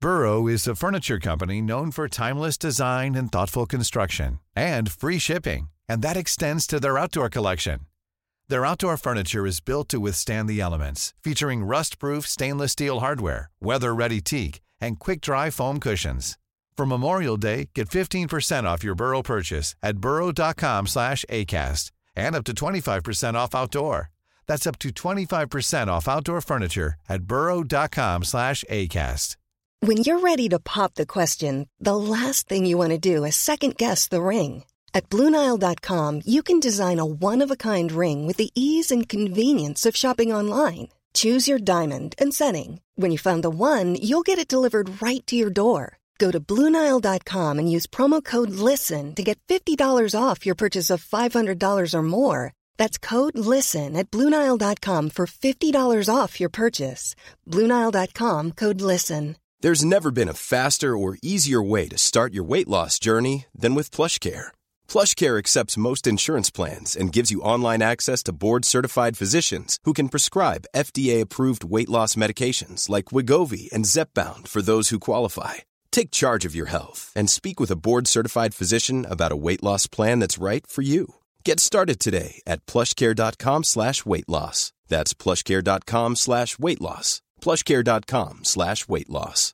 Burrow is a furniture company known for timeless design and thoughtful construction, and free shipping, and that extends to their outdoor collection. Their outdoor furniture is built to withstand the elements, featuring rust-proof stainless steel hardware, weather-ready teak, and quick-dry foam cushions. For Memorial Day, get 15% off your Burrow purchase at burrow.com/acast, and up to 25% off outdoor. That's up to 25% off outdoor furniture at burrow.com/acast. When you're ready to pop the question, the last thing you want to do is second-guess the ring. At BlueNile.com, you can design a one-of-a-kind ring with the ease and convenience of shopping online. Choose your diamond and setting. When you find the one, you'll get it delivered right to your door. Go to BlueNile.com and use promo code LISTEN to get $50 off your purchase of $500 or more. That's code LISTEN at BlueNile.com for $50 off your purchase. BlueNile.com, code LISTEN. There's never been a faster or easier way to start your weight loss journey than with PlushCare. PlushCare accepts most insurance plans and gives you online access to board-certified physicians who can prescribe FDA-approved weight loss medications like Wegovy and Zepbound for those who qualify. Take charge of your health and speak with a board-certified physician about a weight loss plan that's right for you. Get started today at plushcare.com/weightloss. That's plushcare.com/weightloss. plushcare.com/weightloss.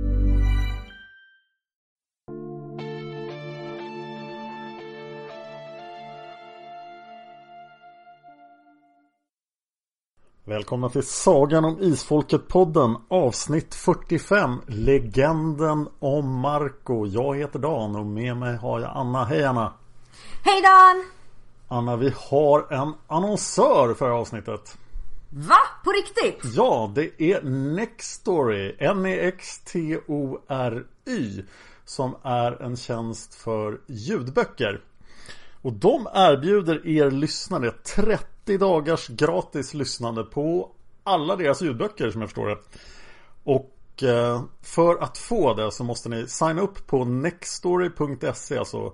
Välkomna till Sagan om Isfolket-podden, avsnitt 45, Legenden om Marco. Jag heter Dan och med mig har jag Anna. Hej Anna! Hej Dan! Anna, vi har en annonsör för avsnittet. Va? På riktigt? Ja, det är Nextory, Nextory, som är en tjänst för ljudböcker. Och de erbjuder er lyssnare 30 dagars gratis lyssnande på alla deras ljudböcker, som jag förstår det. Och för att få det så måste ni signa upp på nextory.se, alltså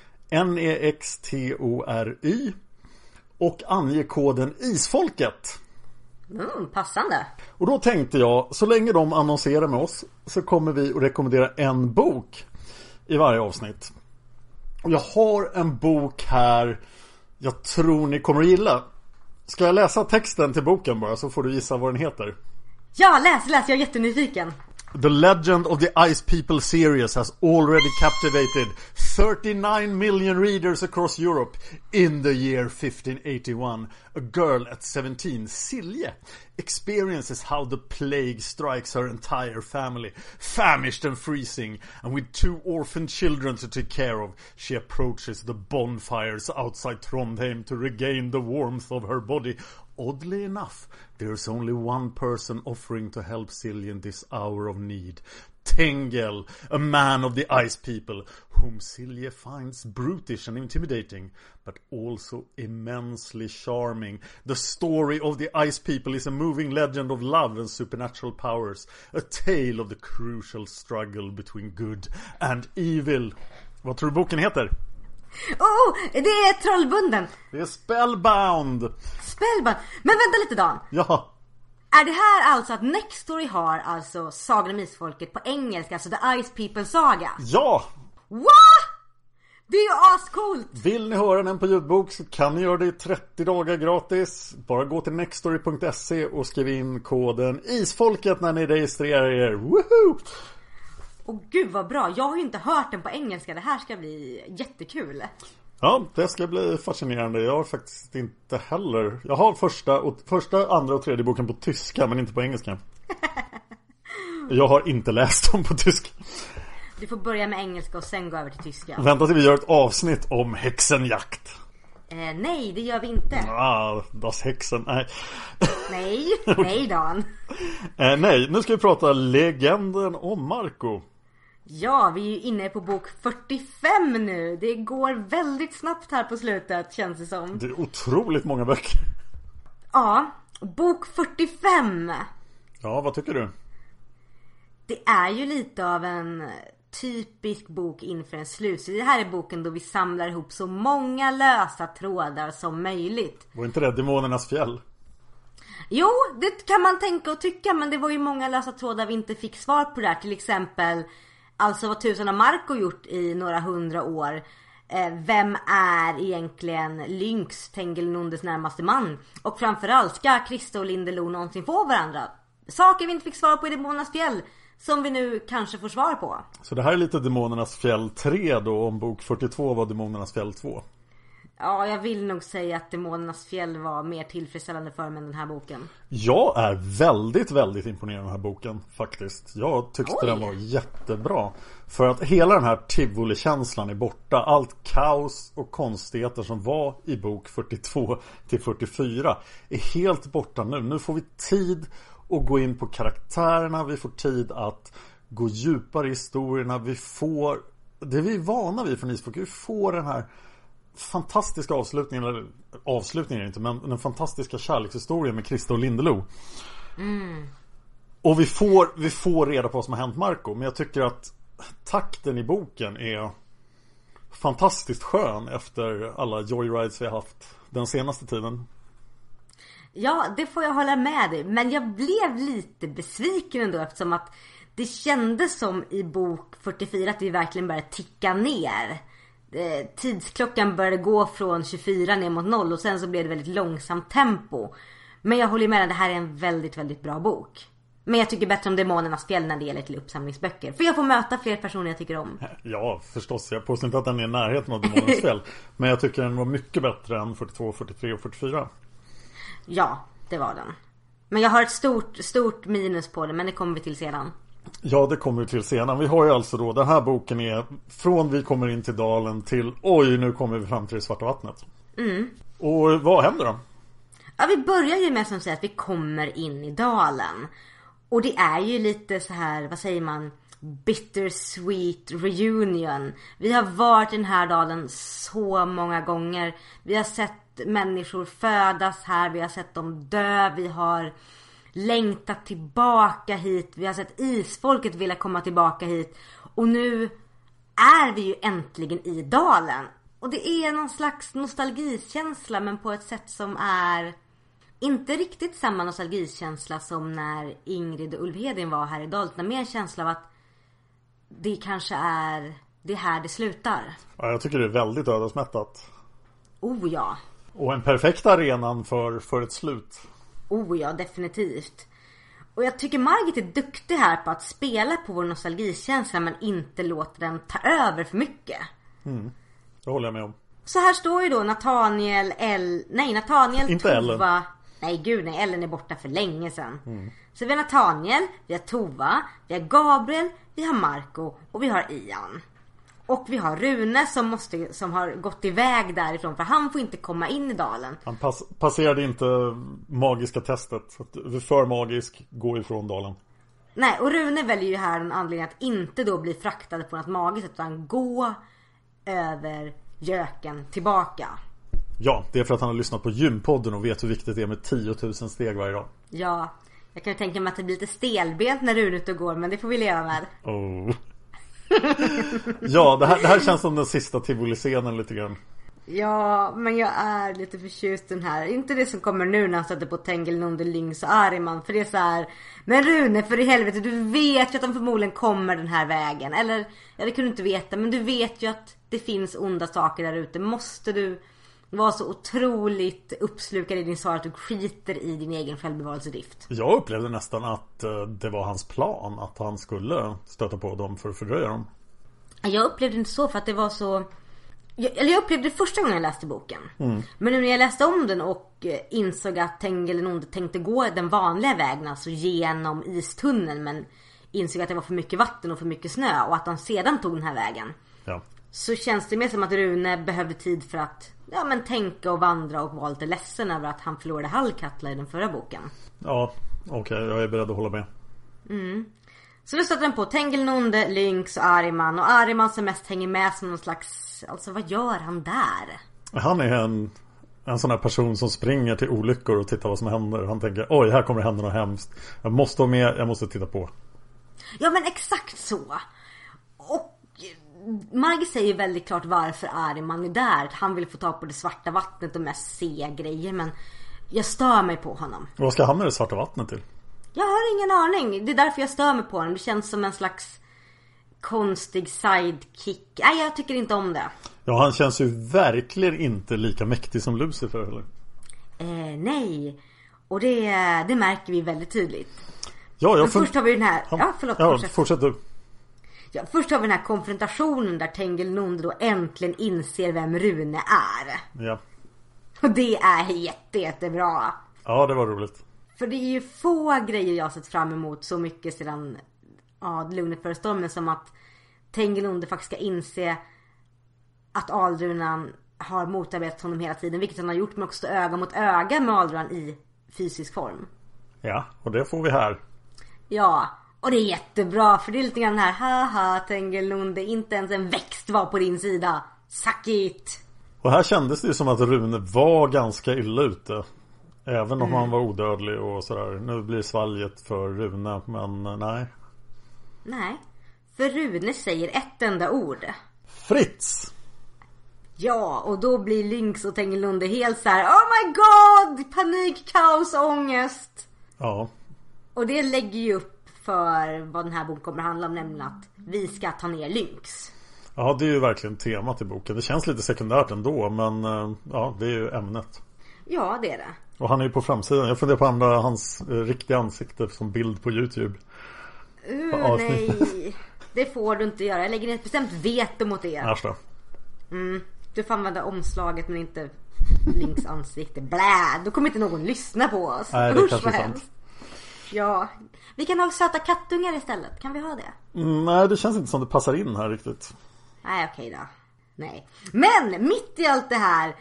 Nextory, och ange koden ISFOLKET. Passande. Och då tänkte jag, så länge de annonserar med oss så kommer vi att rekommendera en bok i varje avsnitt. Och jag har en bok här jag tror ni kommer att gilla. Ska jag läsa texten till boken bara, så får du gissa vad den heter? Ja, läs, jag är jättenyfiken. The Legend of the Ice People series has already captivated 39 million readers across Europe. In the year 1581, a girl at 17, Silje, experiences how the plague strikes her entire family, famished and freezing, and with 2 orphan children to take care of, she approaches the bonfires outside Trondheim to regain the warmth of her body. Oddly enough, there's only one person offering to help Silje in this hour of need. Tengel, a man of the Ice People, whom Silje finds brutish and intimidating, but also immensely charming. The story of the Ice People is a moving legend of love and supernatural powers, a tale of the crucial struggle between good and evil. Vad tror du boken heter? Det är Trollbunden. Det är Spellbound. Men vänta lite Dan. Ja. Är det här alltså att Nextory har alltså Sagan om Isfolket på engelska, alltså The Ice People saga? Ja. What? Det är ju ascoolt. Vill ni höra den på ljudbok så kan ni göra det i 30 dagar gratis. Bara gå till nextory.se och skriv in koden ISFOLKET när ni registrerar er. Woohoo! Åh gud vad bra, jag har ju inte hört den på engelska. Det här ska bli jättekul. Ja, det ska bli fascinerande. Jag har faktiskt inte heller. Jag har första, andra och tredje boken på tyska, men inte på engelska. Jag har inte läst dem på tyska. Du får börja med engelska och sen gå över till tyska. Vänta till vi gör ett avsnitt om häxenjakt. Nej, det gör vi inte. Das Hexen, nej. Nej Dan. Nej, nu ska vi prata Legenden om Marco. Ja, vi är ju inne på bok 45 nu. Det går väldigt snabbt här på slutet, känns det som. Det är otroligt många böcker. Ja, bok 45. Ja, vad tycker du? Det är ju lite av en typisk bok inför en slut. Så det här är boken då vi samlar ihop så många lösa trådar som möjligt. Var inte det Demonernas fjäll? Jo, det kan man tänka och tycka, men det var ju många lösa trådar vi inte fick svar på där. Till exempel, alltså vad tusan har Marco gjort i några 100 år? Vem är egentligen Lynx, Tengilnundes närmaste man? Och framförallt, ska Krista och Lindeloo någonsin få varandra? Saker vi inte fick svar på i Demonernas fjäll, som vi nu kanske får svar på. Så det här är lite Demonernas fjäll 3 då, om bok 42 var Demonernas fjäll 2. Ja, jag vill nog säga att Demonernas fjäll var mer tillfredsställande för mig än den här boken. Jag är väldigt, väldigt imponerad av den här boken faktiskt. Jag tyckte den var jättebra. För att hela den här Tivoli-känslan är borta. Allt kaos och konstigheter som var i bok 42 till 44 är helt borta nu. Nu får vi tid att gå in på karaktärerna. Vi får tid att gå djupare i historierna. Vi får, det vi är vana vid från Isfolk, vi får den här fantastiska avslutningen, eller avslutningen är inte, men den fantastiska kärlekshistorien med Krista och Lindeloo. Och vi får reda på vad som har hänt Marco. Men jag tycker att takten i boken är fantastiskt skön efter alla joyrides vi har haft den senaste tiden. Ja, det får jag hålla med dig. Men jag blev lite besviken ändå, eftersom att det kändes som i bok 44 att vi verkligen började ticka ner. Tidsklockan började gå från 24 ner mot 0 och sen så blev det väldigt långsamt tempo. Men jag håller med dig, det här är en väldigt, väldigt bra bok. Men jag tycker bättre om Demonernas fjäll när det gäller till uppsamlingsböcker. För jag får möta fler personer jag tycker om. Ja, förstås. Jag påstår inte att den är i närheten av Demonernas fjäll. Men jag tycker den var mycket bättre än 42, 43 och 44. Ja, det var den. Men jag har ett stort minus på det, men det kommer vi till sedan. Ja, det kommer vi till sedan. Vi har ju alltså då, den här boken är från vi kommer in till dalen till oj, nu kommer vi fram till det svarta vattnet. Och vad händer då? Ja, vi börjar ju med som säger att vi kommer in i dalen. Och det är ju lite så här, vad säger man, bittersweet reunion. Vi har varit i den här dalen så många gånger. Vi har sett människor födas här, vi har sett dem dö, vi har längtat tillbaka hit, vi har sett isfolket vilja komma tillbaka hit. Och nu är vi ju äntligen i dalen. Och det är någon slags nostalgikänsla, men på ett sätt som är inte riktigt samma nostalgikänsla som när Ingrid och Ulvhedin var här i dalen, utan mer en känsla av att det kanske är det här det slutar. Ja, jag tycker det är väldigt ödesmättat. Oh ja. Och en perfekt arenan för ett slut. Oh ja, definitivt. Och jag tycker Margit är duktig här på att spela på vår nostalgikänsla, men inte låta den ta över för mycket. Det håller jag med om. Så här står ju då Nathaniel, inte Tova. Ellen. Nej, Ellen är borta för länge sedan. Så vi har Nathaniel, vi har Tova, vi har Gabriel, vi har Marco och vi har Ian. Och vi har Rune som har gått iväg därifrån, för han får inte komma in i dalen. Han passerade inte magiska testet. För magisk, gå ifrån dalen. Nej, och Rune väljer ju här en anledning att inte då bli fraktad på något magiskt, utan gå över göken tillbaka. Ja, det är för att han har lyssnat på Gympodden och vet hur viktigt det är med 10 000 steg varje dag. Ja, jag kan ju tänka mig att det blir lite stelbent när Rune ut och går, men det får vi leva med. Ja, det här känns som den sista Tivoli-scenen lite grann. Ja, men jag är lite förtjust den här. Inte det som kommer nu när han sätter på Tengilnunde, Lynx och Ariman. För det är så här, men Rune, för i helvete, du vet ju att de förmodligen kommer den här vägen. Eller, ja, det kunde du inte veta, men du vet ju att det finns onda saker där ute. Måste du vara så otroligt uppslukad i din svar att du skiter i din egen självbevarelsedrift? Jag upplevde nästan att det var hans plan, att han skulle stöta på dem för att fördröja dem. Jag upplevde inte så, för att det var så... Jag upplevde det första gången jag läste boken. Men nu när jag läste om den och insåg att Tengilnunde tänkte gå den vanliga vägen, alltså genom istunneln, men insåg att det var för mycket vatten och för mycket snö, och att han sedan tog den här vägen. Ja. Så känns det mer som att Rune behövde tid för att tänka och vandra, och var lite ledsen över att han förlorade Hallkatla i den förra boken. Ja, okej, jag är beredd att hålla med. Så då stöter den på Tengilnunde, Lynx och Ariman. Och Ariman som mest hänger med som någon slags... Alltså, vad gör han där? Han är en sån här person som springer till olyckor och tittar vad som händer. Han tänker, oj, här kommer det hända något hemskt. Jag måste vara med, jag måste titta på. Ja, men exakt så. Och Margit säger väldigt klart varför Ariman är där. Han vill få ta på det svarta vattnet och mest se grejer. Men Jag stör mig på honom. Vad ska han med det svarta vattnet till? Jag har ingen aning. Det är därför jag stör mig på honom. Det känns som en slags konstig sidekick. Nej, jag tycker inte om det. Ja, han känns ju verkligen inte lika mäktig som Lucifer eller? Nej. Och det märker vi väldigt tydligt. Ja, men först har vi den här... fortsätt du. Ja, först har vi den här konfrontationen där Tengilnunde då äntligen inser vem Rune är. Ja. Och det är jättebra. Ja, det var roligt. För det är ju få grejer jag har sett fram emot så mycket sedan Lugnet före stormen som att Tengilnunde faktiskt ska inse att Aldrunan har motarbetat honom hela tiden, vilket han har gjort, men också stå öga mot öga med Aldrunan i fysisk form. Ja, och det får vi här. Ja, och det är jättebra, för det är lite grann här, haha Tengilnunde, inte ens en växt var på din sida. Suck it! Och här kändes det ju som att Rune var ganska illa ute. Även om han var odödlig och sådär. Nu blir svalget för Rune, men nej. Nej, för Rune säger ett enda ord. Fritz! Ja, och då blir Lynx och Tengilnunde helt så här: oh my god! Panik, kaos, ångest. Ja. Och det lägger ju upp för vad den här boken kommer att handla om, nämligen att vi ska ta ner Lynx. Ja, det är ju verkligen temat i boken. Det känns lite sekundärt ändå, men ja, det är ju ämnet. Ja, det är det. Och han är ju på framsidan. Jag funderar på att använda hans riktiga ansikte som bild på YouTube. Nej, det får du inte göra. Jag lägger ett bestämt veto mot det. Härsta. Du får använda omslaget men inte Lynx ansikte. Blä, då kommer inte någon lyssna på oss. Nej, det kanske är sant. Ja, vi kan ha söta kattungar istället. Kan vi ha det? Nej, det känns inte som det passar in här riktigt. Nej, okej då. Nej. Men mitt i allt det här,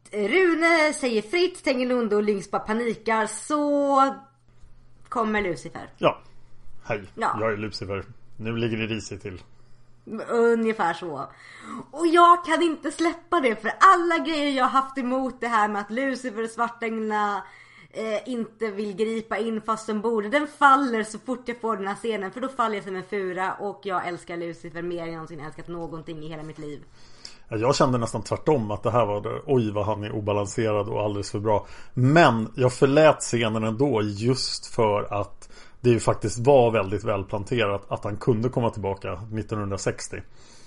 Rune säger fritt, Tengilnunde och Lynx bara panikar, så kommer Lucifer. Ja. Hej, ja. Jag är Lucifer. Nu ligger det risigt till. Ungefär så. Och jag kan inte släppa det, för alla grejer jag har haft emot det här med att Lucifer och Svartänglarna inte vill gripa in fast de borde, den faller så fort jag får den här scenen, för då faller jag som en fura. Och jag älskar Lucifer mer än någonsin älskat någonting i hela mitt liv. Jag kände nästan tvärtom, att det här var det, oj vad han är obalanserad och alldeles för bra. Men jag förlät scenen ändå, just för att det ju faktiskt var väldigt välplanterat att han kunde komma tillbaka 1960.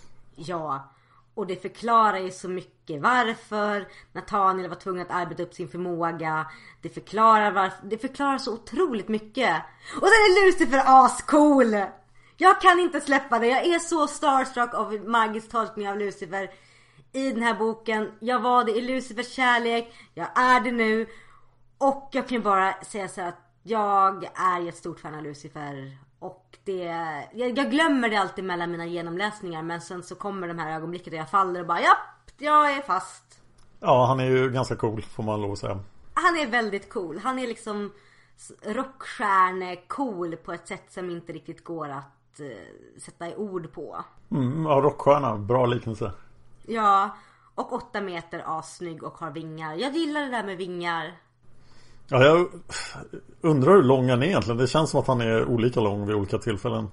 Ja, och det förklarar ju så mycket varför Nathaniel var tvungen att arbeta upp sin förmåga. Det förklarar så otroligt mycket. Och sen är Lucifer ascool. Jag kan inte släppa det. Jag är så starstruck av Margits tolkning av Lucifer i den här boken. Jag var det i Lucifers kärlek. Jag är det nu. Och jag kan bara säga så att jag är ett stort fan av Lucifer. Och jag glömmer det alltid mellan mina genomläsningar. Men sen så kommer de här ögonblicket och jag faller och bara, japp, jag är fast. Ja, han är ju ganska cool, får man lov att säga. Han är väldigt cool. Han är liksom rockstjärne cool på ett sätt som inte riktigt går att sätta i ord på. Ja, rockstjärna, bra liknelse. Ja, och 8 meter assnygg och har vingar. Jag gillar det där med vingar. Ja, jag undrar hur lång han är egentligen. Det känns som att han är olika lång vid olika tillfällen.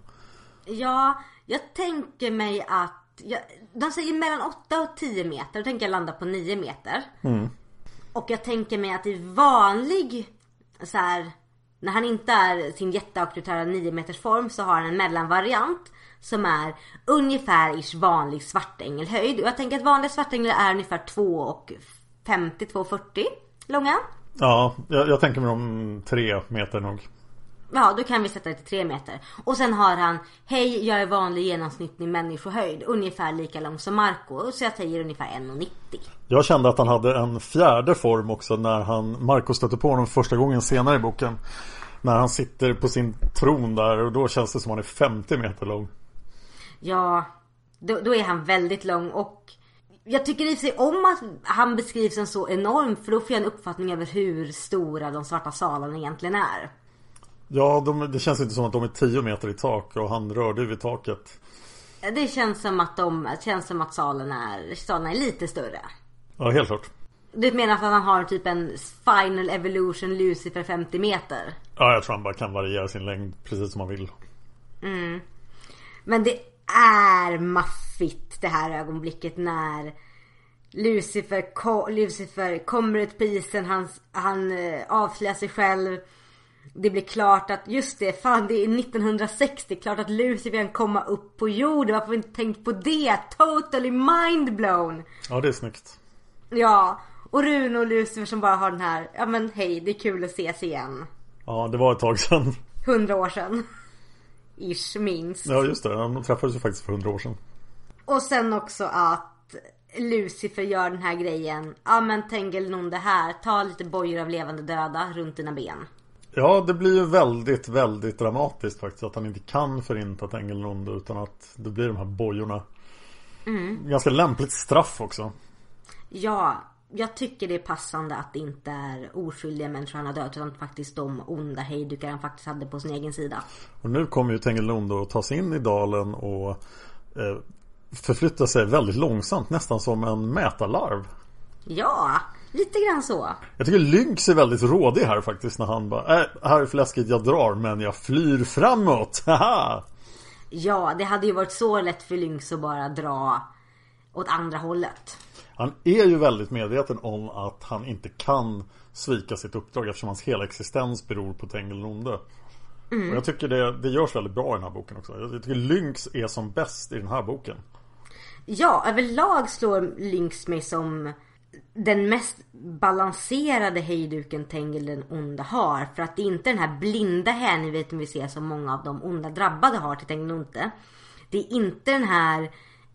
Ja, jag tänker mig att de säger mellan 8 och 10 meter. Då tänker jag landa på 9 meter. Och jag tänker mig att i vanlig så här, när han inte är sin jätteauktoritära 9 meters form, så har han en mellanvariant som är ungefär vanlig svartängelhöjd. Och jag tänker att vanliga svartänglar är ungefär 2,50-2,40 långa. Ja, jag tänker mig om 3 meter nog. Ja, då kan vi sätta det till 3 meter. Och sen har han, hej, jag är vanlig genomsnittlig människohöjd, ungefär lika lång som Marco. Så jag säger ungefär 1,90. Jag kände att han hade en fjärde form också när Marco stötte på honom första gången senare i boken. När han sitter på sin tron där, och då känns det som han är 50 meter lång. Ja, då är han väldigt lång. Och jag tycker i sig om att han beskrivs som så enorm, för då får jag en uppfattning över hur stora de svarta salarna egentligen är. Ja, det känns inte som att de är 10 meter i tak, och han rörde vid taket. Det känns som att salen är lite större. Ja, helt klart. Du menar att han har typ en Final Evolution Lucifer 50 meter? Ja, jag tror han bara kan variera sin längd precis som han vill. Men det är maffigt det här ögonblicket när Lucifer kommer ut på isen. Han avslöjar sig själv. Det blir klart att just det, fan det är 1960. Klart att Lucifer kan komma upp på jorden. Varför har vi inte tänkt på det? Totally mindblown. Ja, det är snyggt. Ja, och Rune och Lucifer som bara har den här, ja men hej, det är kul att ses igen. Ja, det var ett tag sedan. 100 år sedan. Ish, minst. Ja, just det. De träffades ju faktiskt för 100 år sedan. Och sen också att Lucifer gör den här grejen. Ja men Tengil Nonde här, ta lite bojor av levande döda runt dina ben. Ja, det blir ju väldigt, väldigt dramatiskt faktiskt. Att han inte kan förinta Tengil Nonde utan att det blir de här bojorna. Ganska lämpligt straff också. Ja, jag tycker det är passande att det inte är oskyldiga människor han har dött, utan faktiskt de onda hejdukar han faktiskt hade på sin egen sida. Och nu kommer ju Tengil Nonde att ta sig in i dalen och förflytta sig väldigt långsamt, nästan som en mätarlarv. Ja, lite grann så. Jag tycker Lynx är väldigt rådig här faktiskt när han bara, här är fläskigt, jag drar men jag flyr framåt. Haha! Ja, det hade ju varit så lätt för Lynx att bara dra åt andra hållet. Han är ju väldigt medveten om att han inte kan svika sitt uppdrag eftersom hans hela existens beror på Tengil Nonde. Och jag tycker det görs väldigt bra i den här boken också. Jag tycker Lynx är som bäst i den här boken. Ja, överlag slår Lynx mig som den mest balanserade hejduken Tengil den onda har. För att det är inte den här blinda hänviten vi ser som många av de onda drabbade har till Tengil Nonde. Det är inte den här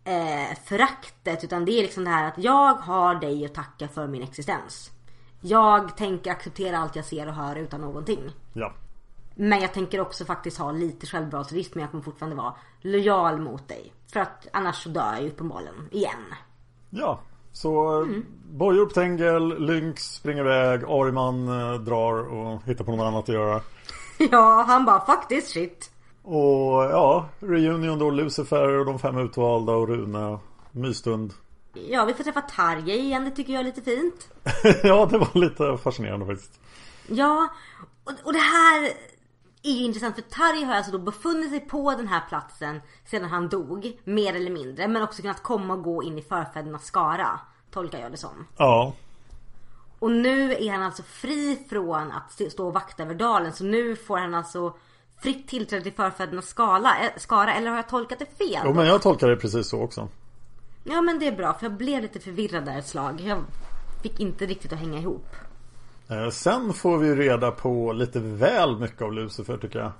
föraktet, utan det är liksom det här att jag har dig att tacka för min existens. Jag tänker acceptera allt jag ser och hör utan någonting. Ja. Men jag tänker också faktiskt ha lite självbevarelsedrift, men jag kommer fortfarande vara lojal mot dig. För att annars så dör jag ju på bollen igen. Ja, så bojor på Tengil, Lynx springer iväg, Ariman drar och hittar på något annat att göra. Ja, han bara fuck this shit. Och ja, reunion då, Lucifer och de 5 utvalda och Rune, mysstund. Ja, vi får träffa Tarjei igen, det tycker jag är lite fint. Ja, det var lite fascinerande faktiskt. Ja, och det här är ju intressant, för Tarjei har alltså då befunnit sig på den här platsen sedan han dog, mer eller mindre. Men också kunnat komma och gå in i förfädernas skara, tolkar jag det som. Ja. Och nu är han alltså fri från att stå och vakta över dalen. Så nu får han alltså fritt tillträde till förfädernas skara. Eller har jag tolkat det fel? Jo, men jag tolkar det precis så också. Ja, men det är bra, för jag blev lite förvirrad där ett slag. Jag fick inte riktigt att hänga ihop. Sen får vi reda på lite väl mycket av Lucifer, tycker jag.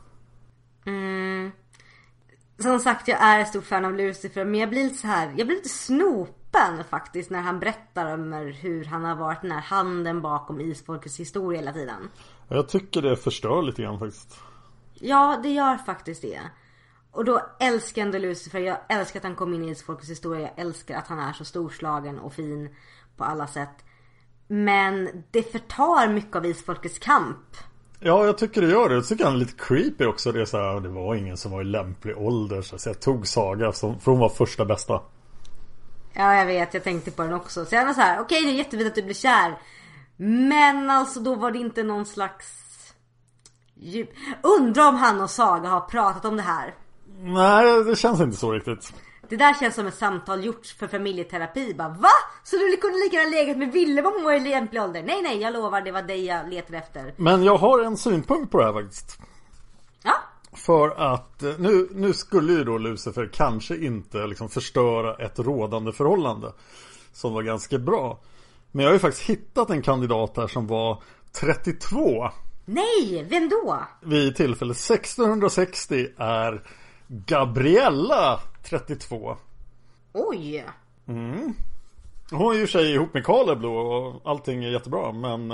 Som sagt, jag är ett stort fan av Lucifer. Men jag blir lite snopen faktiskt när han berättar om hur han har varit den här handen bakom isfolkets historia hela tiden. Jag tycker det förstör lite grann faktiskt. Ja, det gör faktiskt det. Och då älskar jag ändå Lucifer. Jag älskar att han kom in i isfolkets historia. Jag älskar att han är så storslagen och fin på alla sätt. Men det förtar mycket av isfolkets kamp. Ja, jag tycker det gör det. Jag tycker han är lite creepy också. Det är så här, det var ingen som var i lämplig ålder. Så jag tog Saga, för hon var första bästa. Ja, jag vet. Jag tänkte på den också. Så jag var så här, okej, det är jättefint att du blir kär. Men alltså, då var det inte någon slags djup. Undrar om han och Saga har pratat om det här. Nej, det känns inte så riktigt. Det där känns som ett samtal gjort för familjeterapi. Bara, va? Så du kunde lika gärna legat med Ville om hon var i lämplig ålder? Nej, jag lovar, det var dig jag letade efter. Men jag har en synpunkt på det här faktiskt. Ja? För att nu skulle ju då Lucifer kanske inte liksom förstöra ett rådande förhållande som var ganska bra. Men jag har ju faktiskt hittat en kandidat här som var 32. Nej, vem då? Vid tillfället 1660 är Gabriella 32. Oj. Hon är ju tjej ihop med Caleb och allting är jättebra. Men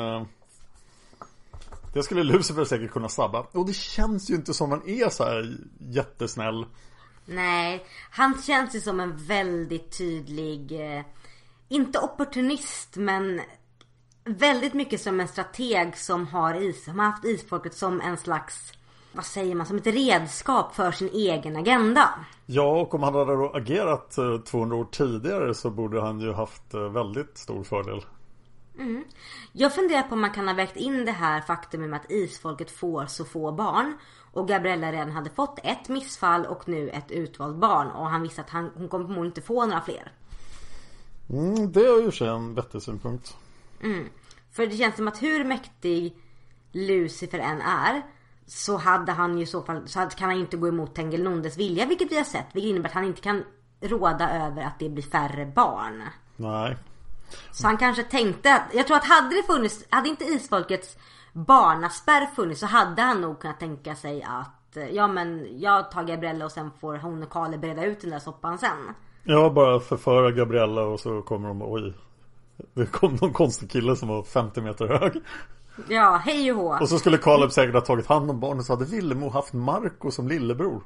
det skulle Lucifer säkert kunna sabba. Och det känns ju inte som han är så här jättesnäll. Nej, han känns ju som en väldigt tydlig inte opportunist, men väldigt mycket som en strateg som har haft isfolket som en slags, vad säger man, som ett redskap för sin egen agenda. Ja, och om han hade då agerat 200 år tidigare så borde han ju haft väldigt stor fördel. Jag funderar på om man kan ha vägt in det här faktum med att isfolket får så få barn. Och Gabriella redan hade fått ett missfall och nu ett utvalt barn. Och han visste att hon kommer förmodligen inte få några fler. Det är ju en vettig synpunkt. För det känns som att hur mäktig Lucifer än är, så hade han ju i så fall, kan han inte gå emot Tengilnundes vilja, vilket vi har sett, vilket innebär att han inte kan råda över att det blir färre barn. Nej. Så han kanske tänkte att, jag tror att hade inte isfolkets barnaspärr funnits, så hade han nog kunnat tänka sig att ja, men jag tar Gabriella och sen får hon och Kalle breda ut den där soppan sen. Jag bara förföra Gabriella och så kommer de, oj, det kom någon konstig kille som var 50 meter hög. Ja, hej och hå. Och så skulle Caleb säkert ha tagit hand om barnen, så hade Villemo haft Marco som lillebror.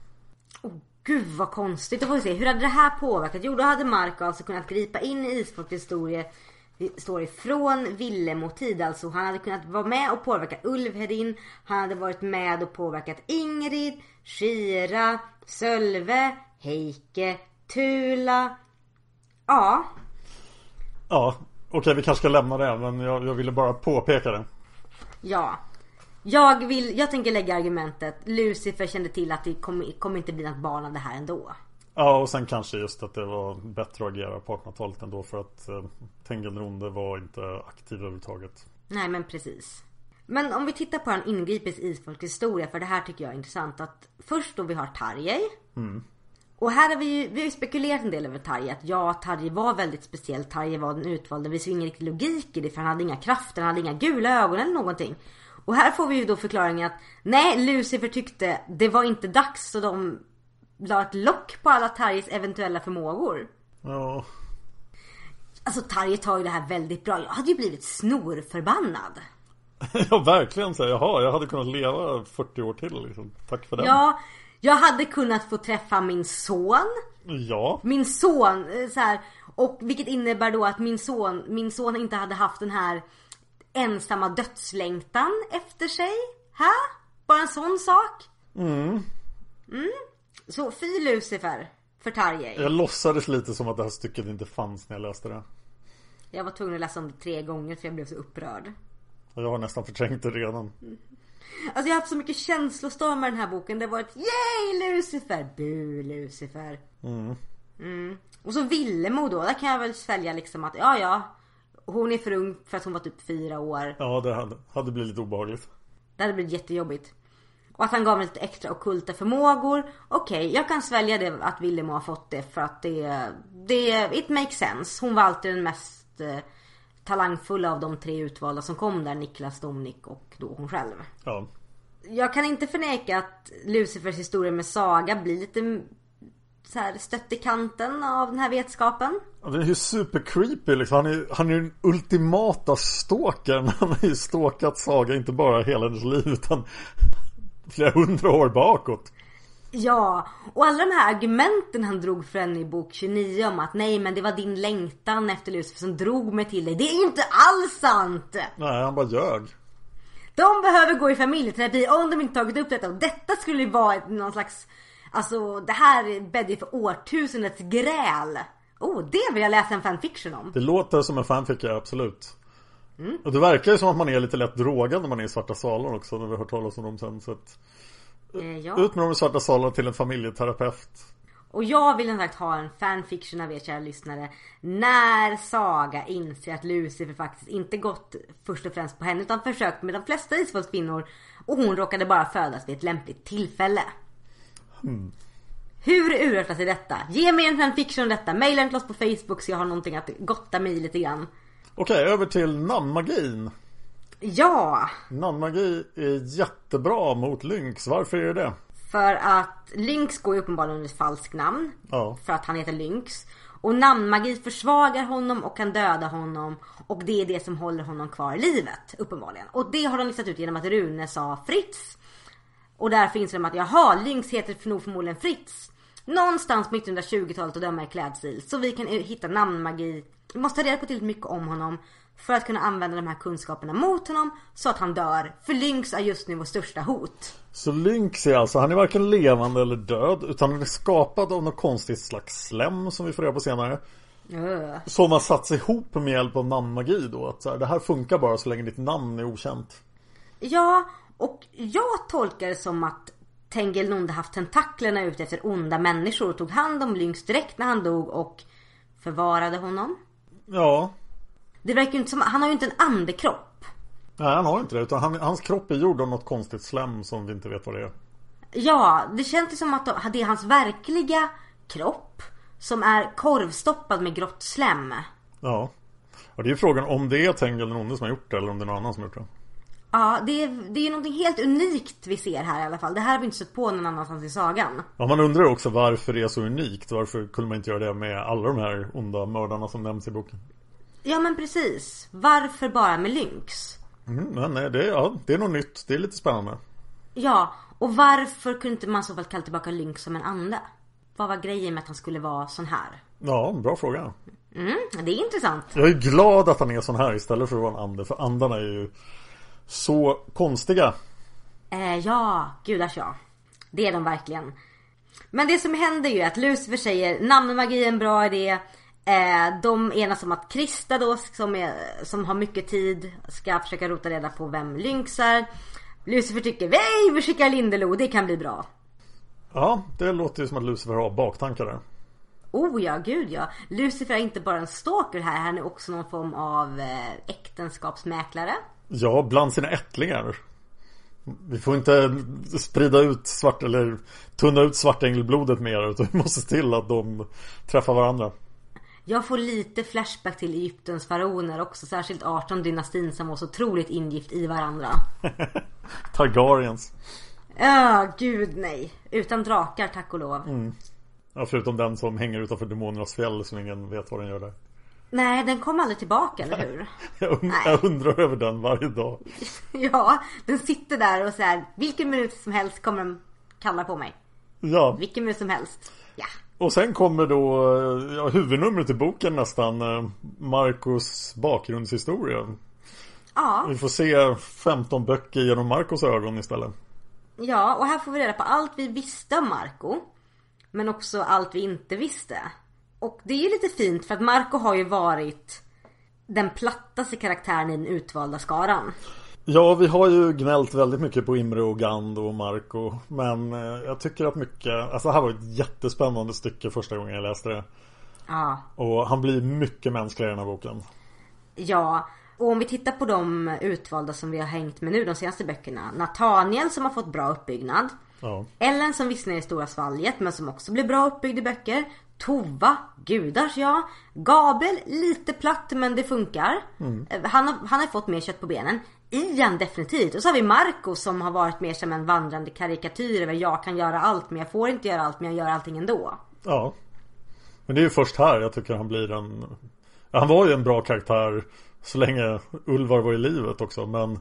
Gud vad konstigt. Då får vi se, hur hade det här påverkat? Jo, då hade Marco alltså kunnat gripa in i isfolkets historia från Villemo-tid. Alltså han hade kunnat vara med och påverka Ulvhedin. Han hade varit med och påverkat Ingrid, Shira, Sölve, Heike, Tula. Ja. Ja, okej, vi kanske ska lämna det, men jag ville bara påpeka det. Ja. Jag tänker lägga argumentet Lucifer kände till att det kommer inte bli något barn av det här ändå. Ja, och sen kanske just att det var bättre att agera på 1800-talet ändå, för att Tengilnunde var inte aktiv överhuvudtaget. Nej, men precis. Men om vi tittar på en ingripes isfolkets historia, för det här tycker jag är intressant, att först då vi har Tarjei. Och här har vi har spekulerat en del över Tarjei, att ja, Tarjei var väldigt speciell, Tarjei var den utvalda, vi ser ingen riktig logik i det, för han hade inga krafter, han hade inga gula ögon eller någonting. Och här får vi ju då förklaringen att nej, Lucifer tyckte det var inte dags, så de la ett lock på alla Tarjeis eventuella förmågor. Ja. Alltså Tarjei tar ju det här väldigt bra. Jag hade ju blivit snorförbannad. Ja, verkligen, så jaha, jag hade kunnat leva 40 år till liksom. Tack för det. Ja, jag hade kunnat få träffa min son. Ja. Min son så här, och vilket innebär då att min son inte hade haft den här ensamma dödslängtan efter sig. Bara en sån sak. Så fy Lucifer för Tarjei. Jag låtsades lite som att det här stycket inte fanns när jag läste det. Jag var tvungen att läsa om det 3 gånger för jag blev så upprörd. Jag har nästan förträngt det redan. Alltså jag har haft så mycket känslostorm med den här boken. Det var ett yay Lucifer, bu Lucifer. Och så Villemo då, där kan jag väl svälja liksom att ja, hon är för ung för att hon var typ 4 år. Ja, det hade blivit lite obehagligt. Det hade blivit jättejobbigt. Och att han gav lite extra ockulta förmågor. Okej, jag kan svälja det att Villemo har fått det, för att det it makes sense. Hon var alltid den mest talangfulla av de 3 utvalda som kom där, Niklas, Dominic och då hon själv. Ja. Jag kan inte förneka att Lucifers historia med Saga blir lite så här stött i kanten av den här vetskapen. Ja, det är ju super creepy liksom. Han är den ultimata stalkern. Han har ju stalkat Saga inte bara hela hennes liv, utan flera 100 år bakåt. Ja, och alla de här argumenten han drog för henne i bok 29 om att nej, men det var din längtan efter Lucifer som drog mig till dig. Det är inte alls sant! Nej, han bara ljög. De behöver gå i familjeterapi om de inte tagit upp detta. Och detta skulle ju vara någon slags, alltså det här bäddar för årtusendets gräl. Det vill jag läsa en fanfiction om. Det låter som en fanfiction, absolut. Och det verkar ju som att man är lite lätt drogad när man är i svarta salar också, när vi har hört talas om dem sen, så att ja. Ut med de svarta salarna till en familjeterapeut. Och jag vill sagt ha en fanfiction av er kära lyssnare, när Saga inser att Lucifer faktiskt inte gått först och främst på henne, utan försökt med de flesta isfolkskvinnor, och hon råkade bara födas vid ett lämpligt tillfälle. Hur urartar sig detta? Ge mig en fanfiction om detta. Maila den till oss på Facebook så jag har någonting att gotta mig lite grann. Okej, över till namnmagin. Ja. Namnmagi är jättebra mot Lynx. Varför är det? För att Lynx går ju uppenbarligen under ett falskt namn. Ja. För att han heter Lynx. Och namnmagi försvagar honom och kan döda honom. Och det är det som håller honom kvar i livet, uppenbarligen. Och det har de listat ut genom att Rune sa Fritz. Och där finns det att jaha, Lynx heter nog förmodligen Fritz. Någonstans på 1920-talet och döma i klädstil. Så vi kan hitta namnmagi. Vi måste ta reda på tillräckligt mycket om honom för att kunna använda de här kunskaperna mot honom så att han dör. För Lynx är just nu vår största hot. Så Lynx är alltså, han är varken levande eller död, utan han är skapad av något konstigt slags slem som vi får reda på senare. Som har satt sig ihop med hjälp av namnmagi då. Att så här, det här funkar bara så länge ditt namn är okänt. Ja, och jag tolkar det som att Tengilnunde haft tentaklerna ute efter onda människor och tog hand om Lynx direkt när han dog och förvarade honom. Ja. Det verkar ju inte som, han har ju inte en andekropp. Nej, han har inte det, utan hans kropp är gjord av något konstigt slem som vi inte vet vad det är. Ja, det känns ju som att det är hans verkliga kropp som är korvstoppad med grått slem. Ja. Och det är ju frågan om det är Tengil den onde som har gjort det eller om det är någon annan som har gjort det. Ja, det är ju någonting helt unikt vi ser här i alla fall. Det här har vi inte sett på någon annanstans i sagan. Ja, man undrar också varför det är så unikt. Varför kunde man inte göra det med alla de här onda mördarna som nämns i boken? Ja, men precis. Varför bara med lynx? Men nej, det är något nytt. Det är lite spännande. Ja, och varför kunde inte man så väl kalla tillbaka lynx som en ande? Vad var grejen med att han skulle vara sån här? Ja, bra fråga. Det är intressant. Jag är glad att han är sån här istället för att vara en ande. För andarna är ju så konstiga. Ja, gudars ja. Det är de verkligen. Men det som händer ju är att Lucifer säger namnmagi är en bra idé. De enas om att Krista då som har mycket tid ska försöka rota reda på vem lynx är. Lucifer tycker vi skickar Lindelo, det kan bli bra. Ja, det låter ju som att Lucifer har baktankar där. Oh ja, gud ja. Lucifer är inte bara en stalker här. Han är också någon form av äktenskapsmäklare. Ja, bland sina ättlingar. Vi får inte sprida ut tunna ut svartängelblodet mer, utan vi måste se till att de träffar varandra. Jag får lite flashback till Egyptens faraoner också, särskilt 18-dynastin som var så otroligt ingift i varandra. Targaryens. Ja, gud nej. Utan drakar, tack och lov. Ja, förutom den som hänger utanför demonernas fjäll som ingen vet vad den gör där. Nej, den kom aldrig tillbaka, eller hur? Jag undrar över den varje dag. Ja, den sitter där och så här, vilken minut som helst kommer de kalla på mig. Ja. Vilken minut som helst. Ja. Och sen kommer då huvudnumret i boken nästan, Marcos bakgrundshistoria. Ja. Vi får se 15 böcker genom Marcos ögon istället. Ja, och här får vi reda på allt vi visste om Marco, men också allt vi inte visste. Och det är ju lite fint för att Marco har ju varit den plattaste karaktären i den utvalda skaran. Ja, vi har ju gnällt väldigt mycket på Imre och Gand och Marco. Men jag tycker att mycket... Alltså det här var ett jättespännande stycke första gången jag läste det. Ja. Och han blir mycket mänskligare i den här boken. Ja, och om vi tittar på de utvalda som vi har hängt med nu de senaste böckerna. Nathaniel som har fått bra uppbyggnad. Ja. Ellen som vissnar i Stora svalget men som också blir bra uppbyggd i böcker. Tova, gudars ja. Gabriel, lite platt men det funkar. Han har fått mer kött på benen. Ian definitivt. Och så har vi Marco som har varit mer som en vandrande karikatyr över jag kan göra allt men jag får inte göra allt men jag gör allting ändå. Ja. Men det är ju först här jag tycker han blir en... Han var ju en bra karaktär så länge Ulvar var i livet också. Men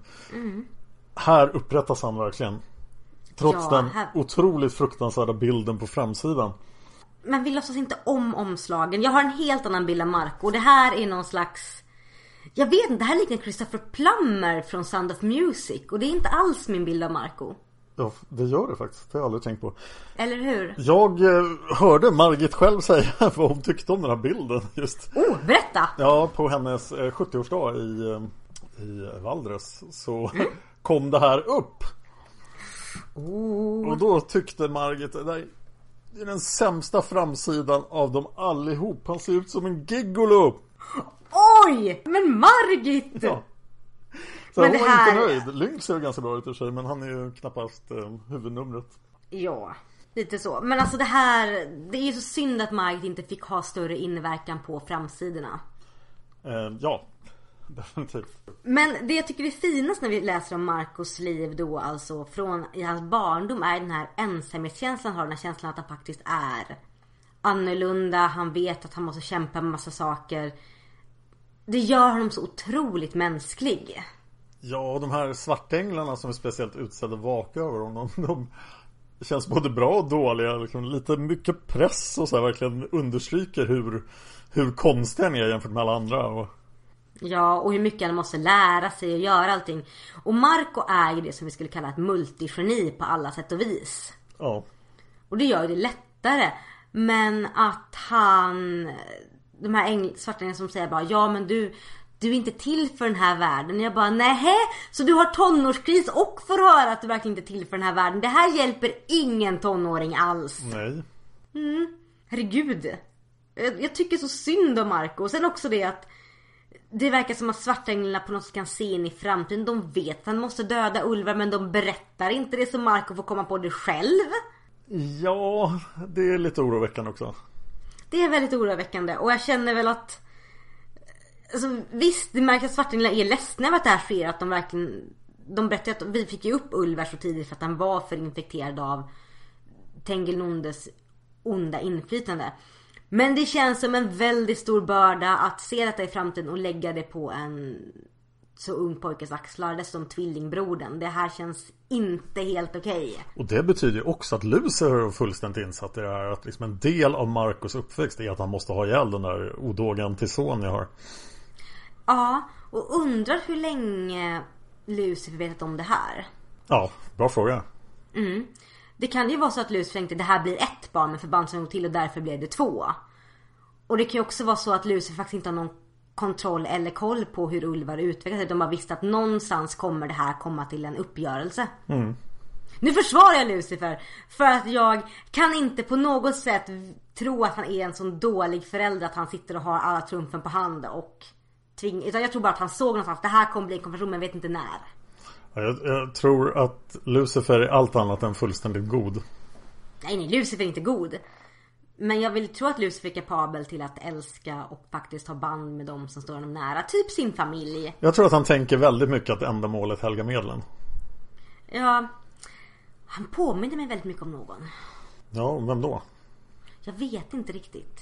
här upprättas han verkligen. Trots den otroligt fruktansvärda bilden på framsidan. Men vi låtsas inte om omslagen. Jag har en helt annan bild av Marco. Det här är någon slags... Jag vet inte, det här liknar Christopher Plummer från Sound of Music. Och det är inte alls min bild av Marco. Ja, det gör det faktiskt. Det har jag aldrig tänkt på. Eller hur? Jag hörde Margit själv säga vad hon tyckte om den här bilden just. Berätta! Ja, på hennes 70-årsdag i Valdres så kom det här upp. Och då tyckte Margit det är den sämsta framsidan av dem allihop. Han ser ut som en gigolo. Oj! Men Margit! Ja. Så men hon det var här... inte nöjd. Lynx ser ganska bra ut i sig, men han är ju knappast huvudnumret. Ja, lite så. Men alltså det här... Det är ju så synd att Margit inte fick ha större inverkan på framsidorna. Ja, definitivt. Men det jag tycker är finast när vi läser om Marcos liv då, alltså från i hans barndom, är den här ensamhetskänslan. Har den här känslan att han faktiskt är annorlunda. Han vet att han måste kämpa med massa saker. Det gör honom så otroligt mänsklig. Ja, de här svartänglarna som är speciellt utsedda vaka över honom, de känns både bra och dåliga. Liksom lite mycket press och så här, verkligen understryker hur konstig han är jämfört med alla andra. Och... Ja, och hur mycket han måste lära sig och göra allting. Och Marco är ju det som vi skulle kalla ett multigeni på alla sätt och vis. Ja. Och det gör det lättare. Men att han... De här svartänglarna som säger bara, ja men du är inte till för den här världen. Jag bara, nej, så du har tonårskris och får höra att du verkligen inte är till för den här världen. Det här hjälper ingen tonåring alls. Nej. Herregud. Jag tycker så synd om Marco. Och sen också det att det verkar som att svartänglarna på något sätt kan se in i framtiden. De vet att han måste döda Ulvar, men de berättar inte det, så Marco får komma på det själv. Ja, det är lite oroväckande också. Det är väldigt oroväckande. Och jag känner väl att alltså, visst, det märks att svartänglarna är ledsna över att det här sker. Att de verkligen, de berättar att vi fick ju upp Ulvar så tidigt för att han var för infekterad av Tengil Nondes onda inflytande. Men det känns som en väldigt stor börda att se detta i framtiden och lägga det på en så ung pojkes axlar, dessutom tvillingbrodern. Det här känns inte helt okej. Och det betyder ju också att Lucifer är fullständigt insatt i det här. Att liksom en del av Marcos uppväxt är att han måste ha ihjäl den där odågan till son jag har. Ja, och undrar hur länge Lucifer vet om det här. Ja, bra fråga. Det kan ju vara så att Lucifer tänkte det här blir ett barn med förband som till och därför blir det 2. Och det kan ju också vara så att Lucifer faktiskt inte har någon kontroll eller koll på hur Ulvar utvecklas. De bara visste att någonstans kommer det här komma till en uppgörelse. Nu försvarar jag Lucifer för att jag kan inte på något sätt tro att han är en sån dålig förälder att han sitter och har alla trumfen på hand och utan jag tror bara att han såg någonstans att det här kommer bli en konversation, men vet inte när. Jag tror att Lucifer är allt annat än fullständigt god. Nej, Lucifer är inte god. Men jag vill tro att Lucifer är kapabel till att älska och faktiskt ha band med dem som står honom nära. Typ sin familj. Jag tror att han tänker väldigt mycket att ändamålet helgar medlen. Ja, han påminner mig väldigt mycket om någon. Ja, vem då? Jag vet inte riktigt.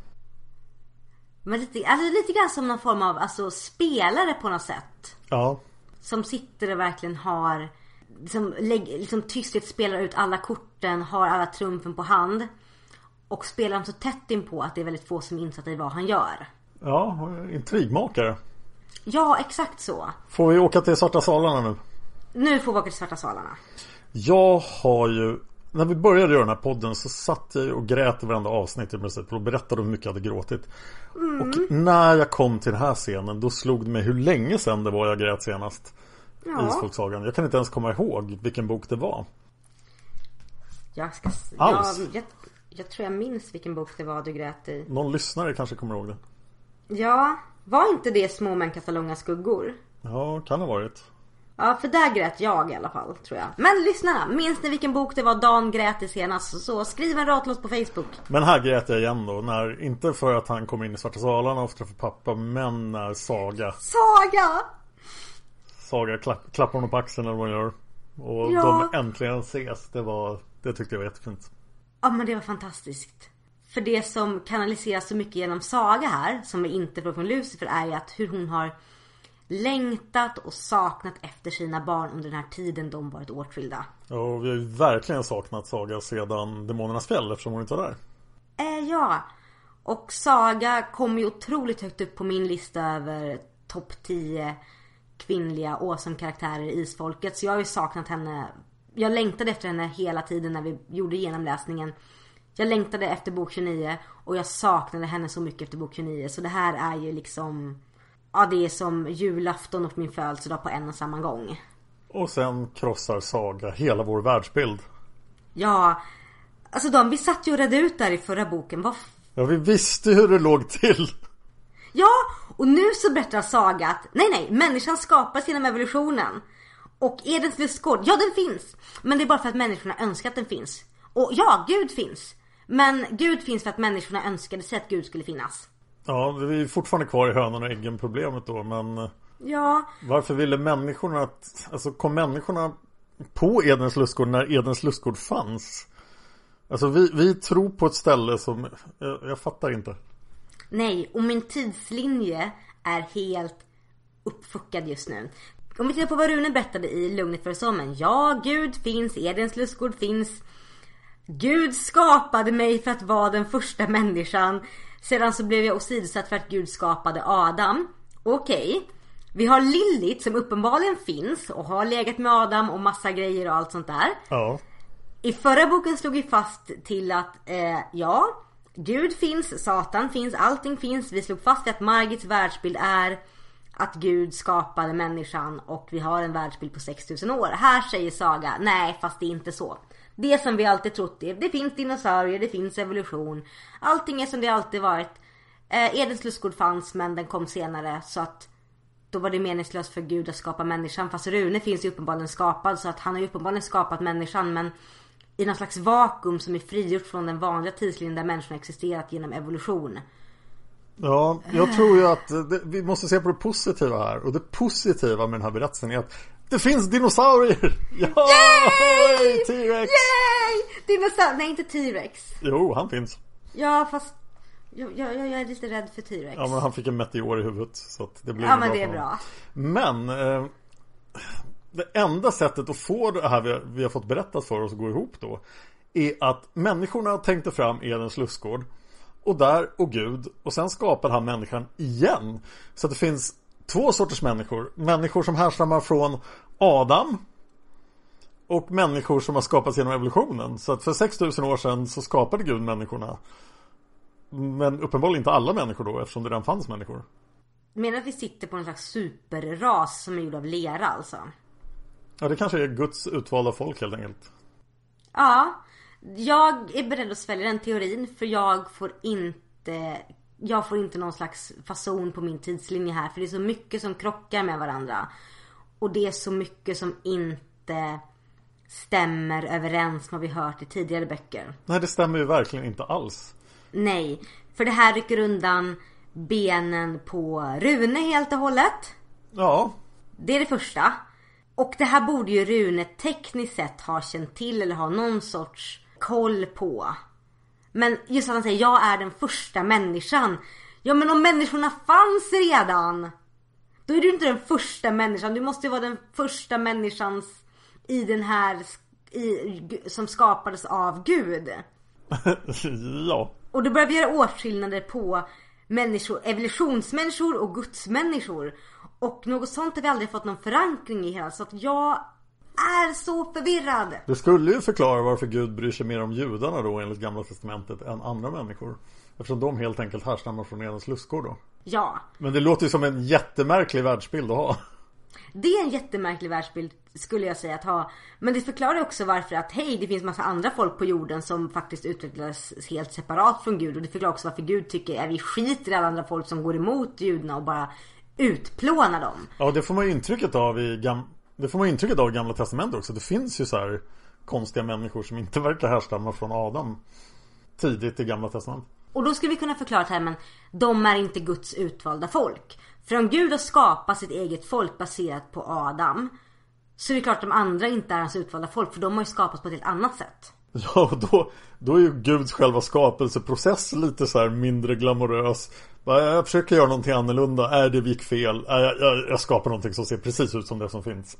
Men lite grann som någon form av spelare på något sätt. Ja. Som sitter och verkligen har liksom tysthet spelar ut alla korten, har alla trumfen på hand och spelar dem så tätt in på att det är väldigt få som är insatta i vad han gör. Ja, intrigmakare. Ja, exakt så. Får vi åka till Svarta salarna nu? Nu får vi åka till Svarta salarna. Jag har ju, när vi började göra den här podden så satt jag och grät i varenda avsnitt i princip och berättade hur mycket jag hade gråtit. Och när jag kom till den här scenen då slog det mig hur länge sedan det var jag grät senast. Ja. Isfolksagan. Jag kan inte ens komma ihåg vilken bok det var. Jag tror jag minns vilken bok det var du grät i. Någon lyssnare kanske kommer ihåg det. Ja, var inte det Små män kastar långa skuggor? Ja, kan det ha varit. Ja, för där grät jag i alla fall, tror jag. Men lyssnarna, minns ni vilken bok det var Dan grät i senast? Så skriv en ratlåt på Facebook. Men här grät jag igen då. Inte för att han kom in i Svarta salarna och träffade pappa, men när Saga klappar honom på axeln eller vad han gör. Och de äntligen ses. Det tyckte jag var jättefint. Ja, men det var fantastiskt. För det som kanaliseras så mycket genom Saga här, som är inte från Lucifer, är ju att hur hon har längtat och saknat efter sina barn under den här tiden de varit åtskilda. Ja, och vi har ju verkligen saknat Saga sedan Demonernas fjäll eftersom hon inte var där. Ja, och Saga kom ju otroligt högt upp på min lista över topp 10 kvinnliga awesome-karaktärer i Isfolket. Så jag har ju saknat henne. Jag längtade efter henne hela tiden när vi gjorde genomläsningen. Jag längtade efter bok 29 och jag saknade henne så mycket efter bok 29. Så det här är ju liksom, ja, det är som julafton och min födelsedag på en och samma gång. Och sen krossar Saga hela vår världsbild. Ja, alltså vi satt ju och redde ut där i förra boken. Ja, vi visste hur det låg till. Ja, och nu så berättar Saga att nej, människan skapas genom evolutionen. Och Edens lustgård, ja, den finns. Men det är bara för att människorna önskar att den finns. Och ja, Gud finns. Men Gud finns för att människorna önskade sig att Gud skulle finnas. Ja, vi är fortfarande kvar i hönan och äggen problemet då, men ja. Varför ville människorna kom människorna på Edens lustgård när Edens lustgård fanns? Alltså vi tror på ett ställe som jag fattar inte. Nej, och min tidslinje är helt uppfuckad just nu. Om vi tittar på vad Rune berättade i Lugnet för sommaren. Ja, Gud finns, Edens lustgård finns. Gud skapade mig för att vara den första människan. Sedan så blev jag åsidosatt för att Gud skapade Adam. Okej. Vi har Lilith som uppenbarligen finns och har legat med Adam och massa grejer och allt sånt där. Ja. I förra boken slog vi fast till att ja, Gud finns, Satan finns, allting finns. Vi slog fast att Margits världsbild är att Gud skapade människan och vi har en världsbild på 6000 år. Här säger Saga, nej, fast det är inte så. Det som vi alltid trott det finns dinosaurier, det finns evolution. Allting är som det alltid varit. Edens lustgård fanns, men den kom senare, så att då var det meningslöst för Gud att skapa människan. Fast Rune finns ju uppenbarligen skapad, så att han har ju uppenbarligen skapat människan, men i någon slags vakuum som är frigjort från den vanliga tidslinjen där människan existerat genom evolution. Ja, jag tror ju att vi måste se på det positiva här. Och det positiva med den här berättelsen är att det finns dinosaurier! Ja! Yay! T-Rex! Yay! Dinosaurier, nej inte T-Rex. Jo, han finns. Ja, fast jag är lite rädd för T-Rex. Ja, men han fick en meteor i huvudet, så att det blir ja, men det är bra. Men det enda sättet att få det här vi har fått berättat för oss att gå ihop då är att människorna tänkte fram Edens lustgård och Gud, och sen skapade han människan igen. Så att det finns två sorters människor. Människor som härstammar från Adam och människor som har skapats genom evolutionen. Så att för 6000 år sedan så skapade Gud människorna. Men uppenbarligen inte alla människor då, eftersom det redan fanns människor. Menar att vi sitter på en slags superras som är gjord av lera alltså? Ja, det kanske är Guds utvalda folk helt enkelt. Ja, jag är beredd att svälja den teorin, för jag får inte någon slags fason på min tidslinje här. För det är så mycket som krockar med varandra. Och det är så mycket som inte stämmer överens med vad vi hört i tidigare böcker. Nej, det stämmer ju verkligen inte alls. Nej, för det här rycker undan benen på Rune helt och hållet. Ja. Det är det första. Och det här borde ju Rune tekniskt sett ha känt till eller ha någon sorts koll på. Men just att han säger, jag är den första människan. Ja, men om människorna fanns redan, då är du inte den första människan. Du måste ju vara den första människan i den här som skapades av Gud. Ja. Och då börjar vi göra åtskillnader på människor, evolutionsmänniskor och gudsmänniskor. Och något sånt har vi aldrig fått någon förankring i hela. Så att jag är så förvirrad. Det skulle ju förklara varför Gud bryr sig mer om judarna då enligt Gamla testamentet än andra människor. Eftersom de helt enkelt härstammar från Edens lustgård då. Ja. Men det låter ju som en jättemärklig världsbild att ha. Det är en jättemärklig världsbild skulle jag säga att ha. Men det förklarar också varför att det finns massa andra folk på jorden som faktiskt utvecklades helt separat från Gud. Och det förklarar också varför Gud tycker att vi skiter i alla andra folk som går emot judarna och bara utplånar dem. Ja, det får man ju intrycket av i Gamla testamentet också. Det finns ju så här konstiga människor som inte verkar härstamma från Adam tidigt i Gamla testamentet. Och då skulle vi kunna förklara här, men de är inte Guds utvalda folk. För om Gud har skapat sitt eget folk baserat på Adam, så är det klart att de andra inte är hans utvalda folk, för de har ju skapats på ett helt annat sätt. Ja, och då är ju Guds själva skapelseprocess lite så här mindre glamorös. Jag försöker göra någonting annorlunda. Det gick fel. Jag skapar någonting som ser precis ut som det som finns.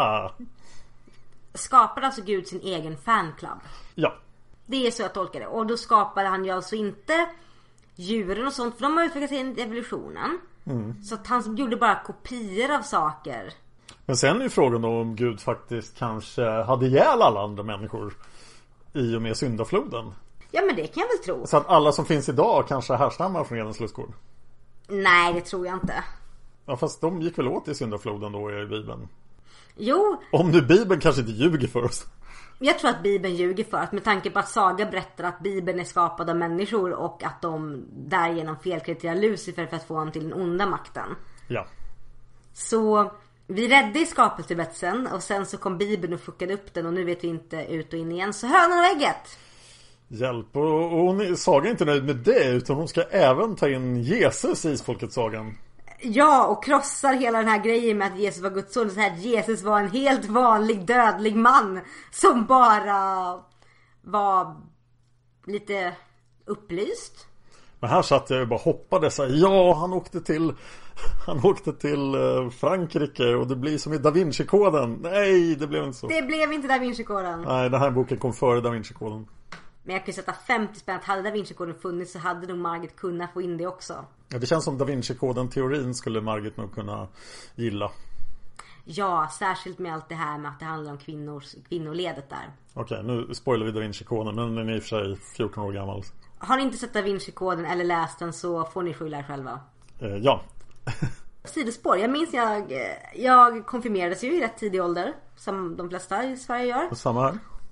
Skapade alltså Gud sin egen fanclub? Ja. Det är så jag tolkar det. Och då skapade han ju alltså inte djuren och sånt, för de har utvecklats i evolutionen. Så att han gjorde bara kopior av saker. Men sen är ju frågan då om Gud faktiskt kanske hade ihjäl alla andra människor i och med syndafloden. Ja, men det kan jag väl tro. Så att alla som finns idag kanske härstammar från Edens lustgård. Nej, det tror jag inte. Ja, fast de gick väl åt i syndafloden då i Bibeln. Jo. Om nu Bibeln kanske inte ljuger för oss. Jag tror att Bibeln ljuger för att, med tanke på att Saga berättar att Bibeln är skapad av människor och att de därigenom felkritiserar Lucifer för att få honom till den onda makten. Ja. Så vi räddade i skapelseberättelsen och sen så kom Bibeln och fuckade upp den och nu vet vi inte ut och in igen. Så hönan och ägget. Hjälp, och Saga är inte nöjd med det, utan hon ska även ta in Jesus i Isfolkets sagan. Ja, och krossar hela den här grejen med att Jesus var Guds son. Så här, Jesus var en helt vanlig dödlig man som bara var lite upplyst. Men här satt jag och bara hoppades. Ja, han åkte till Frankrike och det blir som i Da Vinci-koden. Nej, det blev inte så. Det blev inte Da Vinci-koden. Nej, den här boken kom före Da Vinci-koden. Men jag kan sätta 50 spänn att hade Da Vinci-koden funnits så hade nog Margit kunnat få in det också. Ja, det känns som Da Vinci-koden-teorin skulle Margit nog kunna gilla. Ja, särskilt med allt det här med att det handlar om kvinnoledet där. Okej, nu spoilar vi Da Vinci-koden, men den är i och för sig 14 år gammal. Har ni inte sett Da Vinci-koden eller läst den så får ni skylla er själva. Ja. Sidospår, jag minns jag konfirmerades ju i rätt tidig ålder, som de flesta i Sverige gör. Samma här.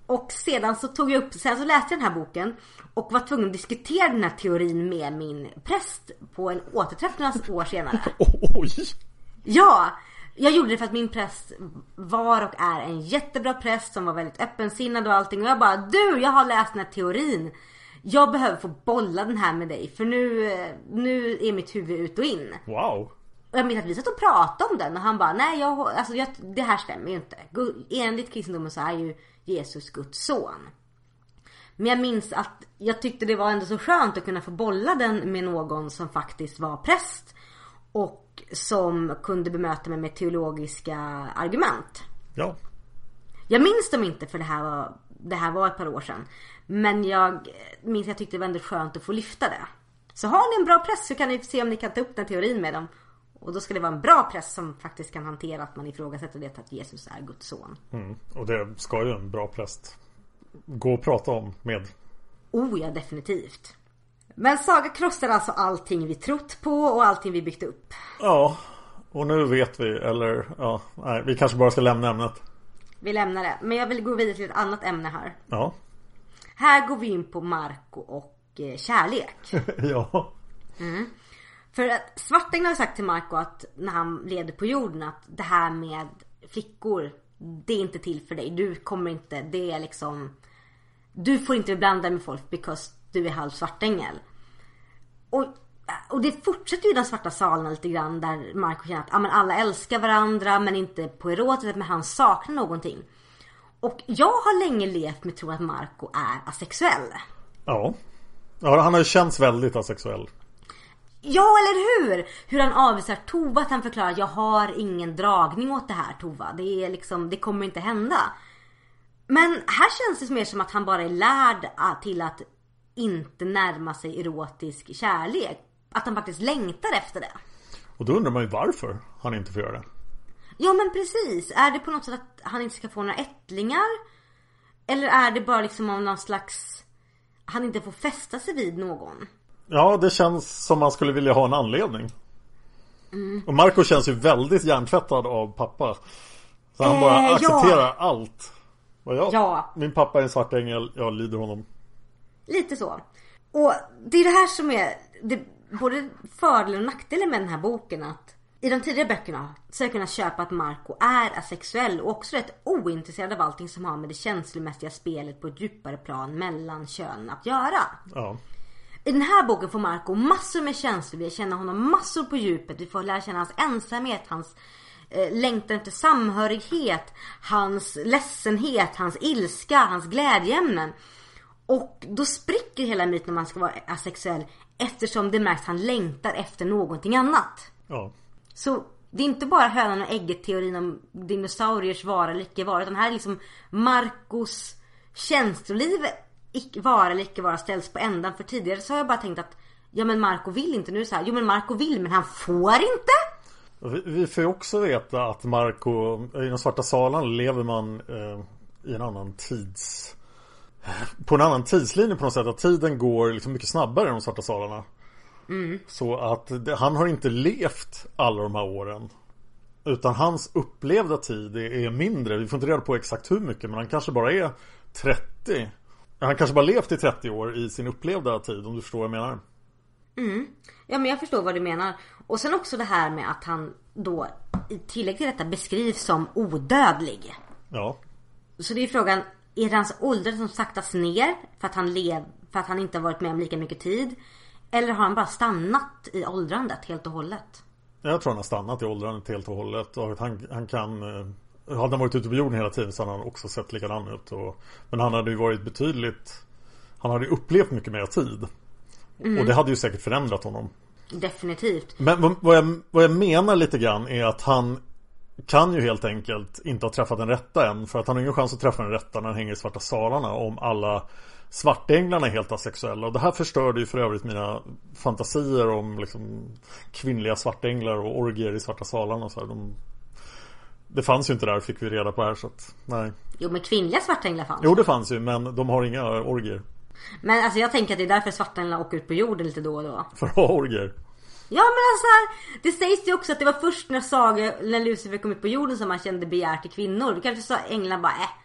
Och sedan så läste jag den här boken och var tvungen att diskutera den här teorin med min präst på en återträff några år senare. Oj! Ja, jag gjorde det för att min präst var och är en jättebra präst som var väldigt öppensinnad och allting. Och jag bara, jag har läst den här teorin. Jag behöver få bolla den här med dig, för nu är mitt huvud ut och in. Wow! Och jag minns att vi satt och pratade om den och han bara, nej, det här stämmer ju inte. Enligt kristendomen så är ju Jesus Guds son. Men jag minns att jag tyckte det var ändå så skönt att kunna få bolla den med någon som faktiskt var präst och som kunde bemöta mig med teologiska argument. Ja. Jag minns dem inte, för det här var ett par år sedan. Men jag minns att jag tyckte det var ändå skönt att få lyfta det. Så har ni en bra präst så kan ni se om ni kan ta upp den teorin med dem. Och då ska det vara en bra präst som faktiskt kan hantera att man ifrågasätter det, att Jesus är Guds son. Och det ska ju en bra präst gå och prata om med. Oh ja, definitivt. Men Saga krossar alltså allting vi trott på och allting vi byggt upp. Ja, och nu vet vi, vi kanske bara ska lämna ämnet. Vi lämnar det, men jag vill gå vidare till ett annat ämne här. Ja. Här går vi in på Marco och kärlek. Ja. För att Svartänglar har sagt till Marco att när han levde på jorden att det här med flickor, det är inte till för dig. Du kommer inte, det är liksom, du får inte blanda med folk because du är halv svartängel. Och det fortsätter ju den svarta salen lite grann, där Marco känner att alla älskar varandra men inte på erotiskt, men han saknar någonting. Och jag har länge levt med tro att Marco är asexuell. Ja, han har ju känts väldigt asexuell. Ja, eller hur? Hur han avvisar Tova, att han förklarar att jag har ingen dragning åt det här, Tova. Det är liksom, det kommer inte hända. Men här känns det mer som att han bara är lärd till att inte närma sig erotisk kärlek. Att han faktiskt längtar efter det. Och då undrar man ju varför han inte får göra det. Ja, men precis. Är det på något sätt att han inte ska få några ättlingar? Eller är det bara liksom av någon slags, han inte får fästa sig vid någon? Ja, det känns som man skulle vilja ha en anledning. Och Marco känns ju väldigt hjärntvättad av pappa. Så han bara accepterar allt. Min pappa är en svart ängel, jag lyder honom. Lite så. Och det är det här som är både fördel och nackdelen med den här boken, att i de tidigare böckerna så har jag kunnat köpa att Marco är asexuell och också rätt ointresserad av allting som har med det känslomässiga spelet på ett djupare plan mellan könen att göra. Ja. I den här boken får Marco massor med känslor. Vi känner honom massor på djupet. Vi får lära känna hans ensamhet, hans längtan efter samhörighet, hans ledsenhet, hans ilska, hans glädjeämnen. Och då spricker hela myten om man ska vara asexuell, eftersom det märks att han längtar efter någonting annat. Ja. Så det är inte bara hönan och ägget-teorin om dinosauriers vara eller icke vara, utan här är liksom Marcos känsloliv vara eller icke vara ställs på ändan. För tidigare så har jag bara tänkt att ja, men Marco vill inte. Nu är det så här, jo men Marco vill, men han får inte. Vi får ju också veta att Marco, i den svarta salen lever man i en annan på en annan tidslinje på något sätt. Att tiden går liksom mycket snabbare än de svarta salarna. Så att han har inte levt alla de här åren, utan hans upplevda tid är mindre. Vi får inte reda på exakt hur mycket, men han kanske bara är 30. Han kanske bara levt i 30 år i sin upplevda tid, om du förstår vad jag menar. Ja, men jag förstår vad du menar. Och sen också det här med att han då i tillägg till detta beskrivs som odödlig. Ja. Så det är frågan, är det hans ålder som saktas ner för att han inte har varit med om lika mycket tid? Eller har han bara stannat i åldrandet helt och hållet? Jag tror han har stannat i åldrandet helt och hållet. Och han kan... Hade han varit ute på jorden hela tiden så hade han också sett likadan ut. Men han hade ju varit han hade ju upplevt mycket mer tid. Och det hade ju säkert förändrat honom. Definitivt. Men vad jag menar lite grann är att han kan ju helt enkelt inte ha träffat den rätta än. För att han har ingen chans att träffa den rätta när han hänger i svarta salarna, om alla svartänglarna är helt asexuella. Och det här förstörde ju för övrigt mina fantasier om liksom kvinnliga svartänglar och orgier i svarta salarna och så här. Det fanns ju inte där, fick vi reda på här, så att, nej. Jo, men kvinnliga svartänglar fanns. Jo, det fanns ju, men de har inga orgier. Men alltså jag tänker att det är därför svartänglar åker ut på jorden lite då och då. För att ha orgier. Ja, men alltså det sägs ju också att det var först när Lucifer kom ut på jorden som man kände begär till kvinnor. Vi kanske sa änglarna bara,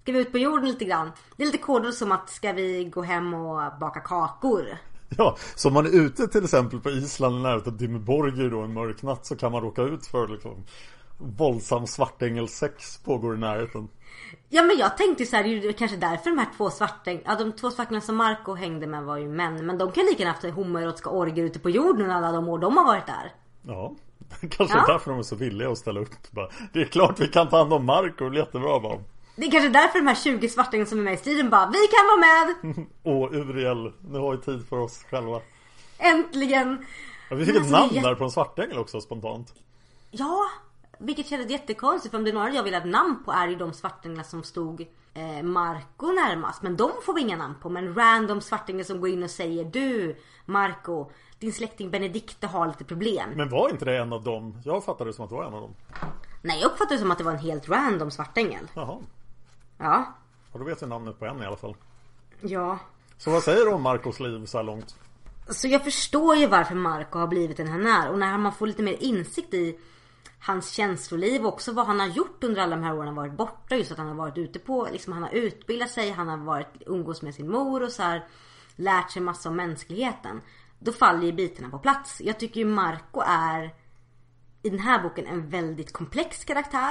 Ska vi ut på jorden lite grann? Det är lite koder som att ska vi gå hem och baka kakor? Ja, så om man är ute till exempel på Island nära av Dimmerborgir då en mörk natt, så kan man råka ut för liksom våldsam svartängelssex pågår i närheten. Ja, men jag tänkte så här, det är ju kanske därför de här de två svartänglarna som Marco hängde med var ju män. Men de kan lika gärna haft homoerotiska orger ute på jorden alla de år de har varit där. Ja, kanske därför de är så villiga att ställa upp. Bara, det är klart vi kan ta hand om Marco, det är jättebra bara. Det är kanske därför de här 20 svartänglarna som är med i striden bara, vi kan vara med! Åh, Uriel, nu har vi tid för oss själva. Äntligen! Ja, vi fick ett namn där på en svartängel också spontant. Ja, vilket kändes jättekonstigt. För om det är några jag vill ha ett namn på är ju de svartänglar som stod Marco närmast. Men de får vi inga namn på. Men random svartänglar som går in och säger, du Marco, din släkting Benedikte har lite problem. Men var inte det en av dem? Jag fattade det som att det var en av dem. Nej, jag uppfattade det som att det var en helt random svartängel. Jaha. Ja. Och då vet vi namnet på en i alla fall. Ja. Så vad säger du om Marcos liv så här långt? Så jag förstår ju varför Marco har blivit den han är. Och när man får lite mer insikt i hans känsloliv och också vad han har gjort under alla de här åren han varit borta. Just att han har varit ute på, liksom han har utbildat sig, han har varit umgås med sin mor och så här, lärt sig massa om mänskligheten. Då faller ju bitarna på plats. Jag tycker ju Marco är i den här boken en väldigt komplex karaktär.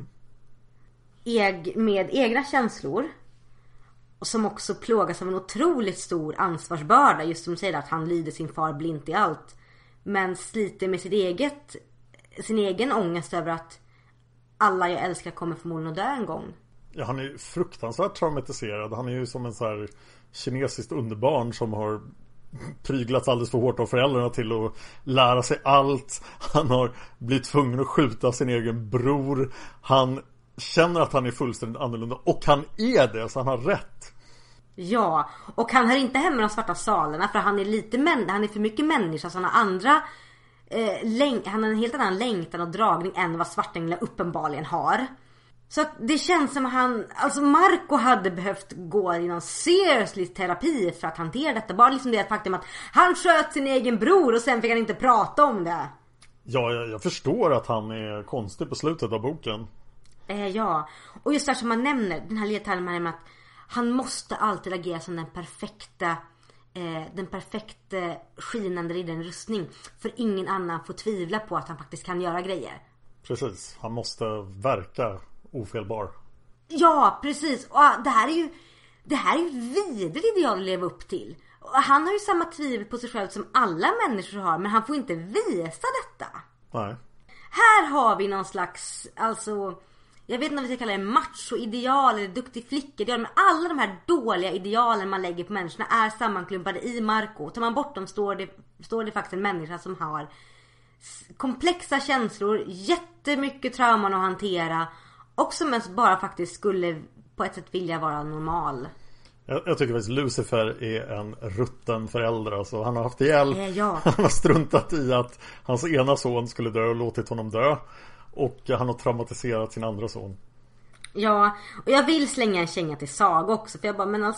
Med egna känslor. Och som också plågas av en otroligt stor ansvarsbörda. Just som säger att han lider sin far blint i allt. Men sliter med sin egen ångest över att alla jag älskar kommer förmodligen att dö en gång. Ja, han är ju fruktansvärt traumatiserad. Han är ju som en så här kinesiskt underbarn som har pryglats alldeles för hårt av föräldrarna till att lära sig allt. Han har blivit tvungen att skjuta sin egen bror. Han känner att han är fullständigt annorlunda. Och han är det, så han har rätt. Ja, och han hör inte hemma i de svarta salarna. För han är han är för mycket människa. Så han har andra han har en helt annan längtan och dragning än vad svartänglar uppenbarligen har. Så att det känns som att Marco hade behövt gå i någon seriously terapi för att hantera detta. Bara liksom det faktum att han sköt sin egen bror och sen fick han inte prata om det. Ja, jag förstår att han är konstig på slutet av boken. Ja, och just där som man nämner, den här ledtalen med att han måste alltid agera som den perfekta skinande riddaren i rustning. För ingen annan får tvivla på att han faktiskt kan göra grejer. Precis, han måste verka ofelbar. Ja, precis. Och det här är ju vidrigt ideal att leva upp till. Och han har ju samma tvivel på sig själv som alla människor har. Men han får inte visa detta. Nej. Här har vi någon slags, jag vet inte om vi ska kalla det macho-ideal eller duktig flicka-ideal. Men alla de här dåliga idealen man lägger på människorna är sammanklumpade i Marco. Tar man bort dem står det faktiskt en människa som har komplexa känslor, jättemycket trauman att hantera. Och som ens bara faktiskt skulle på ett sätt vilja vara normal. Jag tycker faktiskt Lucifer är en rutten förälder. Alltså, han har haft ihjäl. Ja. Han har struntat i att hans ena son skulle dö och låtit honom dö. Och han har traumatiserat sin andra son. Ja, och jag vill slänga en känga till Saga också. För jag bara, men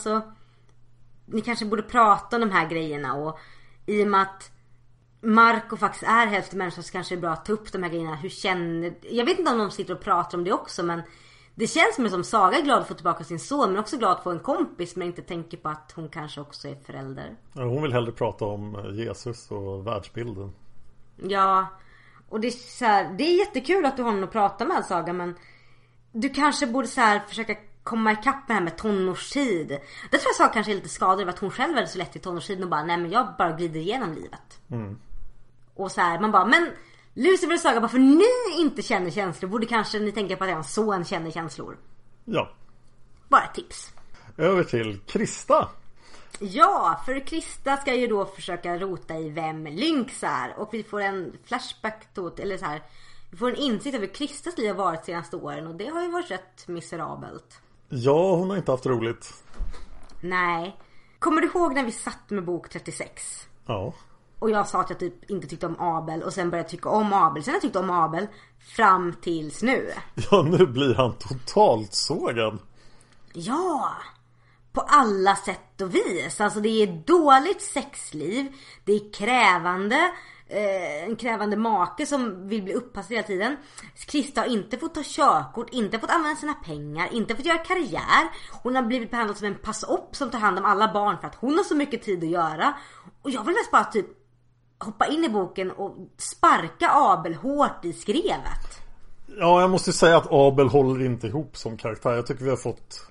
ni kanske borde prata om de här grejerna. Och i och med att Marco faktiskt är hälften människa så kanske det är bra att ta upp de här grejerna. Jag vet inte om de sitter och pratar om det också, men det känns som Saga är glad att få tillbaka sin son, men också glad att få en kompis, men inte tänker på att hon kanske också är förälder. Ja, hon vill hellre prata om Jesus och världsbilden. Ja, och det är så här, det är jättekul att du har någon att prata med, Saga, men du kanske borde så här försöka komma ikapp med det här med tonårstid. Det tror jag Saga kanske är lite skadad över att hon själv är så lätt i tonårstiden och bara, nej men jag bara glider igenom livet. Och så här, man bara, men Lucifer och Saga, bara för ni inte känner känslor borde kanske ni tänka på att en son känner känslor. Ja. Bara ett tips. Över till Krista. Ja, för Krista ska ju då försöka rota i vem Lynx är. Och vi får en flashback då, eller så här, vi får en insikt över hur Kristas liv har varit senaste åren. Och det har ju varit rätt miserabelt. Ja, hon har inte haft roligt. Nej. Kommer du ihåg när vi satt med bok 36? Ja. Och jag sa att jag typ inte tyckte om Abel. Och sen började jag tycka om Abel. Sen har jag tyckt om Abel fram tills nu. Ja, nu blir han totalt sågad. Ja, på alla sätt och vis. Alltså det är dåligt sexliv. Det är krävande. en krävande make som vill bli uppassad hela tiden. Krista har inte fått ta körkort, inte fått använda sina pengar, inte fått göra karriär. Hon har blivit behandlad som en pass-upp som tar hand om alla barn för att hon har så mycket tid att göra. Och jag vill mest bara typ hoppa in i boken och sparka Abel hårt i skrevet. Ja, jag måste säga att Abel håller inte ihop som karaktär. Jag tycker vi har fått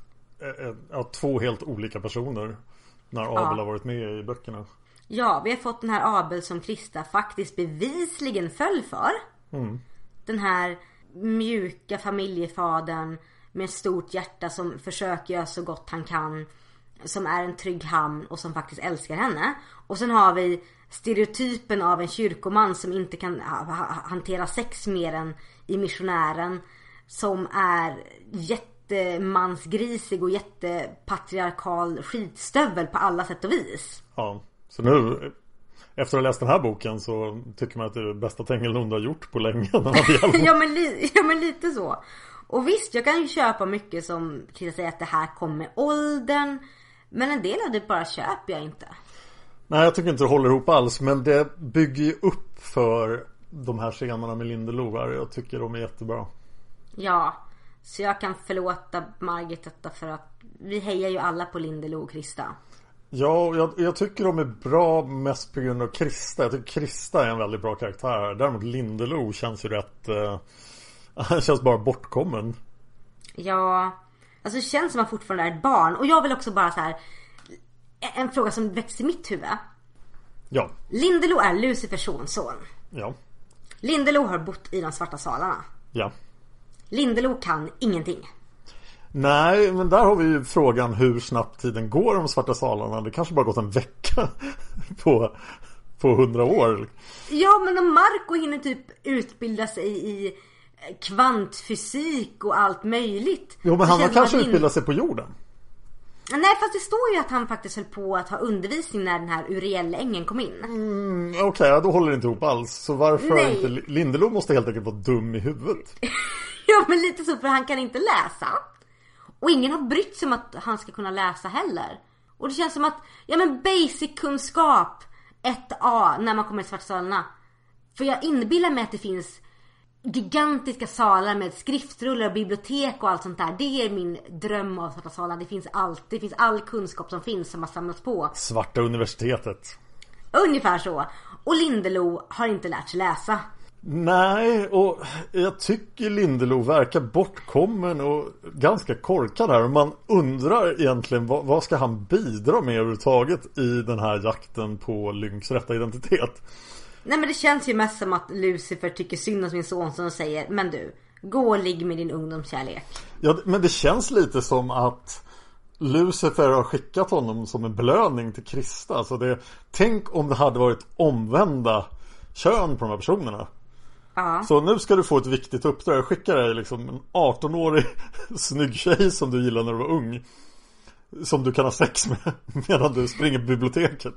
två helt olika personer när Abel har varit med i böckerna. Ja, vi har fått den här Abel som Krista faktiskt bevisligen föll för. Den här mjuka familjefadern med ett stort hjärta som försöker göra så gott han kan, som är en trygg hamn och som faktiskt älskar henne. Och sen har vi stereotypen av en kyrkoman som inte kan hantera sex mer än i missionären, som är jättemansgrisig och jättepatriarkal skitstövel på alla sätt och vis. Ja, så nu efter att ha läst den här boken så tycker man att det är det bästa Tengil har gjort på länge. ja, men lite så. Och visst, jag kan ju köpa mycket som Krista säger att det här kommer med åldern, men en del av det bara köper jag inte. Nej, jag tycker inte det håller ihop alls, men det bygger ju upp för de här scenerna med Lindeloo. Jag tycker de är jättebra. Ja, så jag kan förlåta Margit detta för att vi hejar ju alla på Lindeloo och Krista. Ja, jag tycker de är bra mest på grund av Krista. Jag tycker Krista är en väldigt bra karaktär. Däremot Lindeloo känns ju rätt... han känns bara bortkommen. Ja, alltså det känns som att han fortfarande är ett barn. Och jag vill också bara så här... En fråga som växer i mitt huvud. Ja. Lindeloo är Lucifers sonson. Ja. Lindeloo har bott i de svarta salarna. Ja. Lindeloo kan ingenting. Nej, men där har vi ju frågan hur snabbt tiden går i de svarta salarna. Det kanske bara gått en vecka på 100 år. Ja, men om Marco hinner typ utbilda sig i kvantfysik och allt möjligt. Jo, men han har kanske utbildat sig på jorden. Nej, fast det står ju att han faktiskt höll på att ha undervisning när den här Uriel-ängen kom in. Okej, då håller det inte ihop alls. Så varför har inte Lindeloo måste helt enkelt vara dum i huvudet? Ja, men lite så, för han kan inte läsa. Och ingen har brytt sig om att han ska kunna läsa heller. Och det känns som att, ja men basic kunskap 1A när man kommer till svarta salarna. För jag inbillar mig att det finns gigantiska salar med skriftrullar och bibliotek och allt sånt där. Det är min dröm av svarta salar. Det finns allt. Det finns all kunskap som finns som har samlats på. Svarta universitetet. Ungefär så. Och Lindeloo har inte lärt sig läsa. Nej, och jag tycker Lindeloo verkar bortkommen och ganska korkad här. Man undrar egentligen vad ska han bidra med överhuvudtaget i den här jakten på Lynx rätta identitet. Nej, men det känns ju mest som att Lucifer tycker synd om sin son som säger: men du, gå och ligg med din ungdomskärlek. Ja, men det känns lite som att Lucifer har skickat honom som en belöning till Krista. Alltså tänk om det hade varit omvända kön på de här personerna. Så nu ska du få ett viktigt uppdrag. Jag skickar dig liksom en 18-årig snygg tjej som du gillade när du var ung, som du kan ha sex med medan du springer på biblioteket.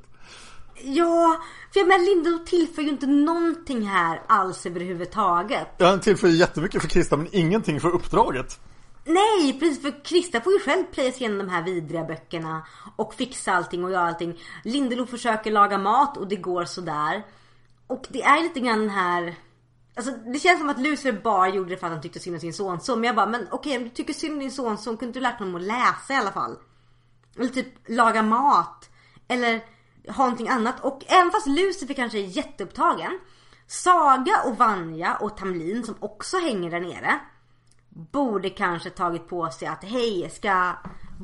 Ja, för men Lindeloo tillför ju inte någonting här alls överhuvudtaget. Ja, han tillför jättemycket för Krista, men ingenting för uppdraget. Nej, precis, för Krista får ju själv plöja sig igenom de här vidriga böckerna och fixa allting och göra allting. Lindeloo försöker laga mat och det går sådär. Och det är lite grann den här... Alltså, det känns som att Lucifer bara gjorde det för att han tyckte synd om sin son. Så, men jag bara, men okej, om du tycker synd om din son så kunde du lärt honom att läsa i alla fall. Eller typ laga mat. Eller ha någonting annat. Och även fast Lucifer kanske är jätteupptagen, Saga och Vanja och Tamlin som också hänger där nere borde kanske tagit på sig att hej, ska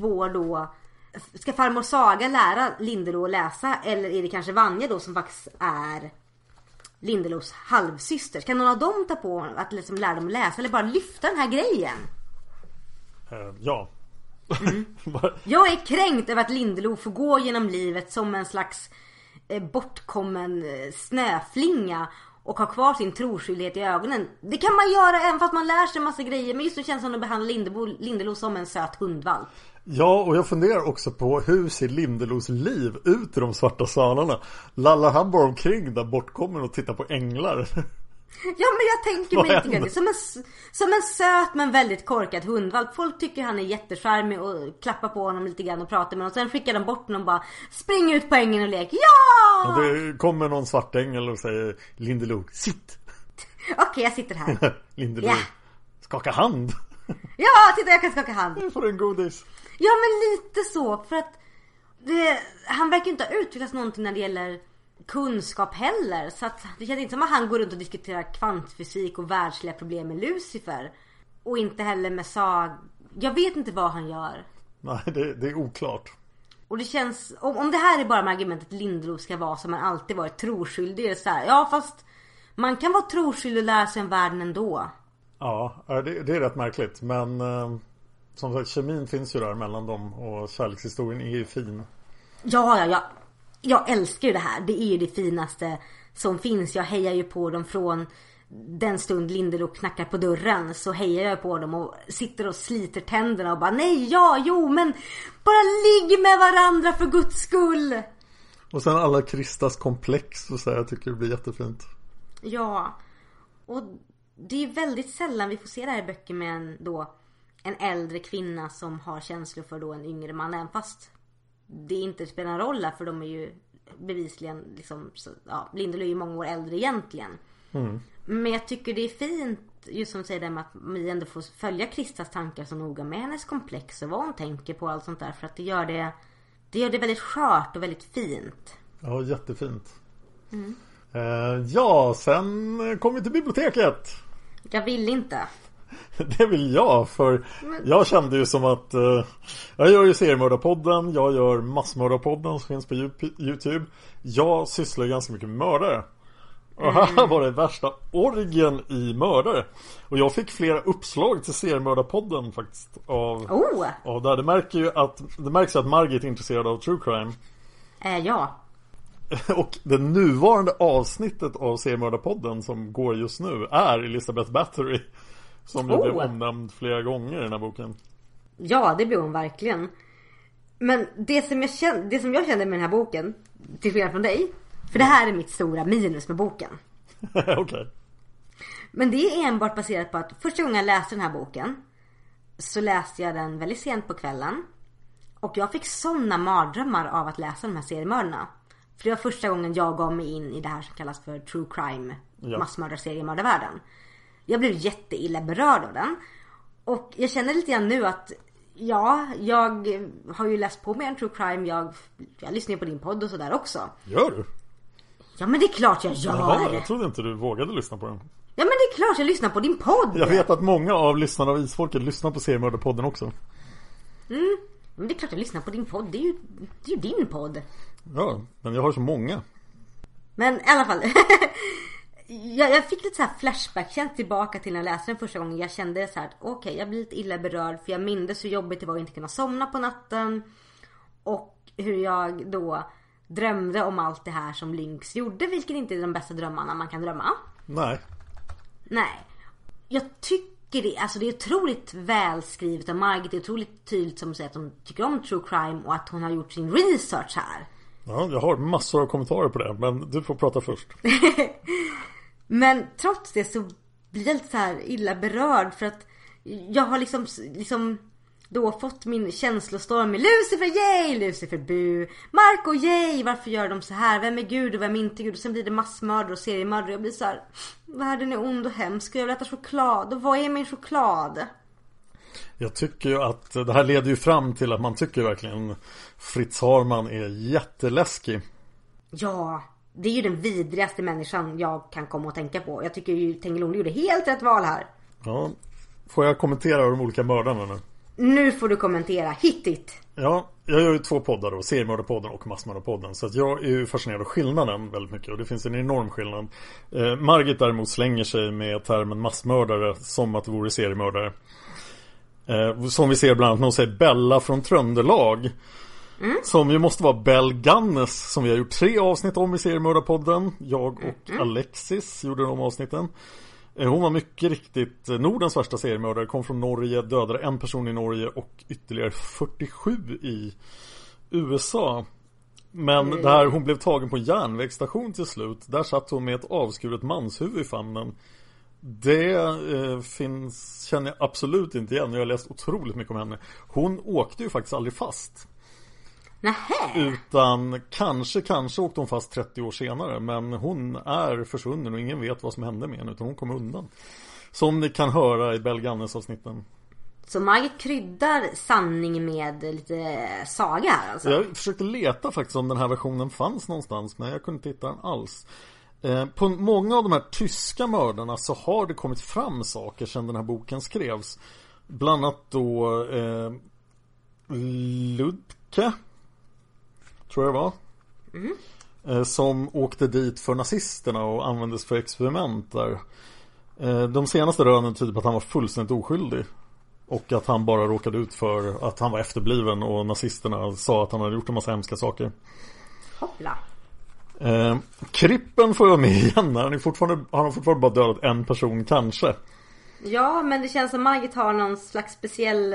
farmor Saga lära Lindeloo att läsa? Eller är det kanske Vanja då som faktiskt är Lindeloos halvsyster? Kan någon av dem ta på att liksom lära dem att läsa eller bara lyfta den här grejen? Ja. Jag är kränkt över att Lindeloo får gå genom livet som en slags bortkommen snöflinga och ha kvar sin troskyldighet i ögonen. Det kan man göra även fast man lär sig en massa grejer, men just nu känns det som att behandla Lindeloo som en söt hundvalp. Ja, och jag funderar också på hur ser Lindeloos liv ut i de svarta salarna? Lallar han bara omkring där bortkommen och tittar på änglar? Ja, men jag tänker mig inte grann som en söt men väldigt korkad hundvalp. Folk tycker han är jättecharmig och klappar på honom lite grann och pratar med honom. Sen skickar de bort honom och bara spring ut på ängen och lek. Ja! Och det kommer någon svart ängel och säger Lindeloo, sitt! Okej, jag sitter här. Lindeloo, skaka hand! Ja, titta, jag kan skaka hand. Nu får du en godis. Ja, men lite så. För att han verkar inte ha utvecklats någonting när det gäller kunskap heller. Så att det känns inte som att han går runt och diskuterar kvantfysik och världsliga problem med Lucifer. Och inte heller med Sag. Jag vet inte vad han gör. Nej, det är oklart. Och det känns, om det här är bara med argumentet Lindeloo ska vara som man alltid varit troskyldig, är det så här, ja fast man kan vara troskyldig och lära sig om världen ändå. Ja, det är rätt märkligt. Men som sagt, kemin finns ju där mellan dem. Och kärlekshistorien är ju fin. Ja. Jag älskar ju det här. Det är ju det finaste som finns. Jag hejar ju på dem från den stund Lindeloo knackar på dörren. Så hejar jag på dem och sitter och sliter tänderna och bara men bara ligg med varandra för Guds skull. Och sen alla Kristas komplex och så här, jag tycker det blir jättefint. Ja. Och det är väldigt sällan vi får se det här i böcker med en äldre kvinna som har känslor för då en yngre man, även fast det inte spelar en roll, för de är ju bevisligen liksom, Lindeloo är ju många år äldre egentligen. Men jag tycker det är fint just som säger det med att vi ändå får följa Kristas tankar så noga med hennes komplex och vad hon tänker på och allt sånt där, för att det gör det väldigt skört och väldigt fint. Ja, jättefint. Ja, sen kom vi till biblioteket. Jag vill inte. Det vill jag, för jag kände ju som att jag gör ju seriemördarpodden, jag gör massmördarpodden som finns på YouTube. Jag sysslar ganska mycket med mördare. Och här var det värsta orgen i mördare. Och jag fick flera uppslag till seriemördarpodden faktiskt av där. Det märks ju att Margit är intresserad av true crime. Ja. Och det nuvarande avsnittet av seriemördarpodden som går just nu är Elizabeth Bathory, som ju blev omnämnd flera gånger i den här boken. Ja, det blev hon verkligen. Men det som jag kände med den här boken, till skillnad från dig, för det här är mitt stora minus med boken. Okej. Men det är enbart baserat på att första gången jag läste den här boken så läste jag den väldigt sent på kvällen. Och jag fick sådana mardrömmar av att läsa de här seriemördarna. För det var första gången jag gav mig in i det här som kallas för true crime, massmördar-seriemördarvärlden. Jag blev jätteilla berörd av den. Och jag känner lite grann nu att jag har ju läst på med en true crime. Jag lyssnar på din podd och sådär också. Gör du? Ja, men det är klart jag gör. Jaha, jag trodde inte du vågade lyssna på den. Ja, men det är klart jag lyssnar på din podd. Jag vet att många av lyssnarna av Isfolket lyssnar på seriemördarpodden också. Men det är klart jag lyssnar på din podd. Det är ju din podd. Ja, men jag har så många. Men i alla fall jag fick lite så här flashback, känt tillbaka till när jag läste den första gången. Jag kände så här, okej, jag blir lite illa berörd, för jag minns hur jobbigt det var att inte kunna somna på natten. Och hur jag då drömde om allt det här som Lynx gjorde, vilket inte är de bästa drömmarna man kan drömma. Nej. Jag tycker det är otroligt välskrivet, och Margit är otroligt tydligt som säger att hon tycker om true crime och att hon har gjort sin research här. Ja, jag har massor av kommentarer på det, men du får prata först. Men trots det så blir jag lite så här illa berörd, för att jag har liksom då fått min känslostorm med Lucifer, yay, Lucifer, bu, Marco, yay, varför gör de så här, vem är Gud och vem är inte Gud, och sen blir det massmördare och seriemördare. Jag blir så här, världen är ond och hemsk, jag vill äta choklad, och vad är min choklad? Jag tycker ju att det här leder ju fram till att man tycker verkligen Fritz Harman är jätteläskig. Ja, det är ju den vidrigaste människan jag kan komma och tänka på. Jag tycker ju Tengelund gjorde helt rätt val här. Ja, får jag kommentera de olika mördarna nu? Nu får du kommentera, hit it. Ja, jag gör ju 2 poddar då, seriemördarpodden och massmördarpodden. Så att jag är ju fascinerad av skillnaden väldigt mycket, och det finns en enorm skillnad. Margit däremot slänger sig med termen massmördare som att det vore seriemördare. Som vi ser bland annat när hon säger Bella från Tröndelag, som ju måste vara Bell Gunnes, som vi har gjort 3 avsnitt om i seriemördarpodden. Jag och Alexis gjorde de avsnitten. Hon var mycket riktigt Nordens värsta seriemördare, kom från Norge, dödade en person i Norge och ytterligare 47 i USA. Men där hon blev tagen på en järnvägsstation till slut, där satt hon med ett avskuret manshuvud i famnen. Det känner jag absolut inte igen. Jag har läst otroligt mycket om henne. Hon åkte ju faktiskt aldrig fast. Nähä. Utan kanske åkte hon fast 30 år senare. Men hon är försvunnen och ingen vet vad som hände med henne, utan hon kom undan. Som ni kan höra i Bell Gunnes-avsnitten. Så Margit kryddar sanning med lite saga här alltså. Jag försökte leta faktiskt om den här versionen fanns någonstans, men jag kunde inte hitta den alls. På många av de här tyska mördarna så har det kommit fram saker sedan den här boken skrevs. Bland annat då Ludke, tror jag det var. Som åkte dit för nazisterna och användes för experiment där. De senaste rönen tyder på att han var fullständigt oskyldig. Och att han bara råkade ut för att han var efterbliven och nazisterna sa att han hade gjort en massa hemska saker. Hoppla. Krippen får jag med igen. Han har fortfarande bara dödat en person kanske. Ja, men det känns som Margit har någon slags speciell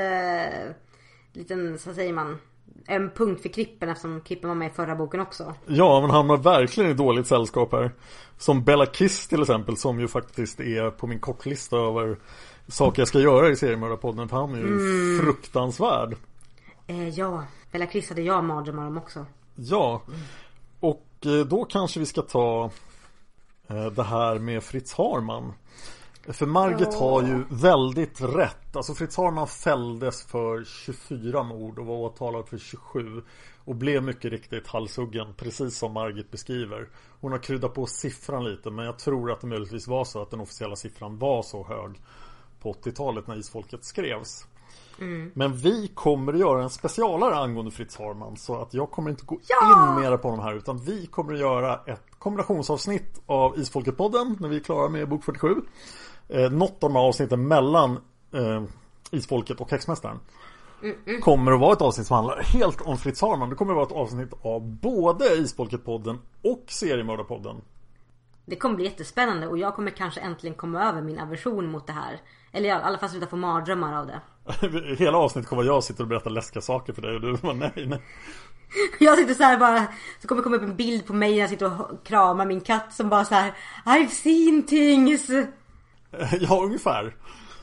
liten, så säger man, en punkt för Krippen, eftersom Krippen var med i förra boken också. Ja, men han var verkligen i dåligt sällskap här. Som Bella Kiss till exempel, som ju faktiskt är på min kortlista över saker jag ska göra i seriemördarpodden, för han är ju fruktansvärd. Ja, Bella Kiss hade jag mardrömmar om också. Ja, och då kanske vi ska ta det här med Fritz Harman. För Margit har ju väldigt rätt. Alltså Fritz Harman fälldes för 24 mord och var åtalad för 27 och blev mycket riktigt halshuggen, precis som Margit beskriver. Hon har kryddat på siffran lite, men jag tror att det möjligtvis var så att den officiella siffran var så hög på 80-talet när Isfolket skrevs. Men vi kommer att göra en specialare angående Fritz Harman, så att jag kommer inte gå in mera på de här, utan vi kommer att göra ett kombinationsavsnitt av Isfolket-podden när vi är klara med bok 47. Något av de här avsnitten mellan Isfolket och Häxmästaren kommer att vara ett avsnitt som handlar helt om Fritz Harman. Det kommer att vara ett avsnitt av både Isfolket-podden och Seriemördarpodden. Det kommer bli jättespännande, och jag kommer kanske äntligen komma över min aversion mot det här. Eller i alla fall sluta få mardrömmar av det. Hela avsnittet kommer jag sitta och berätta läskiga saker för dig, och du bara nej. Jag sitter så här bara, så kommer det komma upp en bild på mig när jag sitter och kramar min katt som bara så här: I've seen things. Ja, ungefär.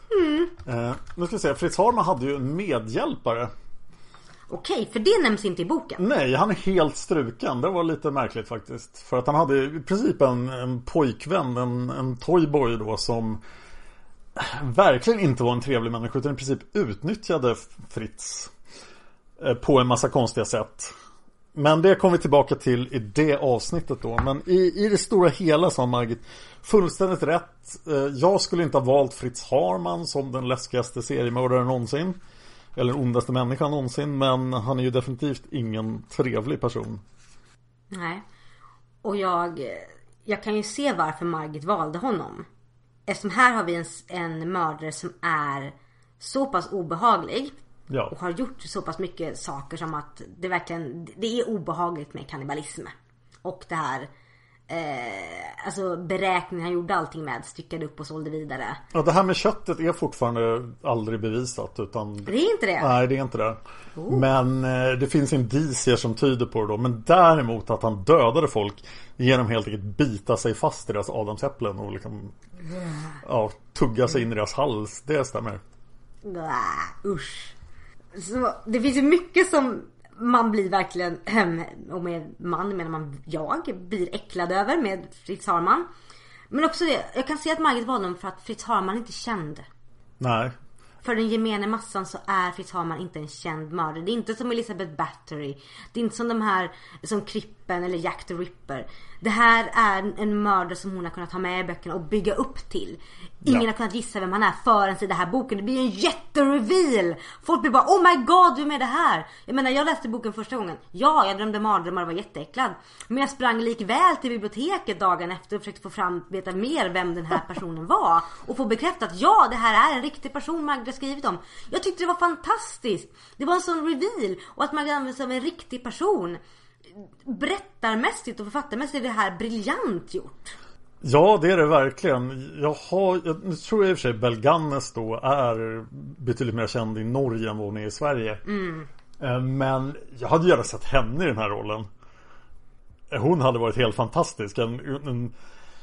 Nu ska jag säga, Fritz Harman hade ju en medhjälpare. Okej, för det nämns inte i boken. Nej, han är helt struken. Det var lite märkligt faktiskt. För att han hade i princip en pojkvän, en toyboy då, som verkligen inte var en trevlig människa, utan i princip utnyttjade Fritz på en massa konstiga sätt. Men det kommer vi tillbaka till i det avsnittet då. Men i det stora hela så har Margit fullständigt rätt. Jag skulle inte ha valt Fritz Harman som den läskigaste seriemördaren någonsin, eller ondaste människan någonsin. Men han är ju definitivt ingen trevlig person. Nej. Och jag kan ju se varför Margit valde honom. Eftersom här har vi en mördare som är så pass obehaglig. Ja. Och har gjort så pass mycket saker som att det är obehagligt med kannibalism. Och det här alltså beräkningen han gjorde allting med, styckade upp och sålde vidare. Ja, det här med köttet är fortfarande aldrig bevisat, utan det är inte det. Nej, det är inte det. Men det finns indicier som tyder på det då. Men däremot att han dödade folk genom helt enkelt bita sig fast i deras adamsäpplen och liksom tugga sig in i deras hals, det stämmer. Usch. Så det finns ju mycket som man blir verkligen, och med man menar jag blir äcklad över med Fritz Harman. Men också det, jag kan se att Margit valde honom för att Fritz Harman inte är känd. Nej. För den gemene massan så är Fritz Harman inte en känd mördare. Det är inte som Elizabeth Bathory. Det är inte som de här som Krippen eller Jack the Ripper. Det här är en mördare som hon har kunnat ha med i böckerna och bygga upp till. Ingen har kunnat gissa vem han är förrän i den här boken. Det blir en jättereveal. Folk blir bara, oh my god, du är med det här. Jag menar, jag läste boken första gången. Ja, jag drömde mardrömmar och var jätteäcklad. Men jag sprang likväl till biblioteket dagen efter och försökte veta mer vem den här personen var. Och få bekräftat, ja, det här är en riktig person Magda skrivit om. Jag tyckte det var fantastiskt. Det var en sån reveal. Och att Magda används som en riktig person. Berättarmässigt och författarmässigt är det här briljant gjort. Ja, det är det verkligen. Nu tror jag i och för sig Bell Gunnes då är betydligt mer känd i Norge än vad hon är i Sverige. Men jag hade gärna sett henne i den här rollen. hon hade varit helt fantastisk. En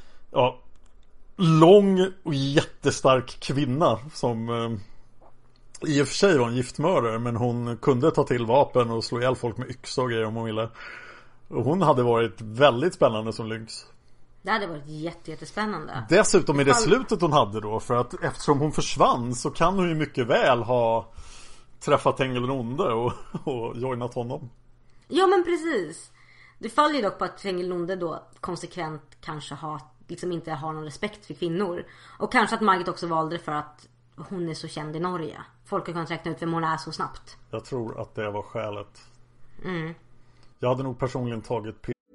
lång och jättestark kvinna som i och för sig var en giftmördare, men hon kunde ta till vapen och slå ihjäl folk med yxa och grejer om hon ville. Och hon hade varit väldigt spännande som Lynx. Det hade varit jättespännande. Dessutom i det slutet hon hade då, för att eftersom hon försvann så kan hon ju mycket väl ha träffat Tengil den onde och joinat honom. Ja, men precis. Det följer dock på att Tengil den onde då konsekvent kanske liksom inte har någon respekt för kvinnor. Och kanske att Margit också valde det för att hon är så känd i Norge. Folk har kunnat räkna ut vem hon är så snabbt. Jag tror att det var skälet. Jag hade nog personligen tagit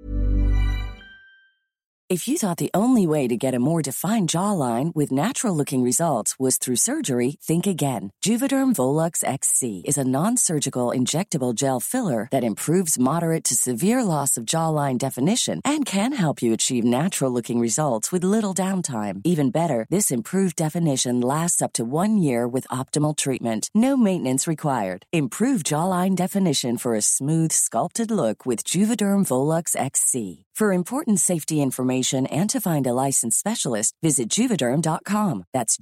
If you thought the only way to get a more defined jawline with natural-looking results was through surgery, think again. Juvederm Volux XC is a non-surgical injectable gel filler that improves moderate to severe loss of jawline definition and can help you achieve natural-looking results with little downtime. Even better, this improved definition lasts up to 1 year with optimal treatment. No maintenance required. Improve jawline definition for a smooth, sculpted look with Juvederm Volux XC. For important safety information and to find a licensed specialist, visit Juvederm.com. That's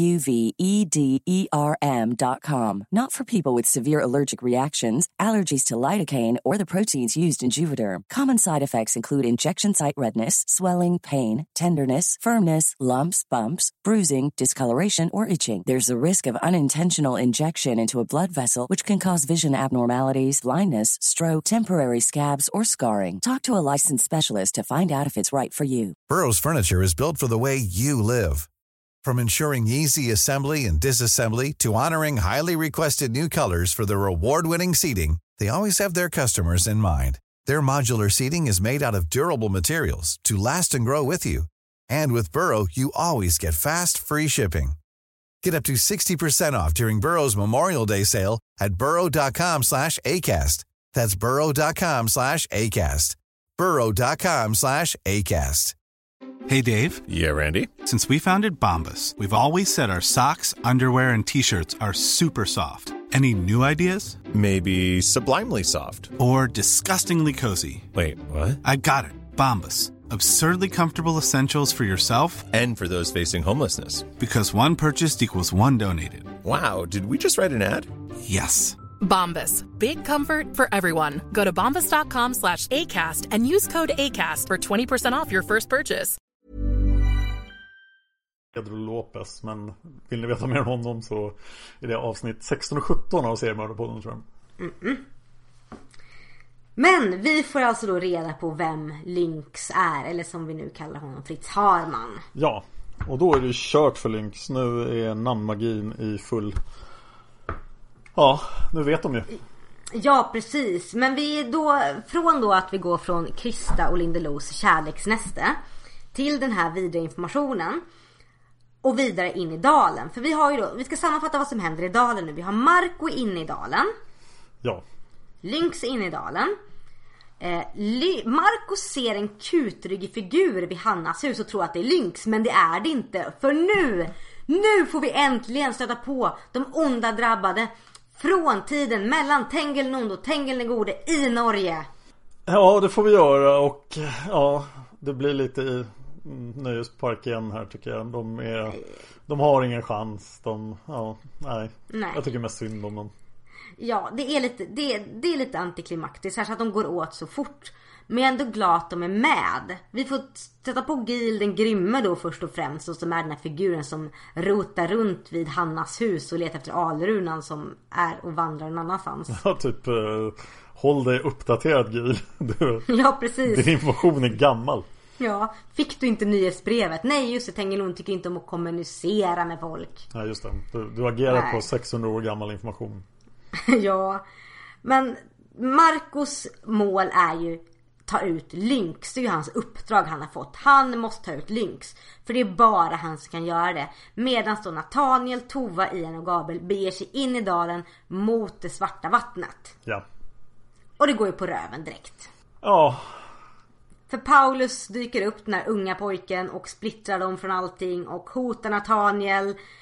JUVEDERM.com. Not for people with severe allergic reactions, allergies to lidocaine, or the proteins used in Juvederm. Common side effects include injection site redness, swelling, pain, tenderness, firmness, lumps, bumps, bruising, discoloration, or itching. There's a risk of unintentional injection into a blood vessel, which can cause vision abnormalities, blindness, stroke, temporary scabs, or scarring. Talk to a licensed specialist to find out if it's right for you. Burrow's furniture is built for the way you live. From ensuring easy assembly and disassembly to honoring highly requested new colors for their award-winning seating, they always have their customers in mind. Their modular seating is made out of durable materials to last and grow with you. And with Burrow, you always get fast, free shipping. Get up to 60% off during Burrow's Memorial Day sale at burrow.com/ACAST. That's burrow.com/ACAST. burrow.com/ACAST. Hey, Dave. Yeah, Randy. Since we founded Bombas, we've always said our socks, underwear, and T-shirts are super soft. Any new ideas? Maybe sublimely soft. Or disgustingly cozy. Wait, what? I got it. Bombas. Absurdly comfortable essentials for yourself and for those facing homelessness. Because one purchased equals one donated. Wow, did we just write an ad? Yes. Bombas. Big comfort for everyone. Go to bombas.com/ACAST and use code ACAST for 20% off your first purchase. Pedro Lopez, men vill ni veta mer om honom så är det avsnitt 16 och 17 av Seriemördarpodden, tror jag. Men vi får alltså då reda på vem Lynx är, eller som vi nu kallar honom, Fritz Haarmann. Ja, och då är det kört för Lynx. Nu är namnmagin i full... Ja, nu vet de ju. Ja, precis. Men vi är då, från då att vi går från Krista och Lindelos kärleksnäste till den här vidare informationen och vidare in i dalen. För vi har ju då, vi ska sammanfatta vad som händer i dalen nu. Vi har Marco inne i dalen. Ja. Lynx inne i dalen. Marco ser en kutryggig figur vid Hannas hus och tror att det är Lynx, men det är det inte. För nu får vi äntligen stöta på de onda drabbade från tiden mellan Tengil den onde och Tengil den gode i Norge. Ja, det får vi göra. Och ja, det blir lite i nöjespark igen här, tycker jag. De har ingen chans. Nej. Jag tycker mest synd om dem. Ja, det är lite antiklimaktiskt här, så att de går åt så fort. Men jag är ändå glad att de är med. Vi får sätta på Gil den grymme då först och främst, och som är den här figuren som rotar runt vid Hannas hus och letar efter alrunan som är och vandrar någon annanstans. Ja, typ håll dig uppdaterad, Gil. Ja, precis. Din information är gammal. Ja, fick du inte nyhetsbrevet? Nej, just det, Tengelon tycker inte om att kommunicera med folk. Ja, just det. Du agerar på 600 år gammal information. Ja, men Marcos mål är ju ta ut Lynx. Det är ju hans uppdrag han har fått. Han måste ta ut Lynx, för det är bara han som kan göra det. Medan då Nathaniel, Tova, Ian och Gabriel beger sig in i dalen mot det svarta vattnet. Ja. Och det går ju på röven direkt. Ja. För Paulus dyker upp, den här unga pojken, och splittrar dem från allting och hotar Nathaniel.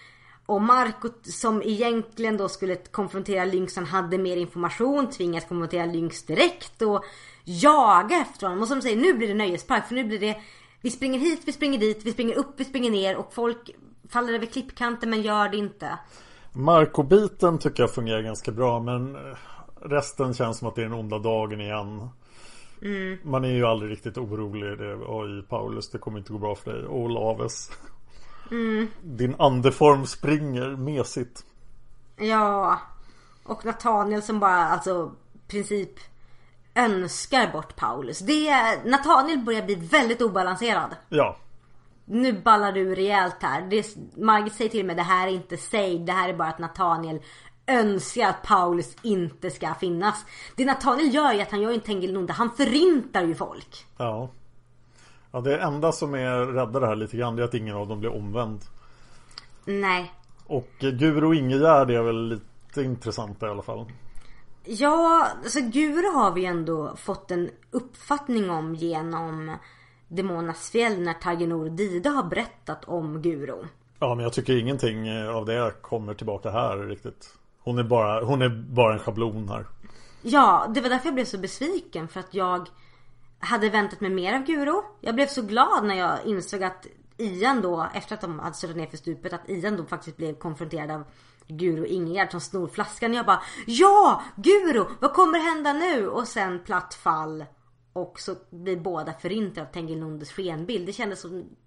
Och Marco, som egentligen då skulle konfrontera Lynx, han hade mer information, tvingas konfrontera Lynx direkt och jaga efter honom. Och som säger, nu blir det nöjespark, för nu blir det, vi springer hit, vi springer dit, vi springer upp, vi springer ner, och folk faller över klippkanten men gör det inte. Marco-biten tycker jag fungerar ganska bra, men resten känns som att det är den onda dagen igen. Man är ju aldrig riktigt orolig. Oj, Paulus, det kommer inte gå bra för dig. Olaves. Din andeform springer mesigt. Ja. Och Nathaniel som bara, alltså, princip önskar bort Paulus. Nathaniel börjar bli väldigt obalanserad. Ja. Nu ballar du rejält här. Margit säger till mig, det här är inte Sade, det här är bara att Nathaniel önskar att Paulus inte ska finnas. Det Nathaniel gör är att han gör inte Tengilnunde, han förintar ju folk. Ja. Ja, det enda som är rädda det här lite grann, det är att ingen av dem blir omvänd. Nej. Och Guru och Ingegärd är väl lite intressanta i alla fall. Ja, alltså Guru har vi ändå fått en uppfattning om genom Demonas fjäll när Tagenor och Dida har berättat om Guru. Ja, men jag tycker ingenting av det kommer tillbaka här riktigt. Hon är bara en schablon här. Ja, det var därför jag blev så besviken, för att jag hade väntat mig mer av Guru. Jag blev så glad när jag insåg att Ian då, efter att de hade stört ner för stupet, att Ian då faktiskt blev konfronterad av Guru och Ingegärd som snor flaskan. Jag bara, ja, Guru, vad kommer hända nu? Och sen platt fall. Och så blir båda förintade av Tengilnundes skenbild. Det kändes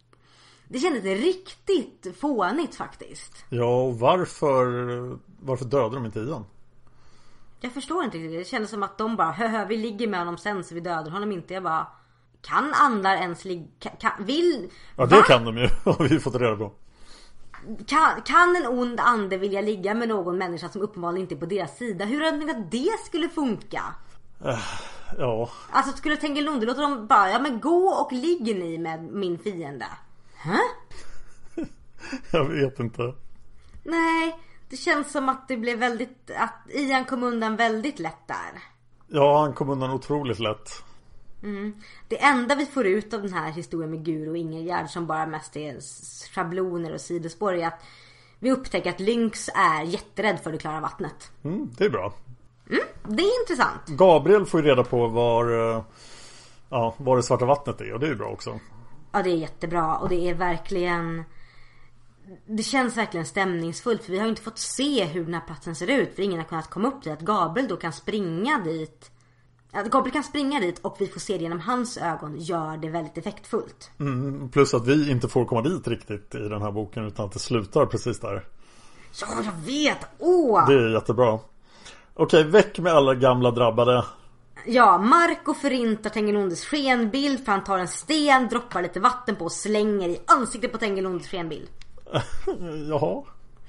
riktigt fånigt faktiskt. Ja, och varför dödade de inte Ian? Jag förstår inte riktigt. Det kändes som att de bara, vi ligger med honom sen så vi dödar honom inte. Jag bara, kan andar ens ligga? Ja, det kan de ju, har vi fått reda på. Kan en ond ande vilja ligga med någon människa som uppenbarligen inte är på deras sida? Hur hade de tänkt att det skulle funka? Ja. Alltså skulle Tengilnunde låta dem bara, ja men gå och ligger ni med min fiende? Jag vet inte. Nej, det känns som att det blev väldigt, att Ian kom undan väldigt lätt där. Ja, han kom undan otroligt lätt. Det enda vi får ut av den här historien med Guru och Ingegärd, som bara mest är schabloner och sidospår, är att vi upptäcker att Lynx är jätterädd för det klara vattnet. Det är bra. Det är intressant. Gabriel får ju reda på var det svarta vattnet är, och det är bra också. Ja, det är jättebra, och det är verkligen, det känns verkligen stämningsfullt, för vi har inte fått se hur den här platsen ser ut, för ingen har kunnat komma upp dit. Att Gabriel då kan springa dit, och vi får se det genom hans ögon, gör det väldigt effektfullt. Plus att vi inte får komma dit riktigt i den här boken, utan att det slutar precis där. Ja, jag vet. Det är jättebra. Okej, väck med alla gamla drabbade. Ja, Marco förintar Tengilnundes skenbild, för han tar en sten, droppar lite vatten på och slänger i ansiktet på Tengilnundes skenbild. Jaha.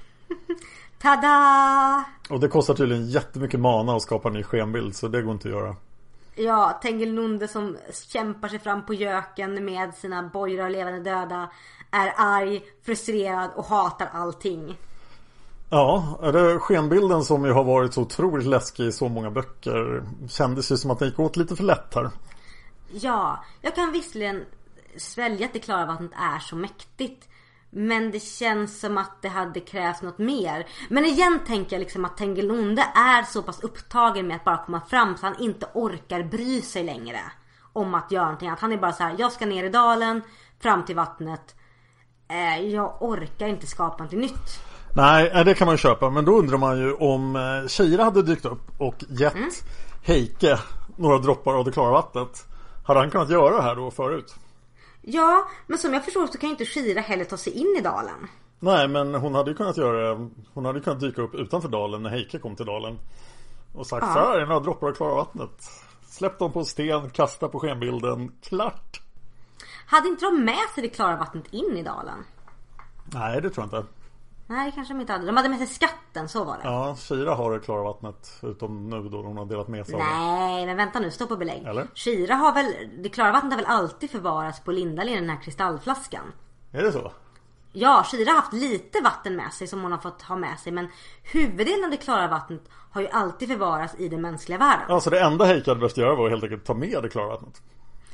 Tada! Och det kostar tydligen jättemycket mana att skapa en ny skenbild, så det går inte att göra. Ja, Tengilnunde som kämpar sig fram på göken med sina bojrar och levande döda är arg, frustrerad och hatar allting. Ja, det skenbilden som ju har varit så otroligt läskig i så många böcker kändes ju som att det gick åt lite för lätt här. Ja, jag kan visserligen svälja att det klara vattnet är så mäktigt, men det känns som att det hade krävts något mer. Men igen tänker jag liksom att Tengilnunde är så pass upptagen med att bara komma fram så han inte orkar bry sig längre om att göra någonting. Att han är bara så här, jag ska ner i dalen, fram till vattnet. Jag orkar inte skapa något nytt. Nej, det kan man köpa. Men då undrar man ju om Shira hade dykt upp och gett Heike några droppar av det klara vattnet. Hade han kunnat göra det här då förut? Ja, men som jag förstår så kan ju inte Shira heller ta sig in i dalen. Nej, men hon hade ju kunnat göra det. Hon hade kunnat dyka upp utanför dalen när Heike kom till dalen och sagt, så här är några droppar av klara vattnet. Släpp dem på sten, kasta på skenbilden. Klart. Hade inte de med sig det klara vattnet in i dalen? Nej, det tror jag inte. Nej, det kanske de inte hade. De hade med sig skatten, så var det. Ja, Shira har det klara vattnet, utom nu då hon har delat med sig. Nej, men vänta nu, stå på belägg. Eller? Shira har väl, det klara vattnet har väl alltid förvarats på Lindalen i den här kristallflaskan. Är det så? Ja, Shira har haft lite vatten med sig som hon har fått ha med sig, men huvuddelen av det klara vattnet har ju alltid förvarats i den mänskliga världen. Alltså det enda Heike hade behövt göra var helt enkelt ta med det klara vattnet.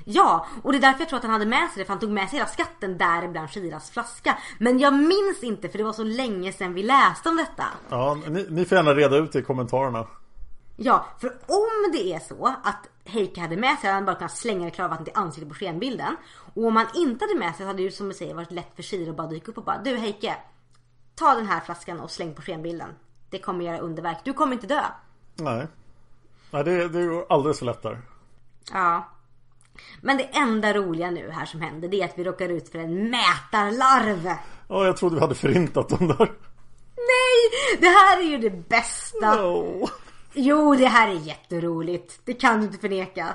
Ja, och det är därför jag tror att han hade med sig det. För han tog med sig hela skatten där ibland Shiras flaska. Men jag minns inte, för det var så länge sedan vi läste om detta. Ja, ni får gärna reda ut det i kommentarerna. Ja, för om det är så att Heike hade med sig, hade han bara kunnat slänga det klarvattnet i ansiktet på skenbilden. Och om han inte hade med sig, så hade det ju som du säger varit lätt för Shira att bara dyka upp och bara: du Heike, ta den här flaskan och släng på skenbilden. Det kommer göra underverk, du kommer inte dö. Nej, det är ju alldeles för lätt där. Ja. Men det enda roliga nu här som händer, det är att vi råkar ut för en mätarlarv. Ja, jag trodde vi hade förintat dem där. Nej, det här är ju det bästa. No. Jo, det här är jätteroligt. Det kan du inte förneka.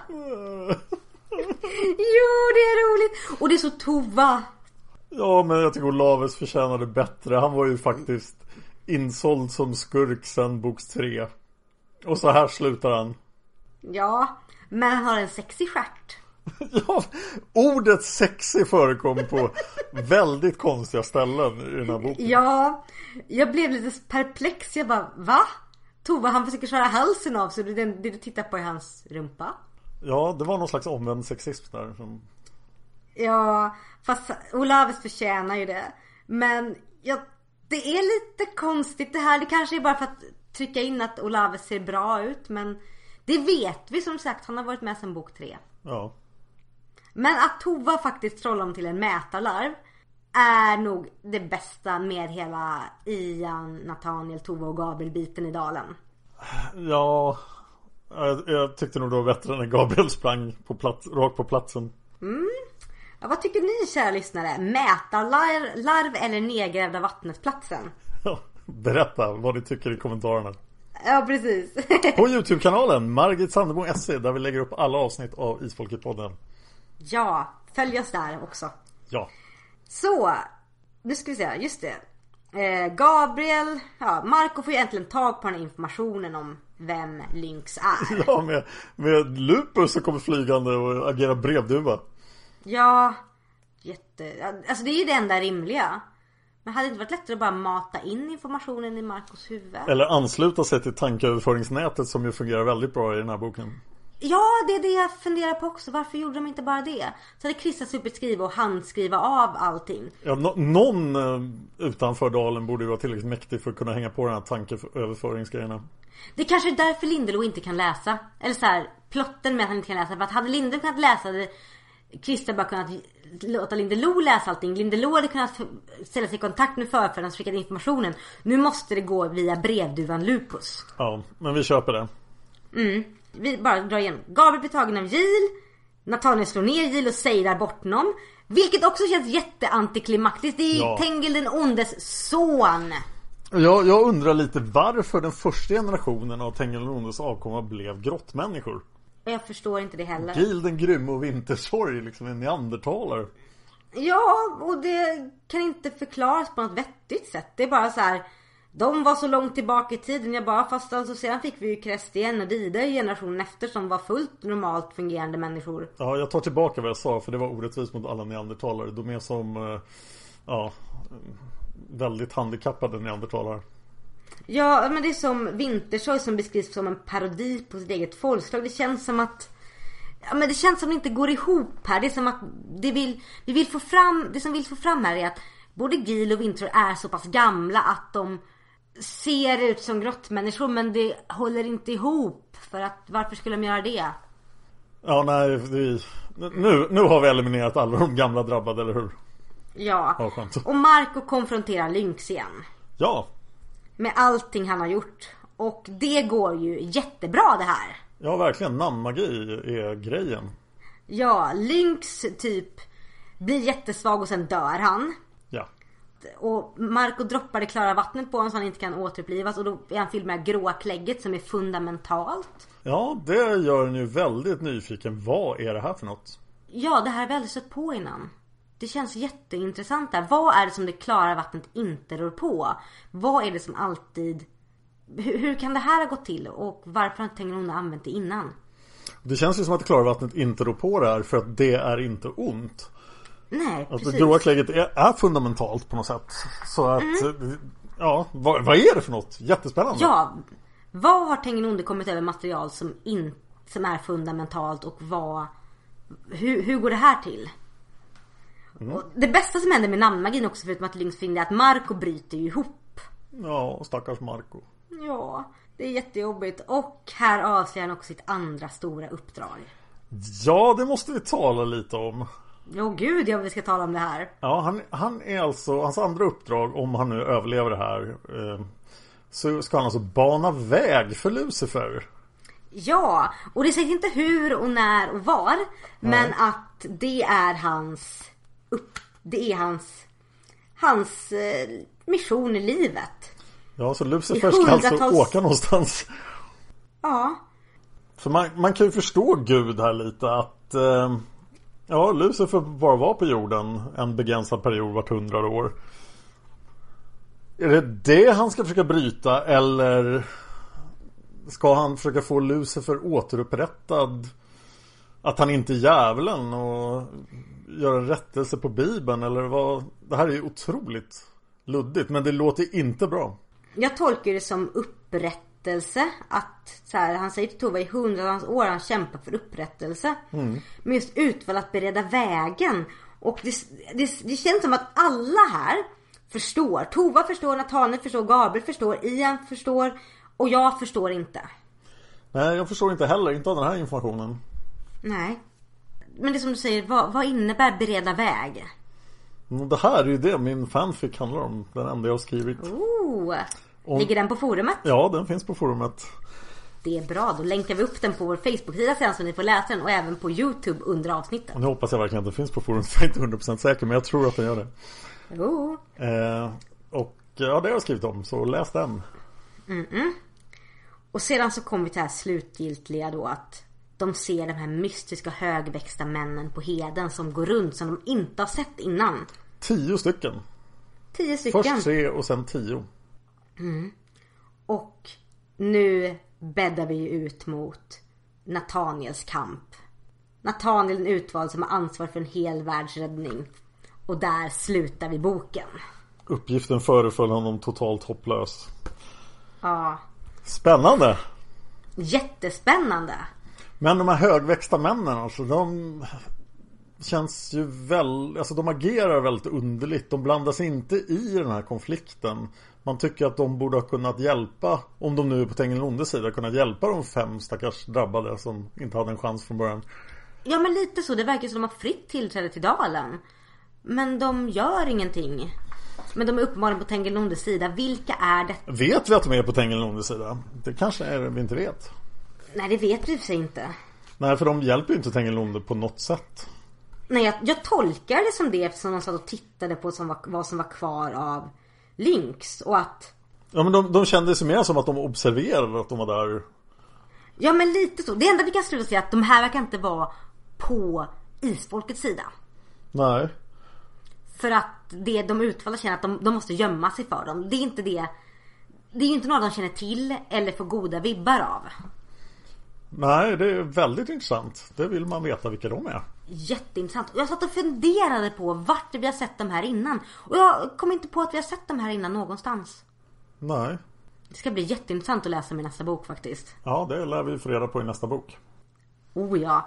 Jo, det är roligt. Och det är så Tova. Ja, men jag tycker Olaves förtjänade bättre. Han var ju faktiskt insåld som skurk sen boks 3. Och så här slutar han. Ja, men han har en sexig stjärt. Ja, ordet sexy förekom på väldigt konstiga ställen i den här boken. Ja, jag blev lite perplex. Jag bara, va? Tova, han försöker köra halsen av, så det du tittar på i hans rumpa. Ja, det var någon slags omvänd sexism där. Ja, fast Olaves förtjänar ju det. Men ja, det är lite konstigt det här. Det kanske är bara för att trycka in att Olaves ser bra ut. Men det vet vi som sagt. Han har varit med sedan bok 3. Ja. Men att Tova faktiskt trollar om till en mätarlarv är nog det bästa med hela Ian, Nathaniel, Tova och Gabriel-biten i dalen. Ja, jag tyckte nog det var bättre när Gabriel sprang rakt på platsen. Ja, vad tycker ni, kära lyssnare? Mätarlarv eller nedgrävda vattnetplatsen? Ja, berätta vad ni tycker i kommentarerna. Ja, precis. På YouTube-kanalen Margit Sandebo SE, där vi lägger upp alla avsnitt av Isfolket-podden. Ja, följ oss där också. Ja. Så, nu ska vi se, just det. Gabriel, Marco får ju äntligen tag på den här informationen om vem Lynx är. Ja, med Lupus som kommer flygande och agerar brevduva. Ja, alltså det är ju det enda rimliga. Men hade det inte varit lättare att bara mata in informationen i Marcos huvud? Eller ansluta sig till tankeöverföringsnätet som ju fungerar väldigt bra i den här boken. Ja, det är det jag funderar på också. Varför gjorde de inte bara det? Så hade Krista supert skriva och handskriva av allting. Ja, någon utanför dalen borde ju vara tillräckligt mäktig för att kunna hänga på den här tankeöverföringsgrejerna. Det kanske är därför Lindelå inte kan läsa. Eller så här, plotten med att han inte kan läsa. För att hade Lindelå kunnat läsa det, Krista bara kunnat låta Lindelå läsa allting. Lindelå hade kunnat ställa sig i kontakt med förfäderna och skicka informationen. Nu måste det gå via brevduvan Lupus. Ja, men vi köper det. Vi bara drar igen. Gabriel blir tagen av Gil. Nathaniel slår ner Gil och säger bort honom. Vilket också känns jätteantiklimaktiskt. Det är Tengil den ondes son. Jag undrar lite varför den första generationen av Tengil den ondes avkomma blev grottmänniskor. Jag förstår inte det heller. Gil den grymme och Vintersorg, liksom en neandertalare. Ja, och det kan inte förklaras på något vettigt sätt. Det är bara så här: de var så långt tillbaka i tiden. Jag bara, fast alltså sedan fick vi ju Krestien och Dida i generationen efter som var fullt normalt fungerande människor. Ja, jag tar tillbaka vad jag sa, för det var orättvist mot alla neandertalare. De är som väldigt handikappade neandertalare. Ja, men det är som Vintersorg som beskrivs som en parodi på sitt eget folkslag. Det känns som att det känns som det inte går ihop här. Det är som att det som vill få fram här är att både Gil och Vintersorg är så pass gamla att de ser ut som grottmänniskor, men det håller inte ihop. För att varför skulle de göra det? Ja, nej, nu har vi eliminerat alla de gamla drabbade, eller hur? Ja, och Marco konfronterar Lynx igen. Ja. Med allting han har gjort. Och det går ju jättebra det här. Ja, verkligen. Namnmagi är grejen. Ja, Lynx typ blir jättesvag och sen dör han. Ja. Och Marco droppar det klara vattnet på honom så han inte kan återupplivas. Och då är han fylld med gråa klägget som är fundamentalt. Ja, det gör en ju väldigt nyfiken. Vad är det här för något? Ja, det här har vi aldrig sett på innan. Det känns jätteintressant där. Vad är det som det klara vattnet inte rör på? Vad är det som alltid... Hur kan det här ha gått till? Och varför har Tengil den onde använt det innan? Det känns ju som att det klara vattnet inte rår på det här, för att det är inte ont. Nej, att precis. Det gråa klägget är fundamentalt på något sätt. Så att, ja, vad är det för något? Jättespännande. Ja, vad har Tengil den onde kommit över material som är fundamentalt, och vad hur går det här till? Och det bästa som händer med namnmagin också, förutom att Lynx finner, är att Marco bryter ju ihop. Ja, stackars Marco. Ja, det är jättejobbigt. Och här avslöjar han också sitt andra stora uppdrag. Ja, det måste vi tala lite om. Gud, vi ska tala om det här. Ja, han är alltså, hans andra uppdrag, om han nu överlever det här, så ska han alltså bana väg för Lucifer. Ja, och det sägs inte hur och när och var. Men att det är hans mission i livet. Ja, så Lucifer ska alltså åka någonstans. Ja. För man kan ju förstå Gud här lite, att Lucifer bara var på jorden en begränsad period vart 100 år. Är det han ska försöka bryta, eller ska han försöka få Lucifer återupprättad, att han inte är djävulen, och göra en rättelse på Bibeln, eller vad? Det här är ju otroligt luddigt, men det låter inte bra. Jag tolkar det som upprättelse, att så här, han säger till Tova i 100 år han kämpar för upprättelse. Men just utval att bereda vägen. Och det känns som att alla här förstår. Tova förstår, Nathanael förstår, Gabriel förstår, Ian förstår, och jag förstår inte. Nej, jag förstår inte heller, inte av den här informationen. Nej. Men det som du säger, vad innebär bereda väg? Det här är ju det min fanfic handlar om. Den enda jag har skrivit. Ligger den på forumet? Ja, den finns på forumet. Det är bra, då länkar vi upp den på vår Facebook-sida sen, så ni får läsa den, och även på YouTube under avsnittet. Och nu hoppas jag verkligen att den finns på forumet. Jag är inte 100% säker, men jag tror att den gör det. Och ja, det har jag skrivit om, så läs den. Och sedan så kommer vi till det här slutgiltiga då, att de ser de här mystiska högväxta männen på heden som går runt som de inte har sett innan. 10 stycken. 10 stycken. Först 3 och sen 10. Och nu bäddar vi ut mot Nathaniels kamp. Nathaniel är en utvald som har ansvar för en hel världsräddning. Och där slutar vi boken. Uppgiften föreföll honom totalt hopplös. Ja. Spännande. Jättespännande. Men de här högväxta männen, alltså, de känns ju alltså de agerar väldigt underligt. De blandas inte i den här konflikten. Man tycker att de borde ha kunnat hjälpa, om de nu är på Tengil Ondes sida, kunnat hjälpa de 5 stackars drabbade som inte hade en chans från början. Ja, men lite så. Det verkar som de har fritt tillträde till dalen. Men de gör ingenting. Men de är uppenbarligen på Tengil Ondes sida. Vilka är det? Vet vi att de är på Tengil Ondes sida? Det kanske är vi inte vet. Nej, det vet vi sig inte. Nej, för de hjälper ju inte Tengil Onde på något sätt. Nej, jag tolkar det som det, eftersom de satt och tittade på vad som var kvar av Lynx. Och att... Ja, men de kände sig mer som att de observerade att de var där. Ja, men lite så. Det enda vi kan sluta säga är att de här verkar inte vara på isfolkets sida. Nej. För att de utvalda känner att de måste gömma sig för dem. Det är inte det. Det är ju inte något de känner till eller får goda vibbar av. Nej, det är väldigt intressant. Det vill man veta vilka de är. Jätteintressant. Jag satt och funderade på vart vi har sett dem här innan. Och jag kom inte på att vi har sett dem här innan någonstans. Nej. Det ska bli jätteintressant att läsa min nästa bok faktiskt. Ja, det lär vi få reda på i nästa bok. Oh ja.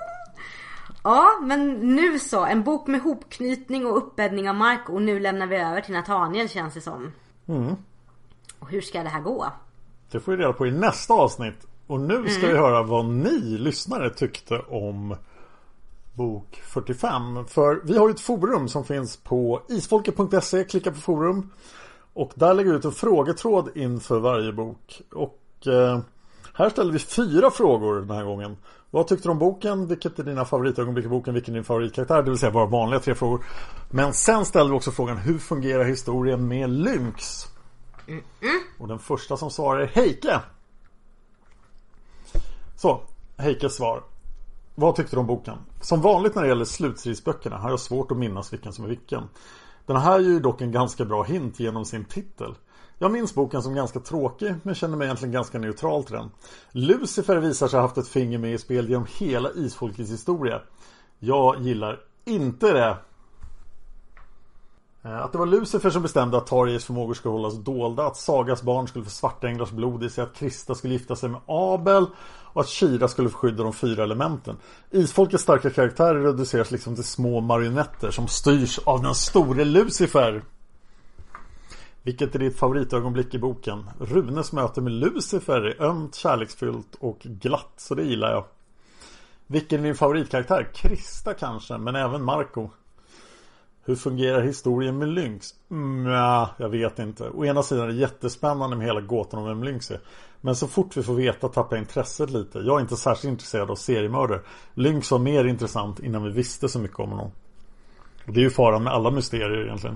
Ja, men nu så. En bok med hopknytning och uppbäddning av mark. Och nu lämnar vi över till Nathaniel, känns det som. Och hur ska det här gå? Det får vi reda på i nästa avsnitt. Och nu ska vi höra vad ni lyssnare tyckte om bok 45. För vi har ju ett forum som finns på isfolket.se. Klicka på forum. Och där lägger vi ut en frågetråd inför varje bok. Och här ställer vi 4 frågor den här gången. Vad tyckte du om boken? Vilket är dina favoritögonblick i boken? Vilken är din favoritkaraktär? Det vill säga bara vanliga 3 frågor. Men sen ställer vi också frågan: hur fungerar historien med Lynx? Och den första som svarar är Heike. Så, Heikes svar. Vad tyckte du om boken? Som vanligt när det gäller slutstridsböckerna har jag svårt att minnas vilken som är vilken. Den här är ju dock en ganska bra hint genom sin titel. Jag minns boken som ganska tråkig, men känner mig egentligen ganska neutral till den. Lucifer visar sig ha haft ett finger med i spel genom hela isfolkets historia. Jag gillar inte det. Att det var Lucifer som bestämde att Tarjis förmågor skulle hållas dolda, att Sagas barn skulle få svarta änglars blod i sig, att Krista skulle gifta sig med Abel och att Kira skulle få skydda de 4 elementen. Isfolkets starka karaktärer reduceras liksom till små marionetter som styrs av den store Lucifer. Vilket är ditt favoritögonblick i boken? Runes möte med Lucifer är ömt, kärleksfyllt och glatt, så det gillar jag. Vilken är din favoritkaraktär? Krista kanske, men även Marco. Hur fungerar historien med Lynx? Jag vet inte. Å ena sidan är det jättespännande med hela gåtan om vem Lynx är. Men så fort vi får veta tappar intresset lite. Jag är inte särskilt intresserad av seriemördare. Lynx var mer intressant innan vi visste så mycket om honom. Och det är ju faran med alla mysterier egentligen.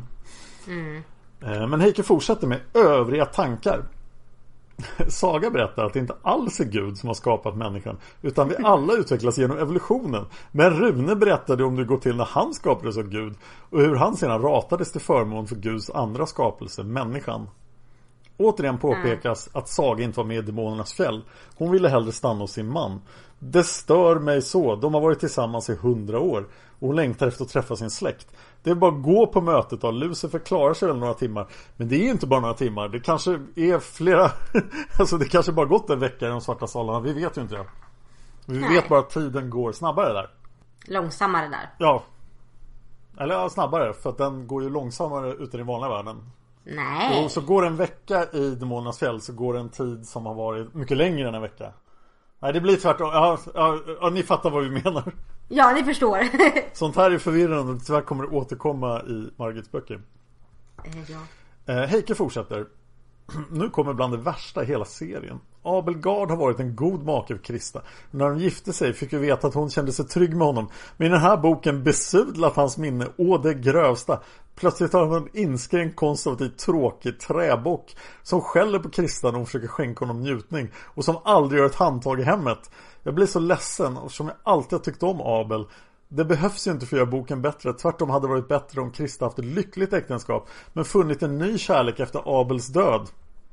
Men Heike fortsätter med övriga tankar. Saga berättar att det inte alls är Gud som har skapat människan, utan vi alla utvecklas genom evolutionen. Men Rune berättade om det går till när han skapades av Gud och hur han sedan ratades till förmån för Guds andra skapelse, människan. Återigen påpekas att Saga inte var med i demonernas fjäll. Hon ville hellre stanna hos sin man. Det stör mig så. De har varit tillsammans i 100 år och hon längtar efter att träffa sin släkt. Det är bara att gå på mötet och Lucifer klarar sig väl några timmar. Men det är ju inte bara några timmar. Det kanske är flera alltså det kanske bara gått en vecka i de svarta salarna. Vi vet ju inte det. Vi vet bara att tiden går snabbare där. Långsammare där. Ja. Eller ja, snabbare. För att den går ju långsammare ute i den vanliga världen. Nej. Och så går en vecka i demonernas fjäll, så går en tid som har varit mycket längre än en vecka. Nej, det blir tvärtom. Ja, ni fattar vad vi menar. Ja, ni förstår. Sånt här är förvirrande och tyvärr kommer det återkomma i Margits böcker. Heike fortsätter. Nu kommer bland det värsta i hela serien. Abelgard har varit en god make av Krista. När de gifte sig fick vi veta att hon kände sig trygg med honom. Men i den här boken besudlat hans minne det grövsta. Plötsligt har han en inskränkt, konservativ, tråkig träbock som skäller på Krista när hon försöker skänka honom njutning och som aldrig gör ett handtag i hemmet. Jag blir så ledsen eftersom jag alltid har tyckt om Abel. Det behövs ju inte för att göra boken bättre. Tvärtom hade det varit bättre om Krista haft ett lyckligt äktenskap men funnit en ny kärlek efter Abels död.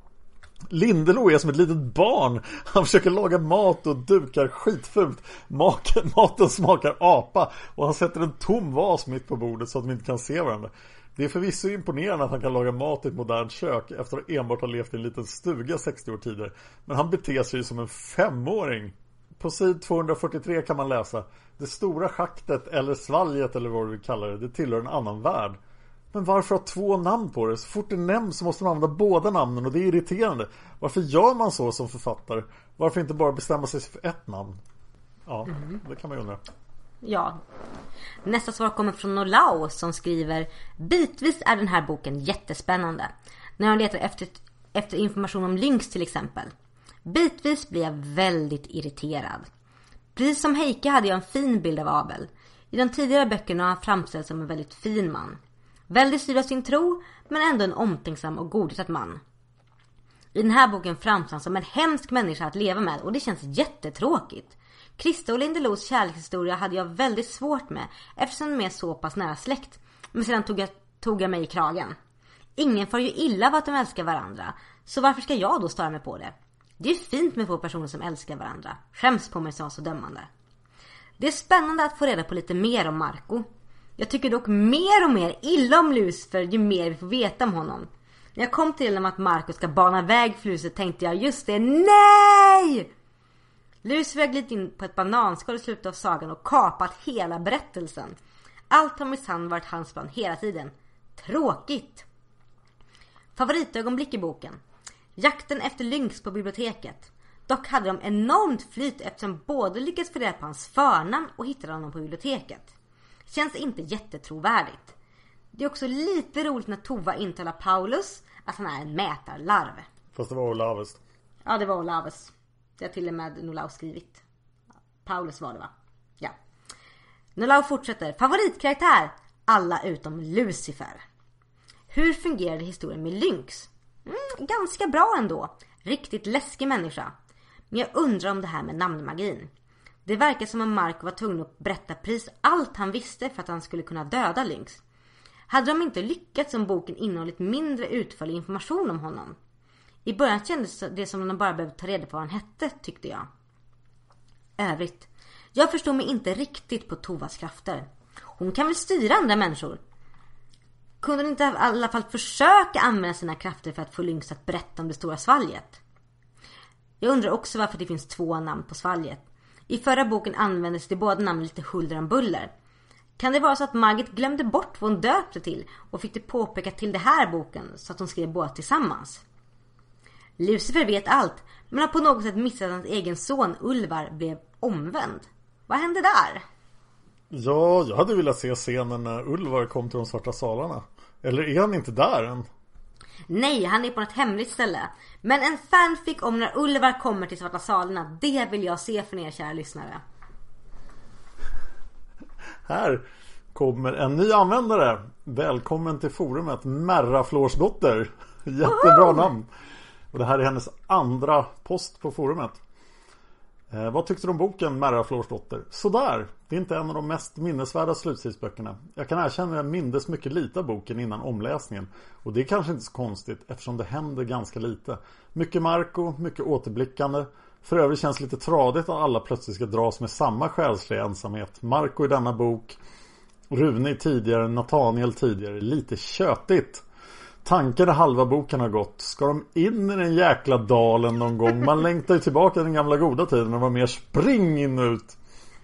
Lindelo är som ett litet barn. Han försöker laga mat och dukar skitfult. Maten smakar apa och han sätter en tom vas mitt på bordet så att de inte kan se varandra. Det är förvisso imponerande att han kan laga mat i ett modernt kök efter att enbart ha levt i en liten stuga 60 år tidigare. Men han beter sig som en 5-åring. På sid 243 kan man läsa: det stora schaktet eller svalget eller vad vi kallar det tillhör en annan värld. Men varför ha 2 namn på det? Så fort det nämns så måste man använda båda namnen och det är irriterande. Varför gör man så som författare? Varför inte bara bestämma sig för ett namn? Ja, det kan man ju undra. Ja. Nästa svar kommer från Nolau som skriver: bitvis är den här boken jättespännande. När jag letar efter information om Lynx till exempel. Bitvis blir jag väldigt irriterad. Precis som Heike hade jag en fin bild av Abel. I de tidigare böckerna har han framställts som en väldigt fin man. Väldigt styrd av sin tro, men ändå en omtänksam och godhjärtad man. I den här boken framställs han som en hemsk människa att leva med och det känns jättetråkigt. Krista och Lindelos kärlekshistoria hade jag väldigt svårt med eftersom de är så pass nära släkt. Men sedan tog jag mig i kragen. Ingen får ju illa av att de älskar varandra, så varför ska jag då störa mig på det? Det är fint med 2 personer som älskar varandra. Skäms på mig som var så dömande. Det är spännande att få reda på lite mer om Marco. Jag tycker dock mer och mer illa om Lucifer ju mer vi får veta om honom. När jag kom till om att Marco ska bana väg för Lucifer tänkte jag just det, nej! Lucifer har glidit in på ett bananskal i slutet av sagan och kapat hela berättelsen. Allt har minsann varit hans plan hela tiden. Tråkigt! Favoritögonblick i boken. Jakten efter Lynx på biblioteket. Dock hade de enormt flyt eftersom båda lyckades få reda på hans förnamn och hittade honom på biblioteket. Känns inte jättetrovärdigt. Det är också lite roligt när Tova intalar Paulus att han är en mätarlarv. Fast det var Olaves. Ja, det var Olaves. Det har till och med Nolau skrivit. Paulus var det, va? Ja. Nolau fortsätter. Favoritkaraktär. Alla utom Lucifer. Hur fungerade historien med Lynx? Ganska bra ändå. Riktigt läskig människa. Men jag undrar om det här med namnmagin. Det verkar som om Marco var tvungen att berätta precis allt han visste för att han skulle kunna döda Lynx. Hade de inte lyckats om boken innehållit mindre utförlig information om honom? I början kändes det som om de bara behövde ta reda på vad han hette, tyckte jag. Övrigt. Jag förstår mig inte riktigt på Tovas krafter. Hon kan väl styra andra människor? Kunde de inte i alla fall försöka använda sina krafter för att få Lynx att berätta om det stora svalget? Jag undrar också varför det finns 2 namn på svalget. I förra boken användes de båda namnen lite huller om buller. Kan det vara så att Margit glömde bort vad hon döpte till och fick det påpekat till det här boken så att hon skrev båda tillsammans? Lucifer vet allt, men har på något sätt missat att hans egen son Ulvar blev omvänd. Vad hände där? Ja, jag hade velat se scenen när Ulvar kom till de svarta salarna. Eller är han inte där än? Nej, han är på något hemligt ställe. Men en fanfic om när Ulvar kommer till svarta salarna, det vill jag se för er kära lyssnare. Här kommer en ny användare. Välkommen till forumet, Merra Flårsdotter. Jättebra namn. Och det här är hennes andra post på forumet. Vad tyckte du om boken Merra Flårsdotter? Sådär, det är inte en av de mest minnesvärda slutstidsböckerna. Jag kan erkänna att jag mindes mycket lite av boken innan omläsningen. Och det är kanske inte så konstigt eftersom det händer ganska lite. Mycket Marco, mycket återblickande. För övrigt känns lite tradigt att alla plötsligt ska dras med samma själsliga ensamhet. Marco i denna bok, Rune tidigare, Nathaniel tidigare. Lite tjötigt. Tanken är halva boken har gått. Ska de in i den jäkla dalen någon gång? Man längtar ju tillbaka till den gamla goda tiden. Det var mer spring in och ut.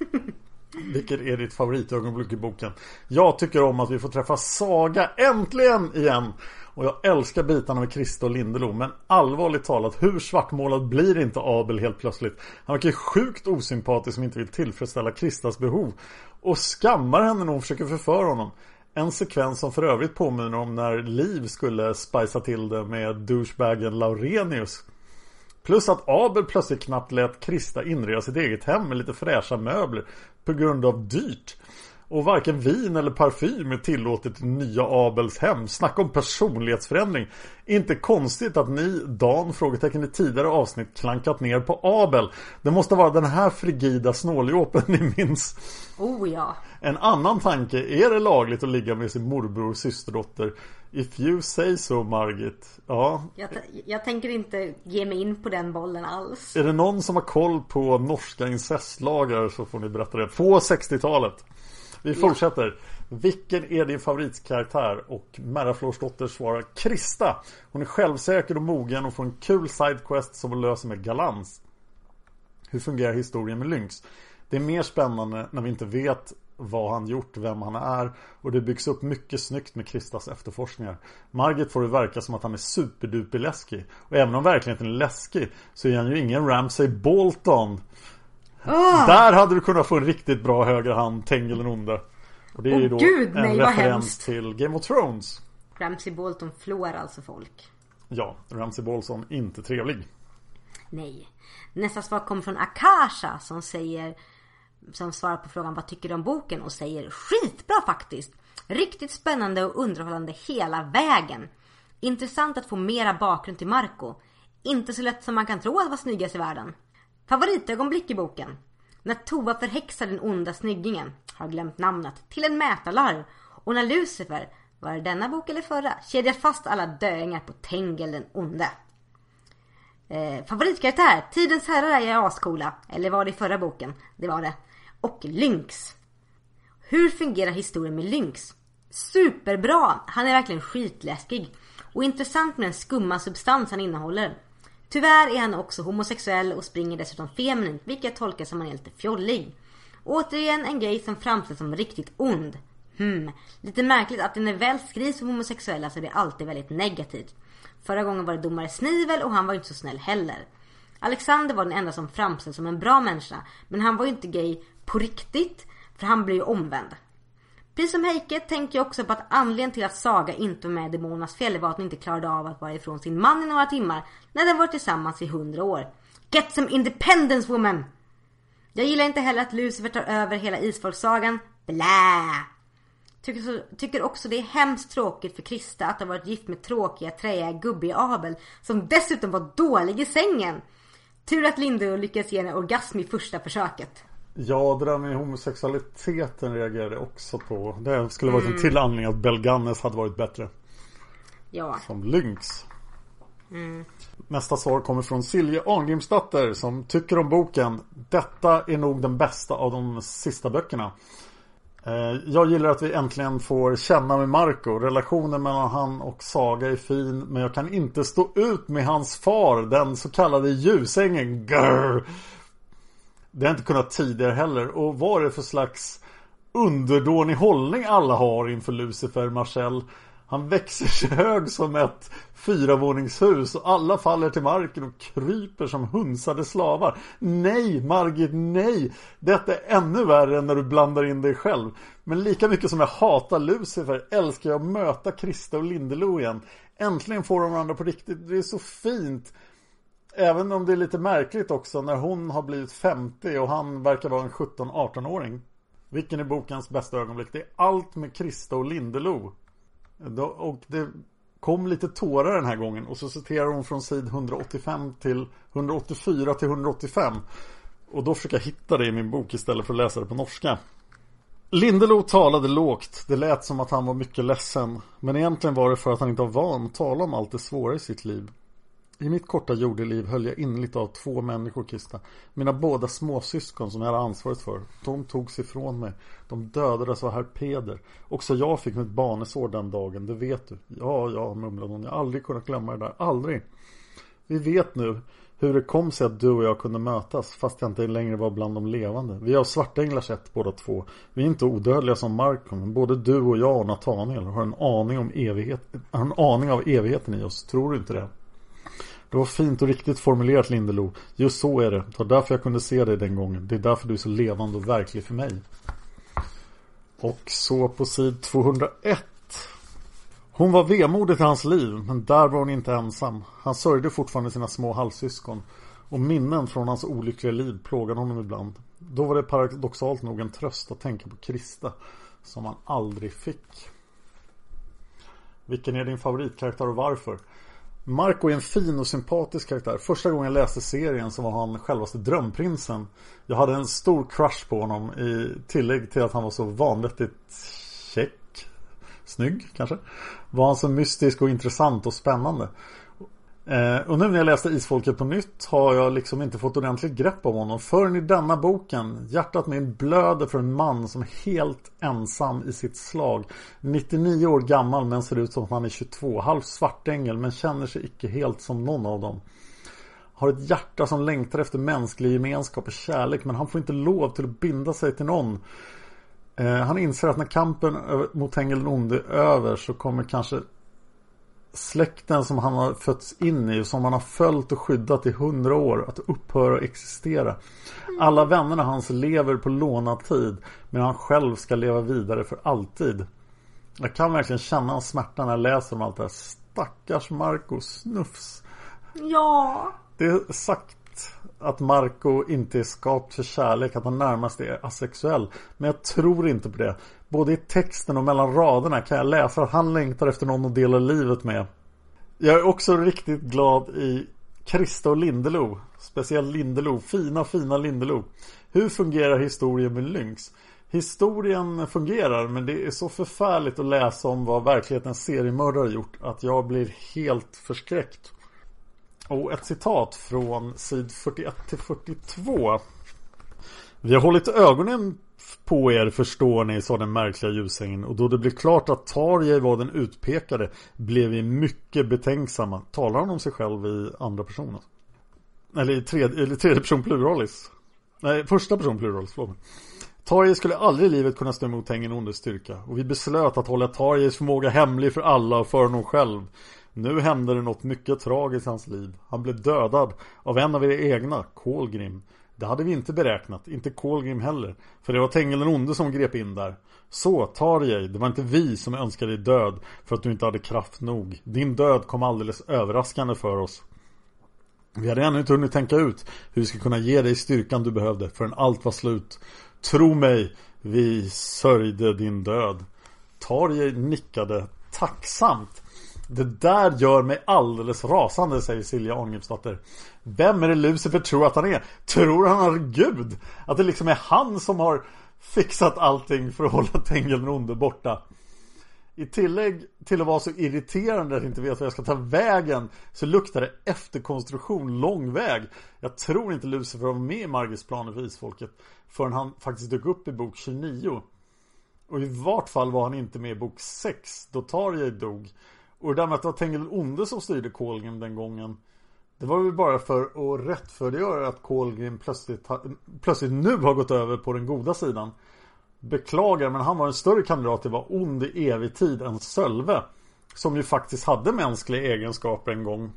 Vilket är ditt favoritögonblick i boken? Jag tycker om att vi får träffa Saga äntligen igen. Och jag älskar bitarna med Krista och Lindelo. Men allvarligt talat, hur svartmålad blir inte Abel helt plötsligt? Han verkar sjukt osympatisk som inte vill tillfredsställa Kristas behov. Och skammar henne när hon försöker förföra honom. En sekvens som för övrigt påminner om när Liv skulle spicea till det med douchebagen Laurenius. Plus att Abel plötsligt knappt lät Krista inreda sitt eget hem med lite fräscha möbler på grund av dyrt. Och varken vin eller parfym är tillåtet i nya Abels hem. Snacka om personlighetsförändring. Inte konstigt att ni, Dan, frågetecken i tidigare avsnitt klankat ner på Abel. Det måste vara den här frigida snåljåpen ni minns. Oh ja. En annan tanke, är det lagligt att ligga med sin morbror och systerdotter? If you say so, Margit. Ja. Jag tänker inte ge mig in på den bollen alls. Är det någon som har koll på norska incestlagar så får ni berätta det. På 60-talet. Vi fortsätter. Vilken är din favoritkaraktär? Och Merra Flårsdotter svarar Krista. Hon är självsäker och mogen och får en kul sidequest som hon löser med galans. Hur fungerar historien med Lynx? Det är mer spännande när vi inte vet vad han gjort, vem han är. Och det byggs upp mycket snyggt med Kristas efterforskningar. Margit får det verka som att han är superduper läskig. Och även om verkligheten är läskig så är han ju ingen Ramsay Bolton. Där hade du kunnat få en riktigt bra högra hand, Tengil den onde. Och det är ju då en referens till Game of Thrones. Ramsay Bolton flår alltså folk. Ja, Ramsay Bolton inte trevlig. Nej. Nästa svar kommer från Akasha som svarar på frågan vad tycker du om boken och säger skitbra faktiskt. Riktigt spännande och underhållande hela vägen. Intressant att få mera bakgrund till Marco. Inte så lätt som man kan tro att vara snyggast i världen. Favoritögonblick i boken. När Tova förhäxar den onda snyggingen, har glömt namnet, till en mätarlarv. Och när Lucifer, var det denna bok eller förra, kedjar fast alla döingar på Tengil den onde. Favoritkaraktär, Tidens herrar är ascoola. Eller var det i förra boken? Det var det. Och Lynx. Hur fungerar historien med Lynx? Superbra, han är verkligen skitläskig. Och intressant med den skumma substans han innehåller. Tyvärr är han också homosexuell och springer dessutom feminint, vilket jag tolkar som han är lite fjollig. Återigen en grej som framställs som riktigt ond. Lite märkligt att när väl skrivs om homosexuella så är det alltid väldigt negativt. Förra gången var det domare Snivel och han var inte så snäll heller. Alexander var den enda som framställs som en bra människa, men han var ju inte gay på riktigt, för han blev ju omvänd. Precis som Heike tänker jag också på att anledningen till att Saga inte var med i Demonernas fjäll var att hon inte klarade av att vara ifrån sin man i några timmar när de var tillsammans i 100 år. Get some independence, woman! Jag gillar inte heller att Lucifer tar över hela Isfolksagan. Blä! Tycker också det är hemskt tråkigt för Krista att ha varit gift med tråkiga, träiga gubbe Abel som dessutom var dålig i sängen. Tur att Lindelo lyckades ge en orgasm i första försöket. Ja, det där med homosexualiteten reagerade också på. Det skulle varit en till anledning att Belganes hade varit bättre. Ja. Som Lynx. Nästa svar kommer från Silje Arngrimsdotter som tycker om boken. Detta är nog den bästa av de sista böckerna. Jag gillar att vi äntligen får känna med Marco. Relationen mellan han och Saga är fin, men jag kan inte stå ut med hans far, den så kallade ljusängen. Grr. Det har jag inte kunnat tidigare heller. Och vad är det för slags underdånig hållning alla har inför Lucifer Marcel? Han växer sig hög som ett 4-våningshus och alla faller till marken och kryper som hunsade slavar. Nej, Margit, nej! Detta är ännu värre än när du blandar in dig själv. Men lika mycket som jag hatar Lucifer älskar jag att möta Krista och Lindeloo igen. Äntligen får de varandra på riktigt. Det är så fint. Även om det är lite märkligt också när hon har blivit 50 och han verkar vara en 17-18-åring. Vilken är bokens bästa ögonblick? Det är allt med Krista och Lindeloo. Och det kom lite tårar den här gången. Och så citerar hon från sid 185 till 184 till 185. Och då försöker jag hitta det i min bok istället för att läsa det på norska. Lindeloo talade lågt. Det lät som att han var mycket ledsen. Men egentligen var det för att han inte var van att tala om allt det svåra i sitt liv. I mitt korta jordeliv höll jag innerligt av 2 människor, Krista. Mina båda småsyskon som jag hade ansvaret för. De togs ifrån mig. De dödades av herr Peder. Också jag fick mitt barnesår den dagen, det vet du. Ja, mumlade hon. Jag har aldrig kunnat glömma det där. Aldrig. Vi vet nu hur det kom sig att du och jag kunde mötas, fast jag inte längre var bland de levande. Vi har svartänglars ett båda 2. Vi är inte odödliga som Marco, men både du och jag och Nathaniel har en aning om en aning av evigheten i oss. Tror du inte det? Det var fint och riktigt formulerat, Lindeloo. Just så är det. Det var därför jag kunde se dig den gången. Det är därför du är så levande och verklig för mig. Och så på sid 201. Hon var vemodig i hans liv, men där var hon inte ensam. Han sörjde fortfarande sina små halvsyskon. Och minnen från hans olyckliga liv plågade honom ibland. Då var det paradoxalt nog en tröst att tänka på Krista, som han aldrig fick. Vilken är din favoritkaraktär och varför? Marco är en fin och sympatisk karaktär. Första gången jag läste serien så var han självaste drömprinsen. Jag hade en stor crush på honom, i tillägg till att han var så vanvettigt check. Snygg kanske. Var han så mystisk och intressant och spännande. Och nu när jag läste Isfolket på nytt har jag liksom inte fått ordentligt grepp om honom. Förrän i denna boken, hjärtat min blöder för en man som är helt ensam i sitt slag. 99 år gammal men ser ut som att han är 22. Halv svartängel men känner sig icke helt som någon av dem. Har ett hjärta som längtar efter mänsklig gemenskap och kärlek, men han får inte lov till att binda sig till någon. Han inser att när kampen mot ängeln onde är över så kommer kanske släkten som han har fötts in i och som han har följt och skyddat i 100 år att upphöra att existera. Alla vännerna hans lever på lånad tid, men han själv ska leva vidare för alltid. Jag kan verkligen känna en smärta när jag läser om allt det här. Stackars Marco, snufs. Ja. Det är sagt att Marco inte är skapt för kärlek, att han närmast är asexuell. Men jag tror inte på det. Både i texten och mellan raderna kan jag läsa att han längtar efter någon att dela livet med. Jag är också riktigt glad i Krista och Lindeloo. Speciellt Lindeloo. Fina Lindeloo. Hur fungerar historien med Lynx? Historien fungerar, men det är så förfärligt att läsa om vad verklighetens seriemördare gjort att jag blir helt förskräckt. Och ett citat från sid 41 till 42. Vi har hållit ögonen på er, förstår ni, sa den märkliga ljusängen. Och då det blev klart att Tarjei var den utpekade blev vi mycket betänksamma. Talar han om sig själv i andra personer? Eller i tredje person pluralis? Nej, första person pluralis, förlåt mig. Tarjei skulle aldrig i livet kunna stå emot ängeln ondes styrka. Och vi beslöt att hålla Tarjeis förmåga hemlig för alla och för honom själv. Nu hände det något mycket tragiskt i hans liv. Han blev dödad av en av era egna, Kolgrim. Det hade vi inte beräknat, inte Kolgrim heller. För det var ängeln onde som grep in där. Så, Tarjei, det var inte vi som önskade dig död för att du inte hade kraft nog. Din död kom alldeles överraskande för oss. Vi hade ännu inte hunnit tänka ut hur vi skulle kunna ge dig styrkan du behövde förrän allt var slut. Tro mig, vi sörjde din död. Tarjei nickade tacksamt. Det där gör mig alldeles rasande, säger Silja Arngrimsdotter. Vem är det Lucifer tror att han är? Tror han är Gud? Att det liksom är han som har fixat allting för att hålla ängeln onde borta? I tillägg till att vara så irriterande att inte vet vad jag ska ta vägen, så luktar det efterkonstruktion lång väg. Jag tror inte Lucifer var med i Margits planer för Isfolket förrän han faktiskt dök upp i bok 29. Och i vart fall var han inte med i bok 6 då Tarjei dog. Och det där med att det var Tengil Onde som styrde Colgrim den gången, det var väl bara för att rättfärdiggöra att Colgrim plötsligt nu har gått över på den goda sidan. Beklagar, men han var en större kandidat till att vara ond i evig tid än Sölve, som ju faktiskt hade mänskliga egenskaper en gång.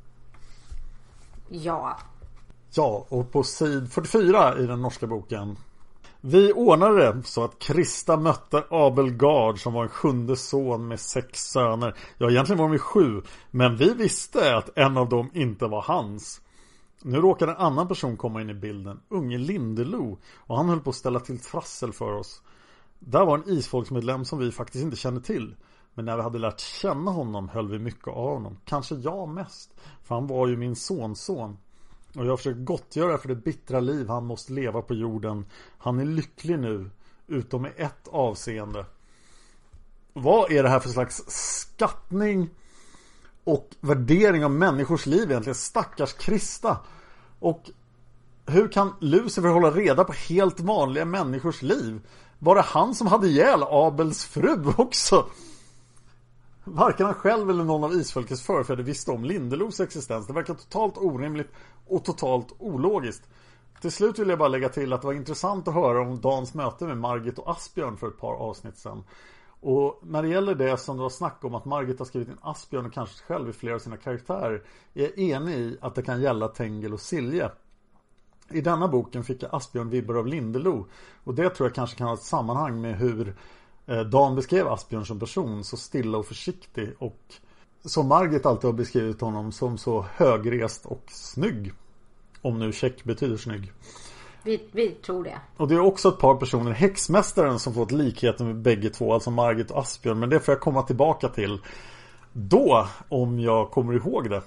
Ja, och på sid 44 i den norska boken: vi ordnade det så att Krista mötte Abelgard som var en 7:e son med 6 söner. Ja, egentligen var de 7, men vi visste att en av dem inte var hans. Nu råkade en annan person komma in i bilden, unge Lindelo, och han höll på att ställa till trassel för oss. Där var en isfolksmedlem som vi faktiskt inte kände till. Men när vi hade lärt känna honom höll vi mycket av honom. Kanske jag mest, för han var ju min sonson. Och jag försöker gottgöra för det bittra liv han måste leva på jorden. Han är lycklig nu, utom i ett avseende. Vad är det här för slags skattning och värdering av människors liv egentligen? Stackars Krista. Och hur kan Lucifer hålla reda på helt vanliga människors liv? Var det han som hade ihjäl Abels fru också? Varken han själv eller någon av isfolkets förfäder visste om Lindelos existens. Det verkar totalt orimligt och totalt ologiskt. Till slut vill jag bara lägga till att det var intressant att höra om Dans möte med Margit och Asbjörn för ett par avsnitt sedan. Och när det gäller det som det var snack om att Margit har skrivit in Asbjörn och kanske själv i flera av sina karaktärer, är jag enig i att det kan gälla Tengil och Silje. I denna boken fick jag Asbjörn vibbar av Lindelo, och det tror jag kanske kan ha ett sammanhang med hur Dan beskrev Asbjörn som person, så stilla och försiktig, och som Margit alltid har beskrivit honom som så högrest och snygg. Om nu check betyder snygg. Vi tror det. Och det är också ett par personer, häxmästaren, som fått likheten med bägge två, alltså Margit och Asbjörn. Men det får jag komma tillbaka till då, om jag kommer ihåg det.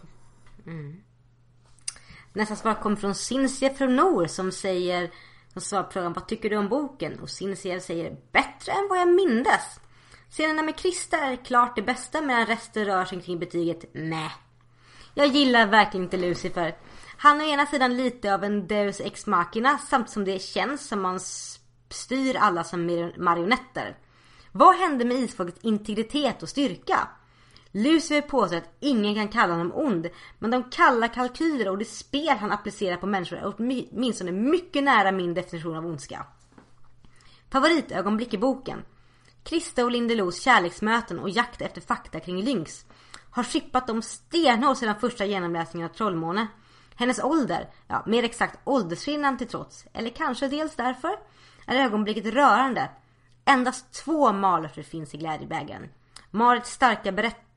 Nästa svar kommer från Sinsia från Nor, som säger, som svarar på frågan: vad tycker du om boken? Och Sinsia säger: bättre än vad jag mindes. Scenerna med Krista är klart det bästa, medan resten rör sig kring betyget nej. Jag gillar verkligen inte Lucifer. Han är å ena sidan lite av en deus ex machina, samt som det känns som man styr alla som marionetter. Vad hände med isfolkets integritet och styrka? Lucifer påstår att ingen kan kalla honom ond, men de kalla kalkyler och det spel han applicerar på människor är åtminstone mycket nära min definition av ondska. Favoritögonblick i boken: Krista och Lindelos kärleksmöten och jakt efter fakta kring Lynx. Har skippat dem stenhårt sedan första genomläsningen av Trollmåne. Hennes ålder, ja mer exakt åldersskillnaden till trots, eller kanske dels därför, är ögonblicket rörande. Endast 2 malörter finns i glädjebägaren. Margits starka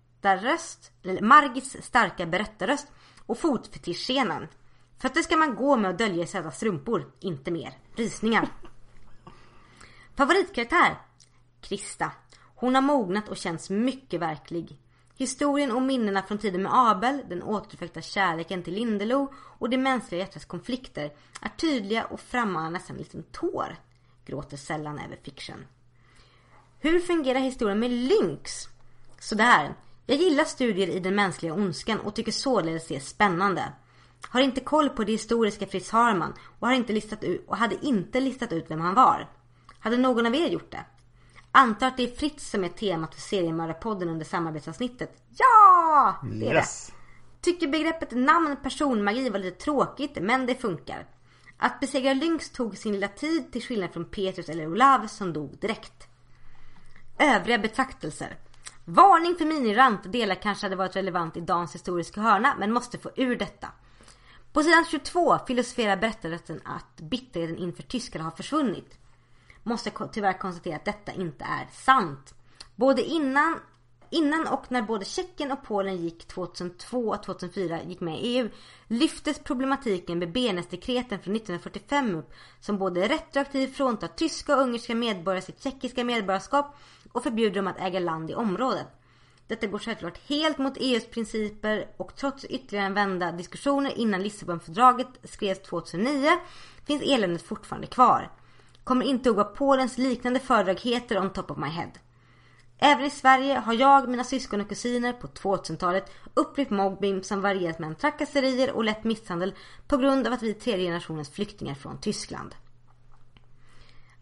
berättarröst och fotfetischscenen. För att det ska man gå med och dölja i sätta strumpor, inte mer. Rysningar. Favoritkaraktär: Krista. Hon har mognat och känns mycket verklig. Historien och minnena från tiden med Abel, den återuppväckta kärleken till Lindelo och det mänskliga hjärtats konflikter är tydliga och frammanar nästan en liten tår. Gråter sällan över fiction. Hur fungerar historien med Lynx? Sådär. Jag gillar studier i den mänskliga ondskan och tycker således det är spännande. Har inte koll på det historiska Fritz Harman och hade inte listat ut vem han var. Hade någon av er gjort det? Antar att det är Fritz som är temat för seriemördarpodden under samarbetsavsnittet. Ja! Det är yes. Det. Tycker begreppet namn personmagi var lite tråkigt, men det funkar. Att besegra Lynx tog sin lilla tid, till skillnad från Petrus eller Olav som dog direkt. Övriga betraktelser. Varning för minirant, delar kanske hade varit relevant i Dans historiska hörna, men måste få ur detta. På sidan 22 filosoferar berättelsen att bitterheten inför tyskarna har försvunnit. Måste tyvärr konstatera att detta inte är sant. Både innan och när både Tjeckien och Polen gick 2002 och 2004 gick med i EU, lyftes problematiken med Benes-dekreten från 1945 upp, som både retroaktivt fråntar tyska och ungerska medborgare sitt tjeckiska medborgarskap och förbjuder dem att äga land i området. Detta går självklart helt mot EUs principer, och trots ytterligare en vända diskussioner innan Lissabonfördraget skrevs 2009 finns eländet fortfarande kvar. Kommer inte ihåg vad Polens liknande fördrag heter on top of my head. Även i Sverige har jag, mina syskon och kusiner på 2000-talet upplevt mobbing som varierat mellan trakasserier och lätt misshandel på grund av att vi är 3:e generationens flyktingar från Tyskland.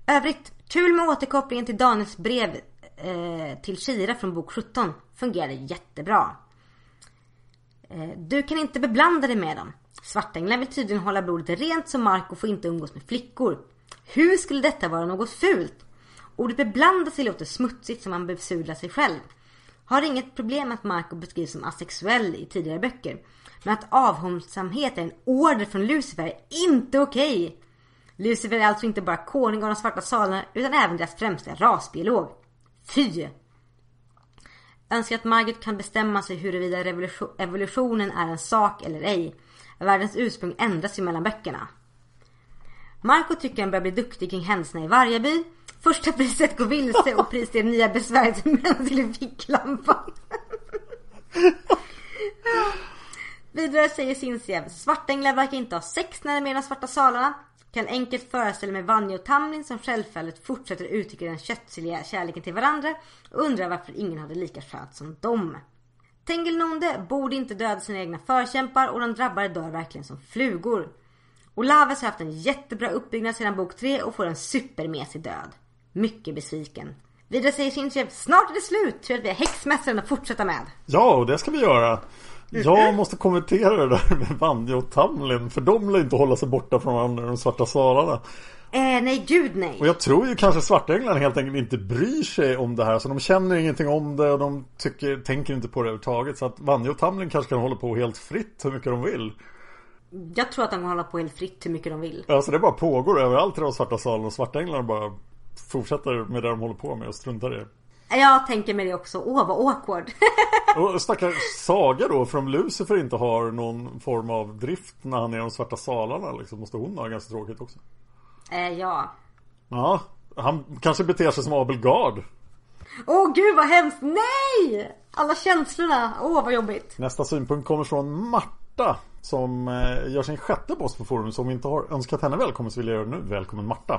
Övrigt, kul med återkopplingen till Daniels brev till Shira från bok 17. Fungerade jättebra. Du kan inte beblanda dig med dem. Svartänglar vill tydligen hålla blodet rent, så Marco får inte umgås med flickor. Hur skulle detta vara något fult? Ordet beblanda sig låter smutsigt, som man besudlar sig själv. Har inget problem att Marco beskrivs som asexuell i tidigare böcker. Men att avhållsamhet är en order från Lucifer är inte okej. Lucifer är alltså inte bara konung av de svarta salarna, utan även deras främsta rasbiolog. Fy! Önskar att Margaret kan bestämma sig huruvida evolutionen är en sak eller ej. Världens ursprung ändras ju mellan böckerna. Marco tycker han börjar bli duktig kring händelserna i Vargaby. Första priset går vilse och pris är nya besväret med till ficklampan. Vidare säger Sinsiev: svartänglar verkar inte ha sex när de är med de svarta salarna. Kan enkelt föreställa med Vanja och Tamlin som självfallet fortsätter uttrycka den köttsliga kärleken till varandra och undrar varför ingen hade lika skönt som dem. Tengilnonde borde inte döda sina egna förkämpar och de drabbade dör verkligen som flugor. Olaves har haft en jättebra uppbyggnad sedan bok 3 och får en supermesig död. Mycket besviken. Vidare säger Sinsiev: snart är det slut, tror att vi har häxmästaren att fortsätta med. Ja, och det ska vi göra. Jag måste kommentera det där med Vanja och Tamlin, för de vill inte hålla sig borta från varandra, de svarta salarna. Nej, gud nej. Och jag tror ju kanske svartänglarna helt enkelt inte bryr sig om det här, så de känner ingenting om det och de tänker inte på det överhuvudtaget. Så att Vanja och Tamlin kanske kan hålla på helt fritt hur mycket de vill. Jag tror att de kan hålla på helt fritt hur mycket de vill. Alltså det bara pågår överallt i de svarta salarna och svartänglarna bara fortsätter med det de håller på med och struntar i det. Jag tänker med det också. Vad awkward. Och stackars Saga då, för om Lucifer inte har någon form av drift när han är i de svarta salarna liksom, måste hon ha ganska tråkigt också. Ja. Ja, han kanske beter sig som Abel Gard. Gud vad hemskt. Nej! Alla känslorna. Vad jobbigt. Nästa synpunkt kommer från Marta, som gör sin 6:e post på forum. Så om vi inte har önskat henne välkommen så vill jag göra nu. Välkommen Marta.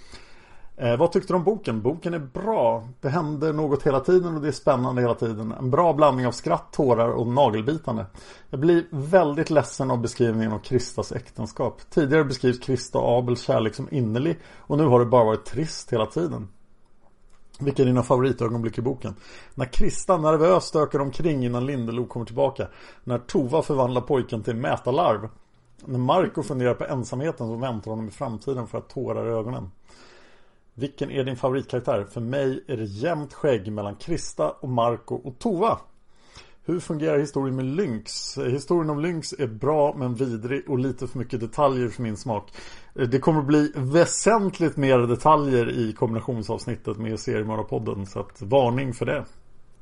Vad tyckte du om boken? Boken är bra. Det händer något hela tiden och det är spännande hela tiden. En bra blandning av skratt, tårar och nagelbitande. Jag blir väldigt ledsen av beskrivningen av Kristas äktenskap. Tidigare beskrivs Krista och Abels kärlek som innerlig och nu har det bara varit trist hela tiden. Vilka är dina favoritögonblick i boken? När Krista nervöst stökar omkring innan Lindelöf kommer tillbaka. När Tova förvandlar pojken till en mätarlarv. När Marco funderar på ensamheten som väntar honom i framtiden för att tårar i ögonen. Vilken är din favoritkaraktär? För mig är det jämnt skägg mellan Krista och Marco och Tova. Hur fungerar historien med Lynx? Historien om Lynx är bra men vidrig och lite för mycket detaljer för min smak. Det kommer bli väsentligt mer detaljer i kombinationsavsnittet med Seriemördarpodden, så att varning för det.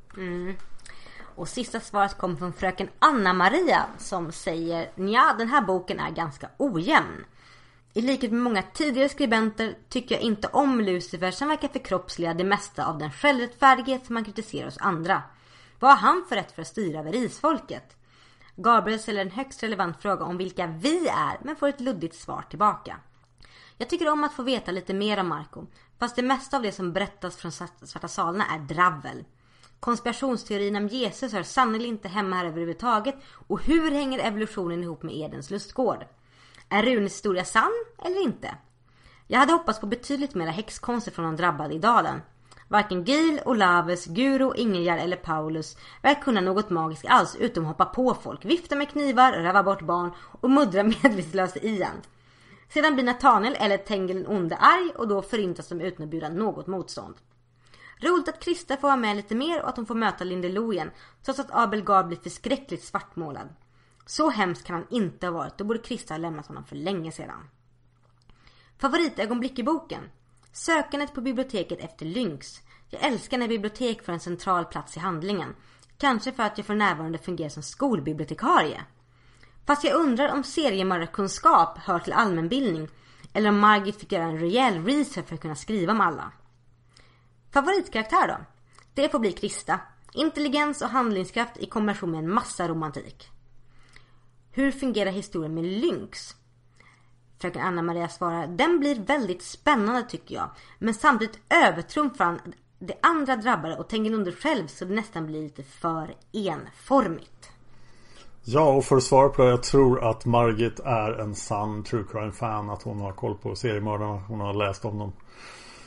Och sista svaret kom från fröken Anna-Maria som säger: ja, den här boken är ganska ojämn. I likhet med många tidigare skribenter tycker jag inte om Lucifer som verkar förkroppsliga det mesta av den självrättfärdighet som man kritiserar hos andra. Vad har han för rätt för att styra över isfolket? Gabriel ställer en högst relevant fråga om vilka vi är, men får ett luddigt svar tillbaka. Jag tycker om att få veta lite mer om Marco, fast det mesta av det som berättas från Svarta salarna är dravel. Konspirationsteorin om Jesus hör sannolikt inte hemma här överhuvudtaget, och hur hänger evolutionen ihop med Edens lustgård? Är Runes historia sann eller inte? Jag hade hoppats på betydligt mer häxkonster från de drabbade i dalen. Varken Gil, Olaves, Guro, Ingegerd eller Paulus verkar kunna något magiskt alls utom hoppa på folk, vifta med knivar, röva bort barn och muddra medvetslösa igen. Sedan blir Nathaniel eller Tengil onde arg och då förintas de utan att bjuda något motstånd. Roligt att Krista får vara med lite mer och att hon får möta Lindelöf igen, trots att Abel Gard blir förskräckligt svartmålad. Så hemskt kan han inte ha varit, då borde Krista ha lämnat honom för länge sedan. Favoritögonblick i boken: sökandet på biblioteket efter Lynx. Jag älskar när bibliotek får en central plats i handlingen. Kanske för att jag för närvarande fungerar som skolbibliotekarie. Fast jag undrar om seriemördarkunskap hör till allmänbildning, eller om Margit fick göra en rejäl research för att kunna skriva om alla. Favoritkaraktär då? Det får bli Krista. Intelligens och handlingskraft i kombination med en massa romantik. Hur fungerar historien med Lynx? Fröken Anna-Maria svarar: den blir väldigt spännande tycker jag, men samtidigt övertrumfar det andra drabbare och tänker under själv, så det nästan blir lite för enformigt. Ja, och för att svara på det, jag tror att Margit är en sann true crime fan, att hon har koll på seriemördarna, hon har läst om dem.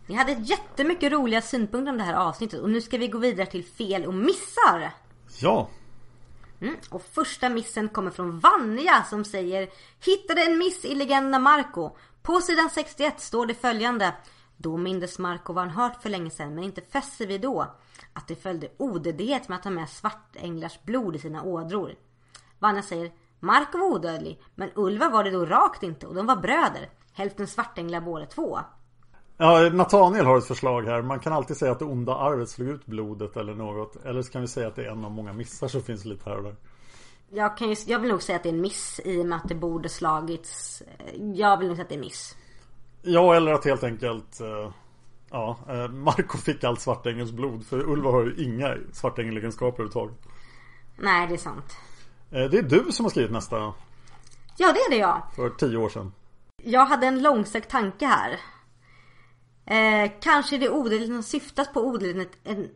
Ni hade jättemycket roliga synpunkter om det här avsnittet. Och nu ska vi gå vidare till fel och missar. Ja. Och första missen kommer från Vanja som säger: hittade en miss i legenden om Marco. På sidan 61 står det följande: då mindes Marco vad han hört för länge sedan, men inte fäster vi då att det följde odödlighet med att ta med svartänglars blod i sina ådror. Vanja säger: Marco var odödlig, men Ulvar var det då rakt inte, och de var bröder. Hälften svartänglar båda två. Ja, Nathaniel har ett förslag här. Man kan alltid säga att det onda arvet slog ut blodet eller något. Eller så kan vi säga att det är en av många missar som finns lite här och där. Jag vill nog säga att det är en miss i och med att det borde slagits. Jag vill nog säga att det är en miss. Ja, eller att helt enkelt Marco fick allt svartängens blod. För Ulvar har ju inga svartängelegenskaper överhuvudtaget. Nej, det är sant. Det är du som har skrivit nästa. Ja, det är det jag. För 10 år sedan. Jag hade en långsökt tanke här. Kanske det odödlighet som syftas på odödlighet.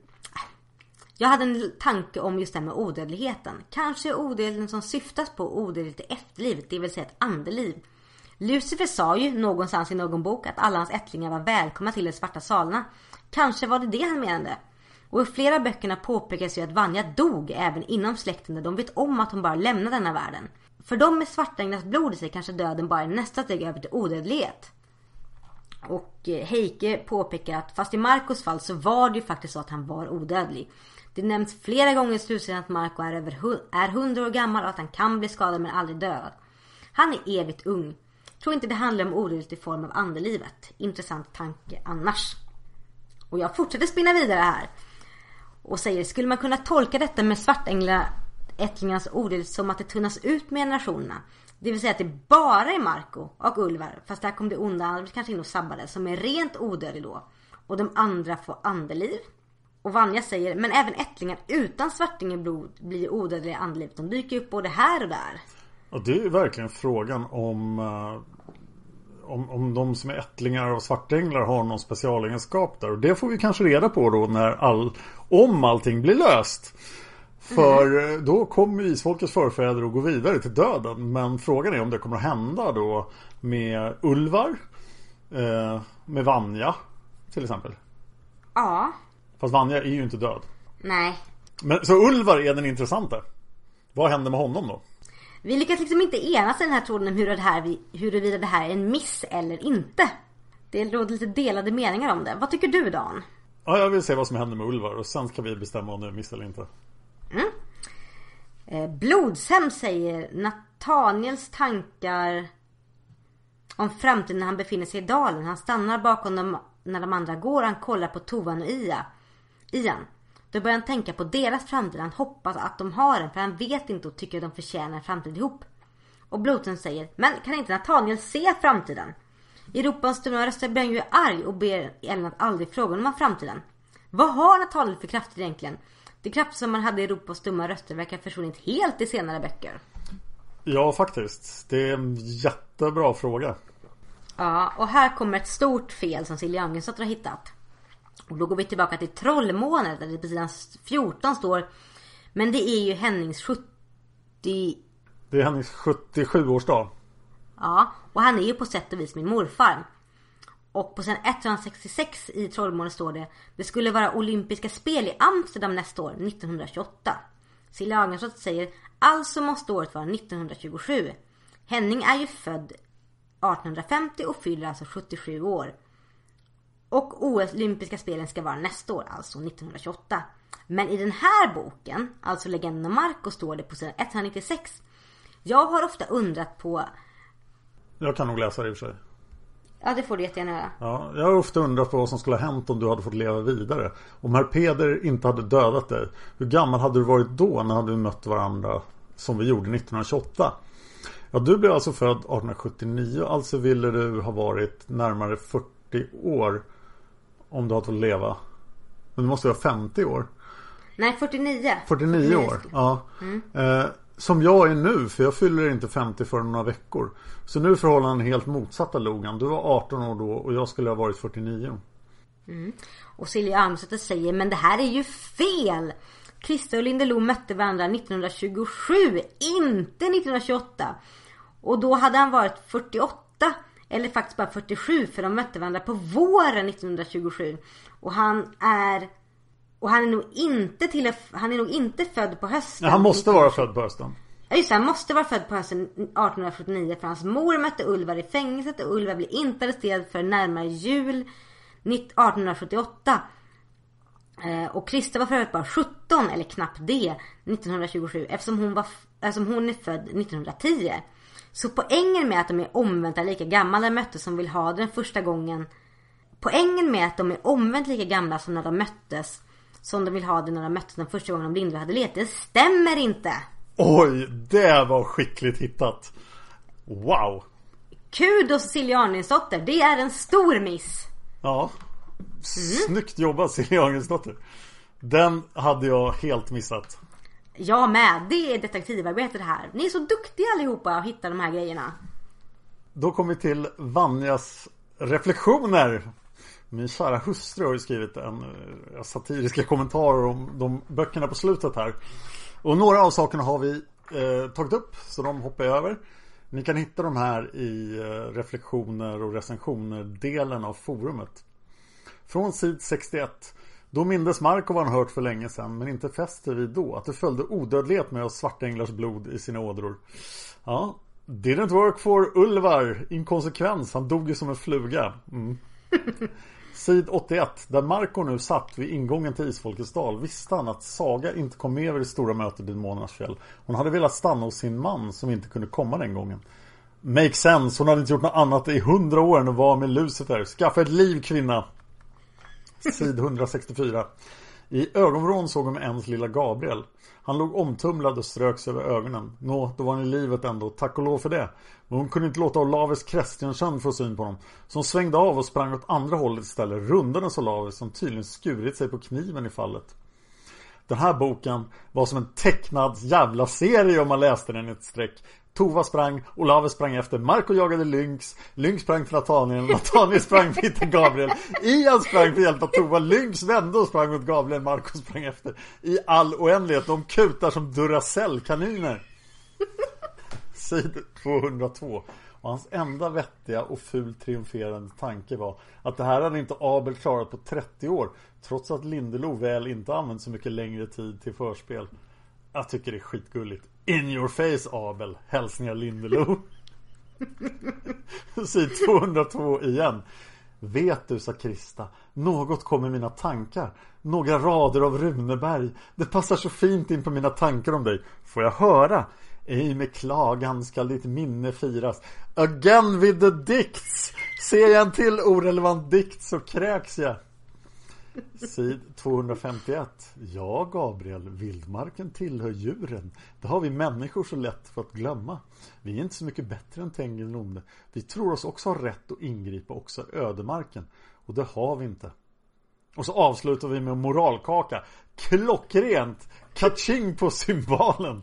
Jag hade en tanke om just det med odödligheten. Kanske odödligheten som syftas på odödlighet i efterlivet, det vill säga ett andeliv. Lucifer sa ju någonstans i någon bok att alla hans ättlingar var välkomna till de svarta salarna. Kanske var det han menade. Och i flera böckerna påpekas ju att Vanja dog även inom släkten när de vet om att hon bara lämnar denna världen. För de med svartänglars blod i sig kanske döden bara är nästa steg över till odödlighet. Och Heike påpekar att fast i Marcos fall så var det ju faktiskt så att han var odödlig. Det nämns flera gånger i slutserien att Marco är 100 år gammal och att han kan bli skadad men aldrig död. Han är evigt ung. Tror inte det handlar om odödlighet i form av andelivet. Intressant tanke annars. Och jag fortsätter spinna vidare här. Och säger, skulle man kunna tolka detta med svartänglaättlingarnas odödlighet som att det tunnas ut med generationerna? Det vill säga att det bara är Marco och Ulvar, fast där kom det onda kanske in och sabbade, som är rent odödlig då. Och de andra får andeliv. Och Vanja säger, men även ättlingar utan svartängelblod blir odödliga andeliv. De dyker upp både här och där. Och det är verkligen frågan om de som är ättlingar och svartänglar har någon specialegenskap där. Och det får vi kanske reda på då om allting blir löst. För då kommer isfolkets förfäder att gå vidare till döden. Men frågan är om det kommer att hända då med Ulvar, med Vanja till exempel. Ja. Fast Vanja är ju inte död. Nej. Men, så Ulvar är den intressanta. Vad händer med honom då? Vi lyckas liksom inte enas i den här tråden om huruvida det här är en miss eller inte. Det råder lite delade meningar om det. Vad tycker du, Dan? Ja, jag vill se vad som händer med Ulvar. Och sen ska vi bestämma om det är miss eller inte. Blodshem säger Nathaniels tankar om framtiden när han befinner sig i dalen. Han stannar bakom dem när de andra går. Han kollar på Tovan och Ian. Då börjar han tänka på deras framtid. Han hoppas att de har den, för han vet inte och tycker att de förtjänar en framtid ihop. Och Blodshem säger, men kan inte Nathaniel se framtiden? I Europans stora röster blir han ju arg och ber Ellen att aldrig fråga om framtiden. Vad har Nathaniel för krafter egentligen? Det krafter som man hade i Europas stumma röster verkar försvunnit helt i senare böcker. Ja, faktiskt. Det är en jättebra fråga. Ja, och här kommer ett stort fel som Silja Angensdotter har hittat. Och då går vi tillbaka till Trollmånen där det på sidan 14 står, men det är ju Hennings 70... Det är Hennings 77-årsdag. Ja, och han är ju på sätt och vis min morfar. Och på sidan 166 i Trollmånen står det skulle vara olympiska spel i Amsterdam nästa år, 1928. Silja Angensdotter säger, alltså måste året vara 1927. Henning är ju född 1850 och fyller alltså 77 år. Och olympiska spelen ska vara nästa år, alltså 1928. Men i den här boken, alltså Legenden om Marco, står det på sidan 196. Jag har ofta undrat på... Jag kan nog läsa det i och för sig. Ja, det får du jättegärna göra. Ja, jag har ofta undrat på vad som skulle ha hänt om du hade fått leva vidare. Om herr Peder inte hade dödat dig, hur gammal hade du varit då när du mött varandra som vi gjorde 1928? Ja, du blev alltså född 1879, alltså ville du ha varit närmare 40 år om du hade fått leva. Men du måste vara 50 år. Nej, 49. 49 år, ja. Som jag är nu, för jag fyller inte 50 för några veckor. Så nu är förhållanden helt motsatta, Logan. Du var 18 år då och jag skulle ha varit 49. Och Silja Angensdotter säger, men det här är ju fel. Christer och Lindeloo mötte varandra 1927, inte 1928. Och då hade han varit 48. Eller faktiskt bara 47, för de mötte varandra på våren 1927. Och han är nog inte född på hösten. Ja, han måste vara född på hösten. Ja, just det, han måste vara född på hösten 1879, för hans mor mötte Ulvar i fängelset och Ulvar blev inte arresterad för närmare jul 1878. Och Krista var för övrigt bara 17, eller knappt det, 1927, eftersom hon är född 1910. Så poängen med att de är omvänt lika gamla möttes som vill ha den första gången. Poängen med att de är omvänt lika gamla som när de möttes, som de vill ha det när de möttes den första gången de Lindberg hade levt, det stämmer inte. Oj, det var skickligt hittat. Wow. Kudos Silja Arningsdotter, det är en stor miss. Ja. Snyggt jobbat Silja Arningsdotter. Den hade jag helt missat. Jag med, det är detektivarbete det här. Ni är så duktiga allihopa att hitta de här grejerna. Då kommer vi till Vanjas reflektioner. Min kära hustru har ju skrivit en satiriska kommentarer om de böckerna på slutet här. Och några av sakerna har vi tagit upp, så de hoppar jag över. Ni kan hitta de här i reflektioner och recensioner delen av forumet. Från sid 61. Då mindes Marco vad han hört för länge sedan, men inte fäster vid då, att det följde odödlighet med oss svartänglars blod i sina ådror. Ja, didn't work for Ulvar. Inkonsekvens, han dog ju som en fluga. Sid 81. Där Marco nu satt vid ingången till Isfolkets dal visste han att Saga inte kom med vid det stora mötet i Månarnas fjäll. Hon hade velat stanna hos sin man som inte kunde komma den gången. Make sense, hon hade inte gjort något annat i 100 år än att vara med Lucifer. Skaffa ett liv, kvinna. Sid 164. I ögonvrån såg hon ens lilla Gabriel. Han låg omtumlad och ströks över ögonen. Då var han i livet ändå, tack och lov för det. Men hon kunde inte låta Olaves Kristiansson få syn på honom. Så hon svängde av och sprang åt andra hållet istället. Rundades Olaves som tydligen skurit sig på kniven i fallet. Den här boken var som en tecknad jävla serie om man läste den i ett streck. Tova sprang, Olave sprang efter, Marco jagade Lynx sprang till Nathaniel sprang till Gabriel, Ian sprang för hjälp av Tova, Lynx vände och sprang mot Gabriel, Marco sprang efter. I all oändlighet, de kutar som Duracell-kaniner. Sid 202. Och hans enda vettiga och fult triumferande tanke var att det här hade inte Abel klarat på 30 år, trots att Lindelo väl inte använt så mycket längre tid till förspel. Jag tycker det är skitgulligt. In your face, Abel. Hälsningar Lindelo. Sid 202 igen. Vet du, sa Krista, något kommer mina tankar. Några rader av Runeberg. Det passar så fint in på mina tankar om dig. Får jag höra? Ej med klagan skall ditt minne firas. Again with the dicts. Ser jag en till orelevant dikt så kräks jag. Sid 251. Ja, Gabriel, vildmarken tillhör djuren. Det har vi människor så lätt för att glömma. Vi är inte så mycket bättre än Tengilonde. Vi tror oss också ha rätt att ingripa också ödemarken. Och det har vi inte. Och så avslutar vi med moralkaka. Klockrent. Kaching på cymbalen.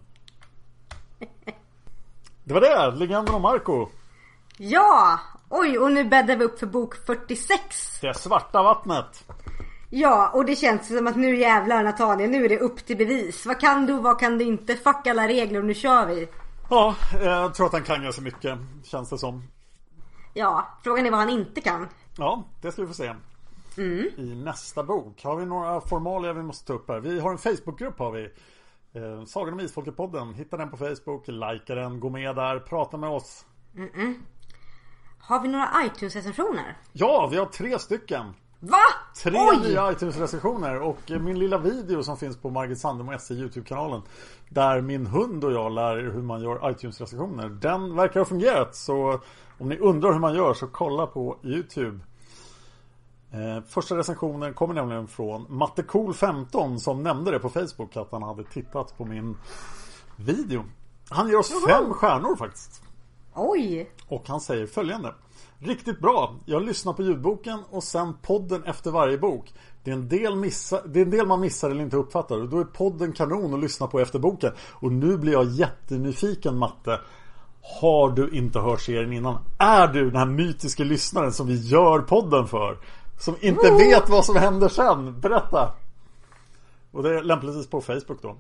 Det var det, legenden om Marco. Ja, oj, och nu bäddar vi upp för bok 46. Det svarta vattnet. Ja, och det känns som att nu jävlar Nathaniel, nu är det upp till bevis. Vad kan du, vad kan du inte? Fuck alla regler och nu kör vi. Ja, jag tror att han kan göra så mycket, känns det som. Ja, frågan är vad han inte kan. Ja, det ska vi få se. I nästa bok har vi några formalia vi måste ta upp här. Vi har en Facebookgrupp har vi. Sagan om Isfolket-podden. Hitta den på Facebook, likea den, gå med där, prata med oss. Har vi några iTunes-recensioner? Ja, vi har 3 stycken. Va? 3 nya iTunes-recensioner. Och min lilla video som finns på Margit Sandem och SC YouTube-kanalen, där min hund och jag lär er hur man gör iTunes-recensioner, den verkar ha fungerat. Så om ni undrar hur man gör så kolla på YouTube. Första recensionen kommer nämligen från Mattecool15 som nämnde det på Facebook att han hade tittat på min video. Han ger oss 5 stjärnor faktiskt. Oj! Och han säger följande: riktigt bra, jag lyssnar på ljudboken och sen podden efter varje bok. Det är en del man missar eller inte uppfattar, och då är podden kanon att lyssna på efter boken. Och nu blir jag jättenyfiken, Matte. Har du inte hört serien innan? Är du den här mytiska lyssnaren som vi gör podden för? Som inte vet vad som händer sen? Berätta! Och det är lämpligtvis på Facebook då.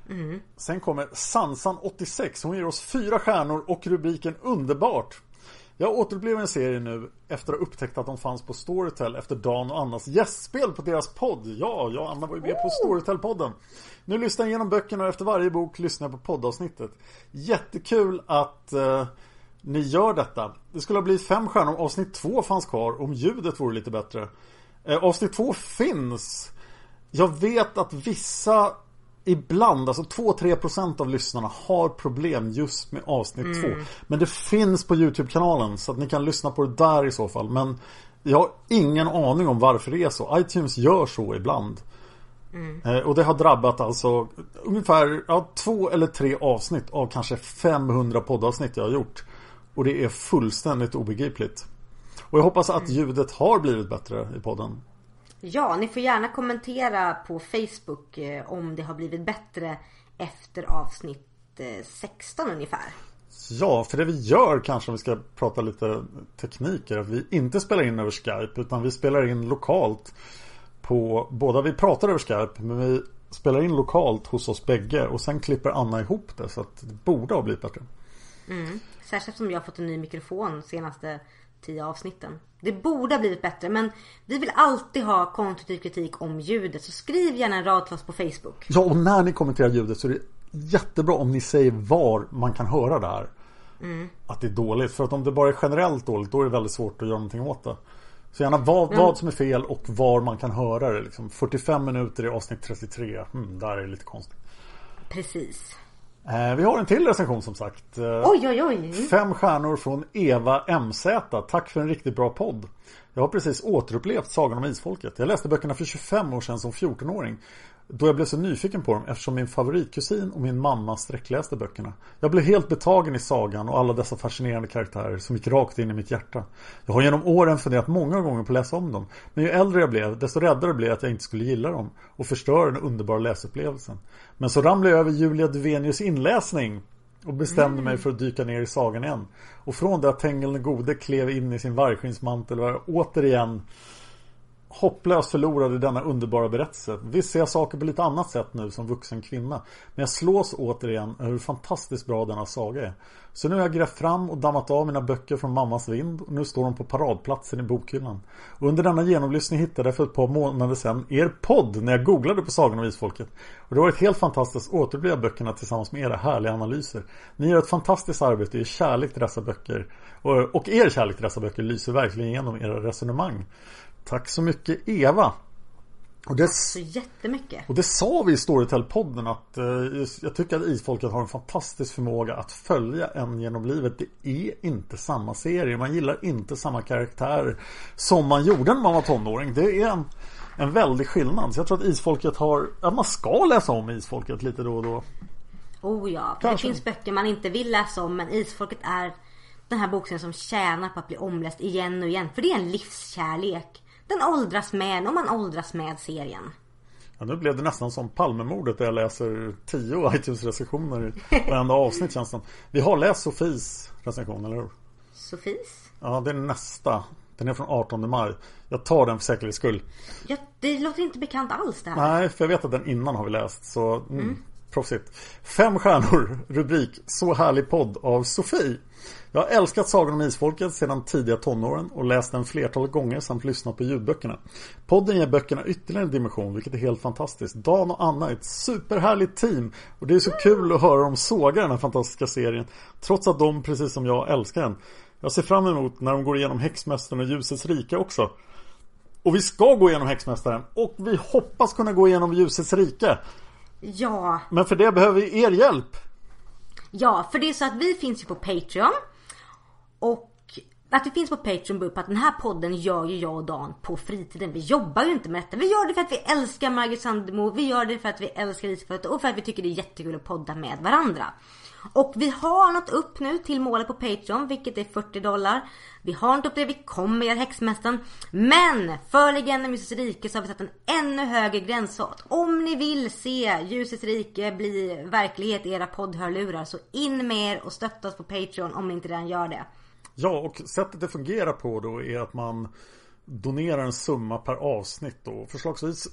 Sen kommer Sansan86. Hon ger oss 4 stjärnor och rubriken underbart. Jag återupplever en serie nu efter att ha upptäckt att de fanns på Storytel efter Dan och Annas gästspel på deras podd. Ja, jag och Anna var ju med på Storytel-podden. Nu lyssnar jag igenom böckerna och efter varje bok lyssnar jag på poddavsnittet. Jättekul att ni gör detta. Det skulle ha blivit 5 stjärnor om avsnitt 2 fanns kvar, om ljudet vore lite bättre. Avsnitt 2 finns. Jag vet att vissa ibland, alltså 2-3% av lyssnarna har problem just med avsnitt 2. Men det finns på YouTube-kanalen så att ni kan lyssna på det där i så fall. Men jag har ingen aning om varför det är så. iTunes gör så ibland. Och det har drabbat alltså ungefär 2 eller 3 avsnitt av kanske 500 poddavsnitt jag har gjort. Och det är fullständigt obegripligt. Och jag hoppas att ljudet har blivit bättre i podden. Ja, ni får gärna kommentera på Facebook om det har blivit bättre efter avsnitt 16 ungefär. Ja, för det vi gör kanske, om vi ska prata lite tekniker, att vi inte spelar in över Skype utan vi spelar in lokalt på, båda vi pratar över Skype men vi spelar in lokalt hos oss bägge och sen klipper Anna ihop det så att det borde ha blivit bättre. Särskilt som jag har fått en ny mikrofon de senaste 10 avsnitten. Det borde ha blivit bättre, men vi vill alltid ha konstruktiv kritik om ljudet. Så skriv gärna en rad till oss på Facebook. Ja, och när ni kommenterar ljudet så är det jättebra om ni säger var man kan höra det här. Att det är dåligt. För att om det bara är generellt dåligt, då är det väldigt svårt att göra någonting åt det. Så gärna vad som är fel och var man kan höra det. Liksom 45 minuter i avsnitt 33. Där är det lite konstigt. Precis. Vi har en till recension som sagt. Oj. 5 stjärnor från Eva MZ. Tack för en riktigt bra podd. Jag har precis återupplevt Sagan om Isfolket. Jag läste böckerna för 25 år sedan som 14-åring. Då jag blev så nyfiken på dem eftersom min favoritkusin och min mamma sträckläste böckerna. Jag blev helt betagen i sagan och alla dessa fascinerande karaktärer som gick rakt in i mitt hjärta. Jag har genom åren funderat många gånger på att läsa om dem. Men ju äldre jag blev, desto räddare blev jag att jag inte skulle gilla dem och förstöra den underbara läsupplevelsen. Men så ramlade jag över Julia Duvenius inläsning och bestämde mig för att dyka ner i sagan igen. Och från det att Tengil den gode klev in i sin vargskinnsmantel var jag återigen hopplöst förlorad i denna underbara berättelse. Visst ser jag saker på lite annat sätt nu som vuxen kvinna. Men jag slås återigen över hur fantastiskt bra denna saga är. Så nu har jag grävt fram och dammat av mina böcker från mammas vind. Och nu står de på paradplatsen i bokhyllan. Och under denna genomlyssning hittade jag för ett par månader sedan er podd när jag googlade på Sagan om Isfolket. Och det var ett helt fantastiskt att återuppleva böckerna tillsammans med era härliga analyser. Ni gör ett fantastiskt arbete i kärlek till dessa böcker. Och er kärlek till dessa böcker lyser verkligen igenom era resonemang. Tack så mycket Eva. Och det, tack så jättemycket. Och det sa vi i Storytel-podden att jag tycker att Isfolket har en fantastisk förmåga att följa en genom livet. Det är inte samma serie. Man gillar inte samma karaktärer som man gjorde när man var tonåring. Det är en väldig skillnad. Så jag tror att Isfolket har, att man ska läsa om Isfolket lite då och då. Oh ja, för det finns böcker man inte vill läsa om, men Isfolket är den här boken som tjänar på att bli omläst igen och igen. För det är en livskärlek. Den åldras med och man åldras med serien. Ja, nu blev det nästan som Palmemordet där jag läser 10 iTunes-recensioner i varenda avsnitt känns det. Vi har läst Sofies recension, eller hur? Sofies? Ja, det är nästa. Den är från 18 maj. Jag tar den för säkerhets skull. Ja, det låter inte bekant alls det här. Nej, för jag vet att den innan har vi läst. Så, proffsigt. 5 stjärnor, rubrik Så härlig podd av Sofie. Jag har älskat Sagan om Isfolket sedan tidiga tonåren och läst den flertalet gånger samt lyssnat på ljudböckerna. Podden ger böckerna ytterligare en dimension, vilket är helt fantastiskt. Dan och Anna är ett superhärligt team och det är så kul att höra dem såga den här fantastiska serien, trots att de, precis som jag, älskar den. Jag ser fram emot när de går igenom Häxmästaren och Ljusets rike också. Och vi ska gå igenom Häxmästaren och vi hoppas kunna gå igenom Ljusets rike. Ja. Men för det behöver vi er hjälp. Ja, för det är så att vi finns ju på Patreon. Och att vi finns på Patreon beror på att den här podden gör ju jag och Dan på fritiden. Vi jobbar ju inte med detta. Vi gör det för att vi älskar Margit Sandemo. Vi gör det för att vi älskar Isfolket. Och för att vi tycker det är jättekul att podda med varandra. Och vi har nått upp nu till målet på Patreon, vilket är $40. Vi har nått upp det, vi kommer göra Häxmästaren. Men för Legenden om Ljusets rike så har vi satt en ännu högre gräns. Så att om ni vill se Ljusets rike bli verklighet i era poddhörlurar, så in med er och stötta oss på Patreon om ni inte redan gör det. Ja, och sättet det fungerar på då är att man donerar en summa per avsnitt då. Förslagsvis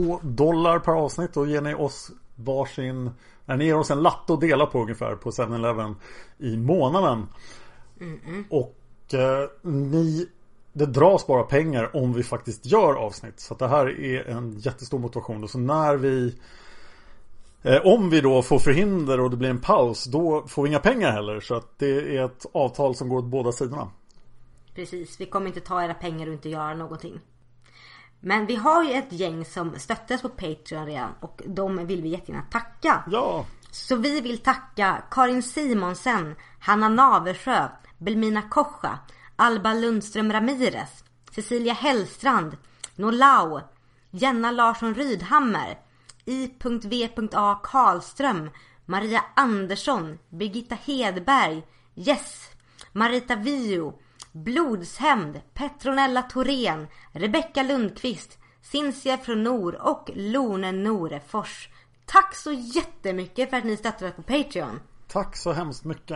$2 per avsnitt, och ger ni oss varsin, ni ger oss en latte att dela på ungefär på 7-Eleven i månaden. Och det dras bara pengar om vi faktiskt gör avsnitt. Så att det här är en jättestor motivation. Och så när vi om vi då får förhinder och det blir en paus, då får vi inga pengar heller. Så att det är ett avtal som går åt båda sidorna. Precis, vi kommer inte ta era pengar och inte göra någonting. Men vi har ju ett gäng som stöttas på Patreon redan, och de vill vi jättegärna tacka. Ja. Så vi vill tacka Karin Simonsen, Hanna Naversjö, Belmina Kocha, Alba Lundström Ramirez, Cecilia Hellstrand, Nolau, Jenna Larsson Rydhammer, I.V.A. Karlström, Maria Andersson, Birgitta Hedberg, Yes, Marita Vio, Blodshämnd, Petronella Thorén, Rebecka Lundqvist, Cinzia från Nor och Lone Norefors. Tack så jättemycket för att ni stöttar oss på Patreon. Tack så hemskt mycket.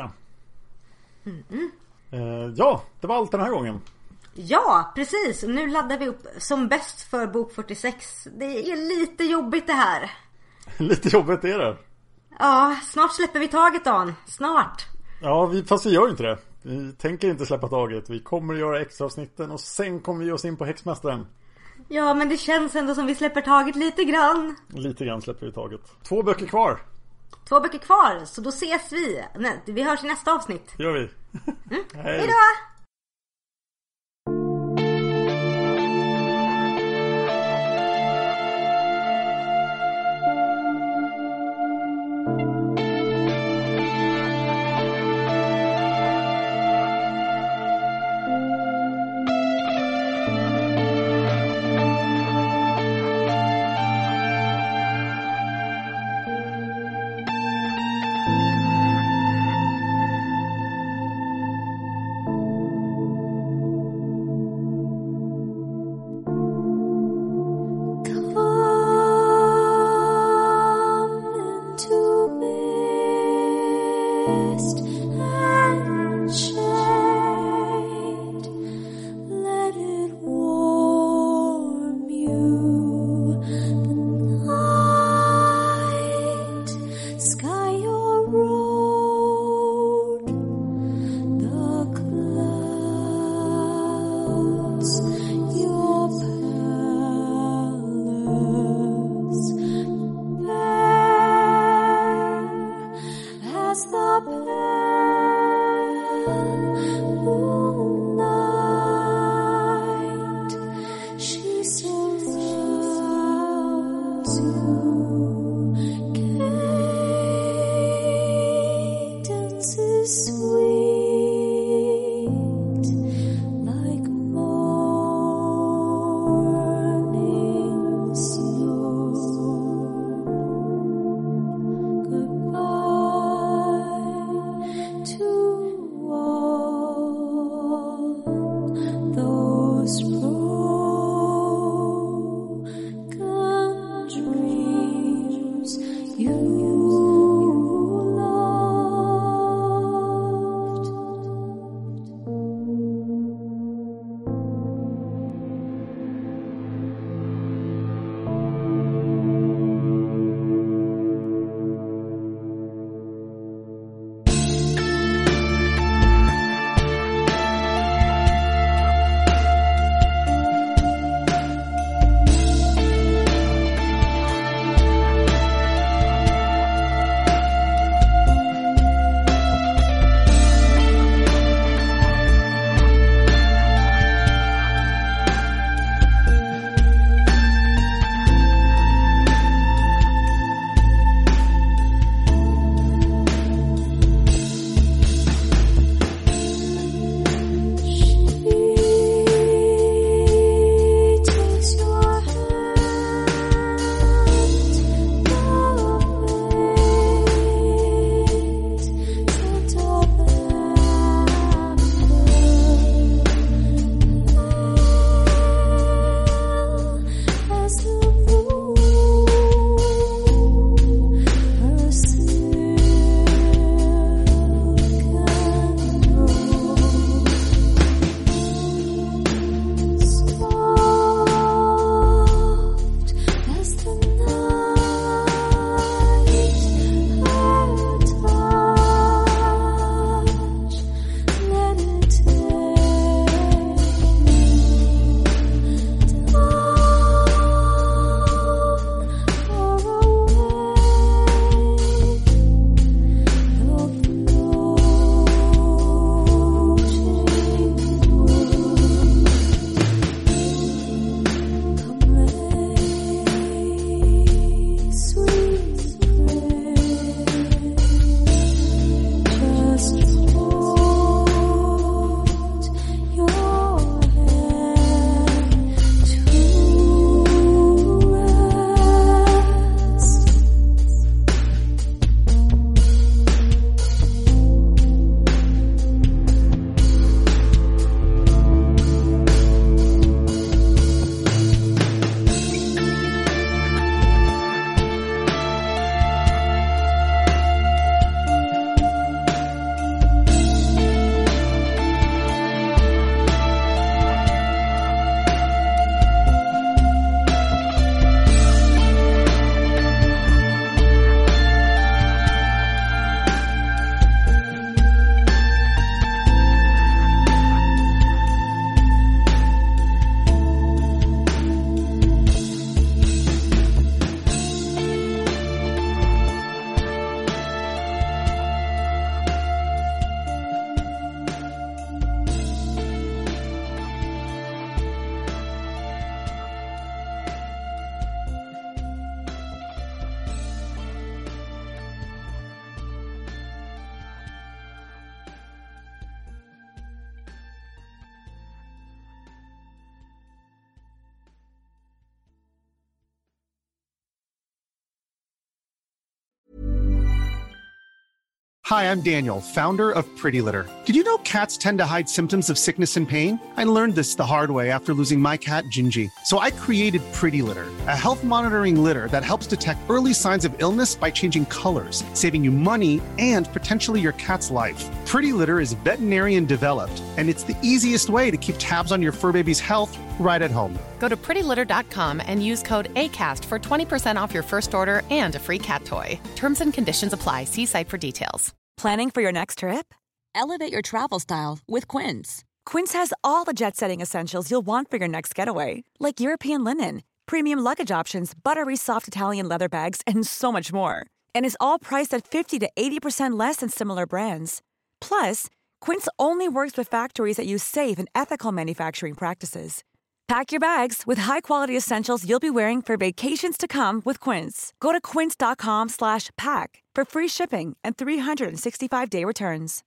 Ja, det var allt den här gången. Ja, precis. Och nu laddar vi upp som bäst för bok 46. Det är lite jobbigt det här. Lite jobbigt är det. Ja, snart släpper vi taget, Dan. Snart. Ja, fast vi gör ju inte det. Vi tänker inte släppa taget. Vi kommer att göra extra avsnitten och sen kommer vi oss in på Häxmästaren. Ja, men det känns ändå som vi släpper taget lite grann. Lite grann släpper vi taget. 2 böcker kvar. 2 böcker kvar, så då ses vi. Nej, vi hörs i nästa avsnitt. Det gör vi. Hej då! Hi, I'm Daniel, founder of Pretty Litter. Did you know cats tend to hide symptoms of sickness and pain? I learned this the hard way after losing my cat, Gingy. So I created Pretty Litter, a health monitoring litter that helps detect early signs of illness by changing colors, saving you money and potentially your cat's life. Pretty Litter is veterinarian developed, and it's the easiest way to keep tabs on your fur baby's health right at home. Go to prettylitter.com and use code ACAST for 20% off your first order and a free cat toy. Terms and conditions apply. See site for details. Planning for your next trip? Elevate your travel style with Quince. Quince has all the jet-setting essentials you'll want for your next getaway, like European linen, premium luggage options, buttery soft Italian leather bags, and so much more. And is all priced at 50 to 80% less than similar brands. Plus, Quince only works with factories that use safe and ethical manufacturing practices. Pack your bags with high-quality essentials you'll be wearing for vacations to come with Quince. Go to quince.com/pack for free shipping and 365-day returns.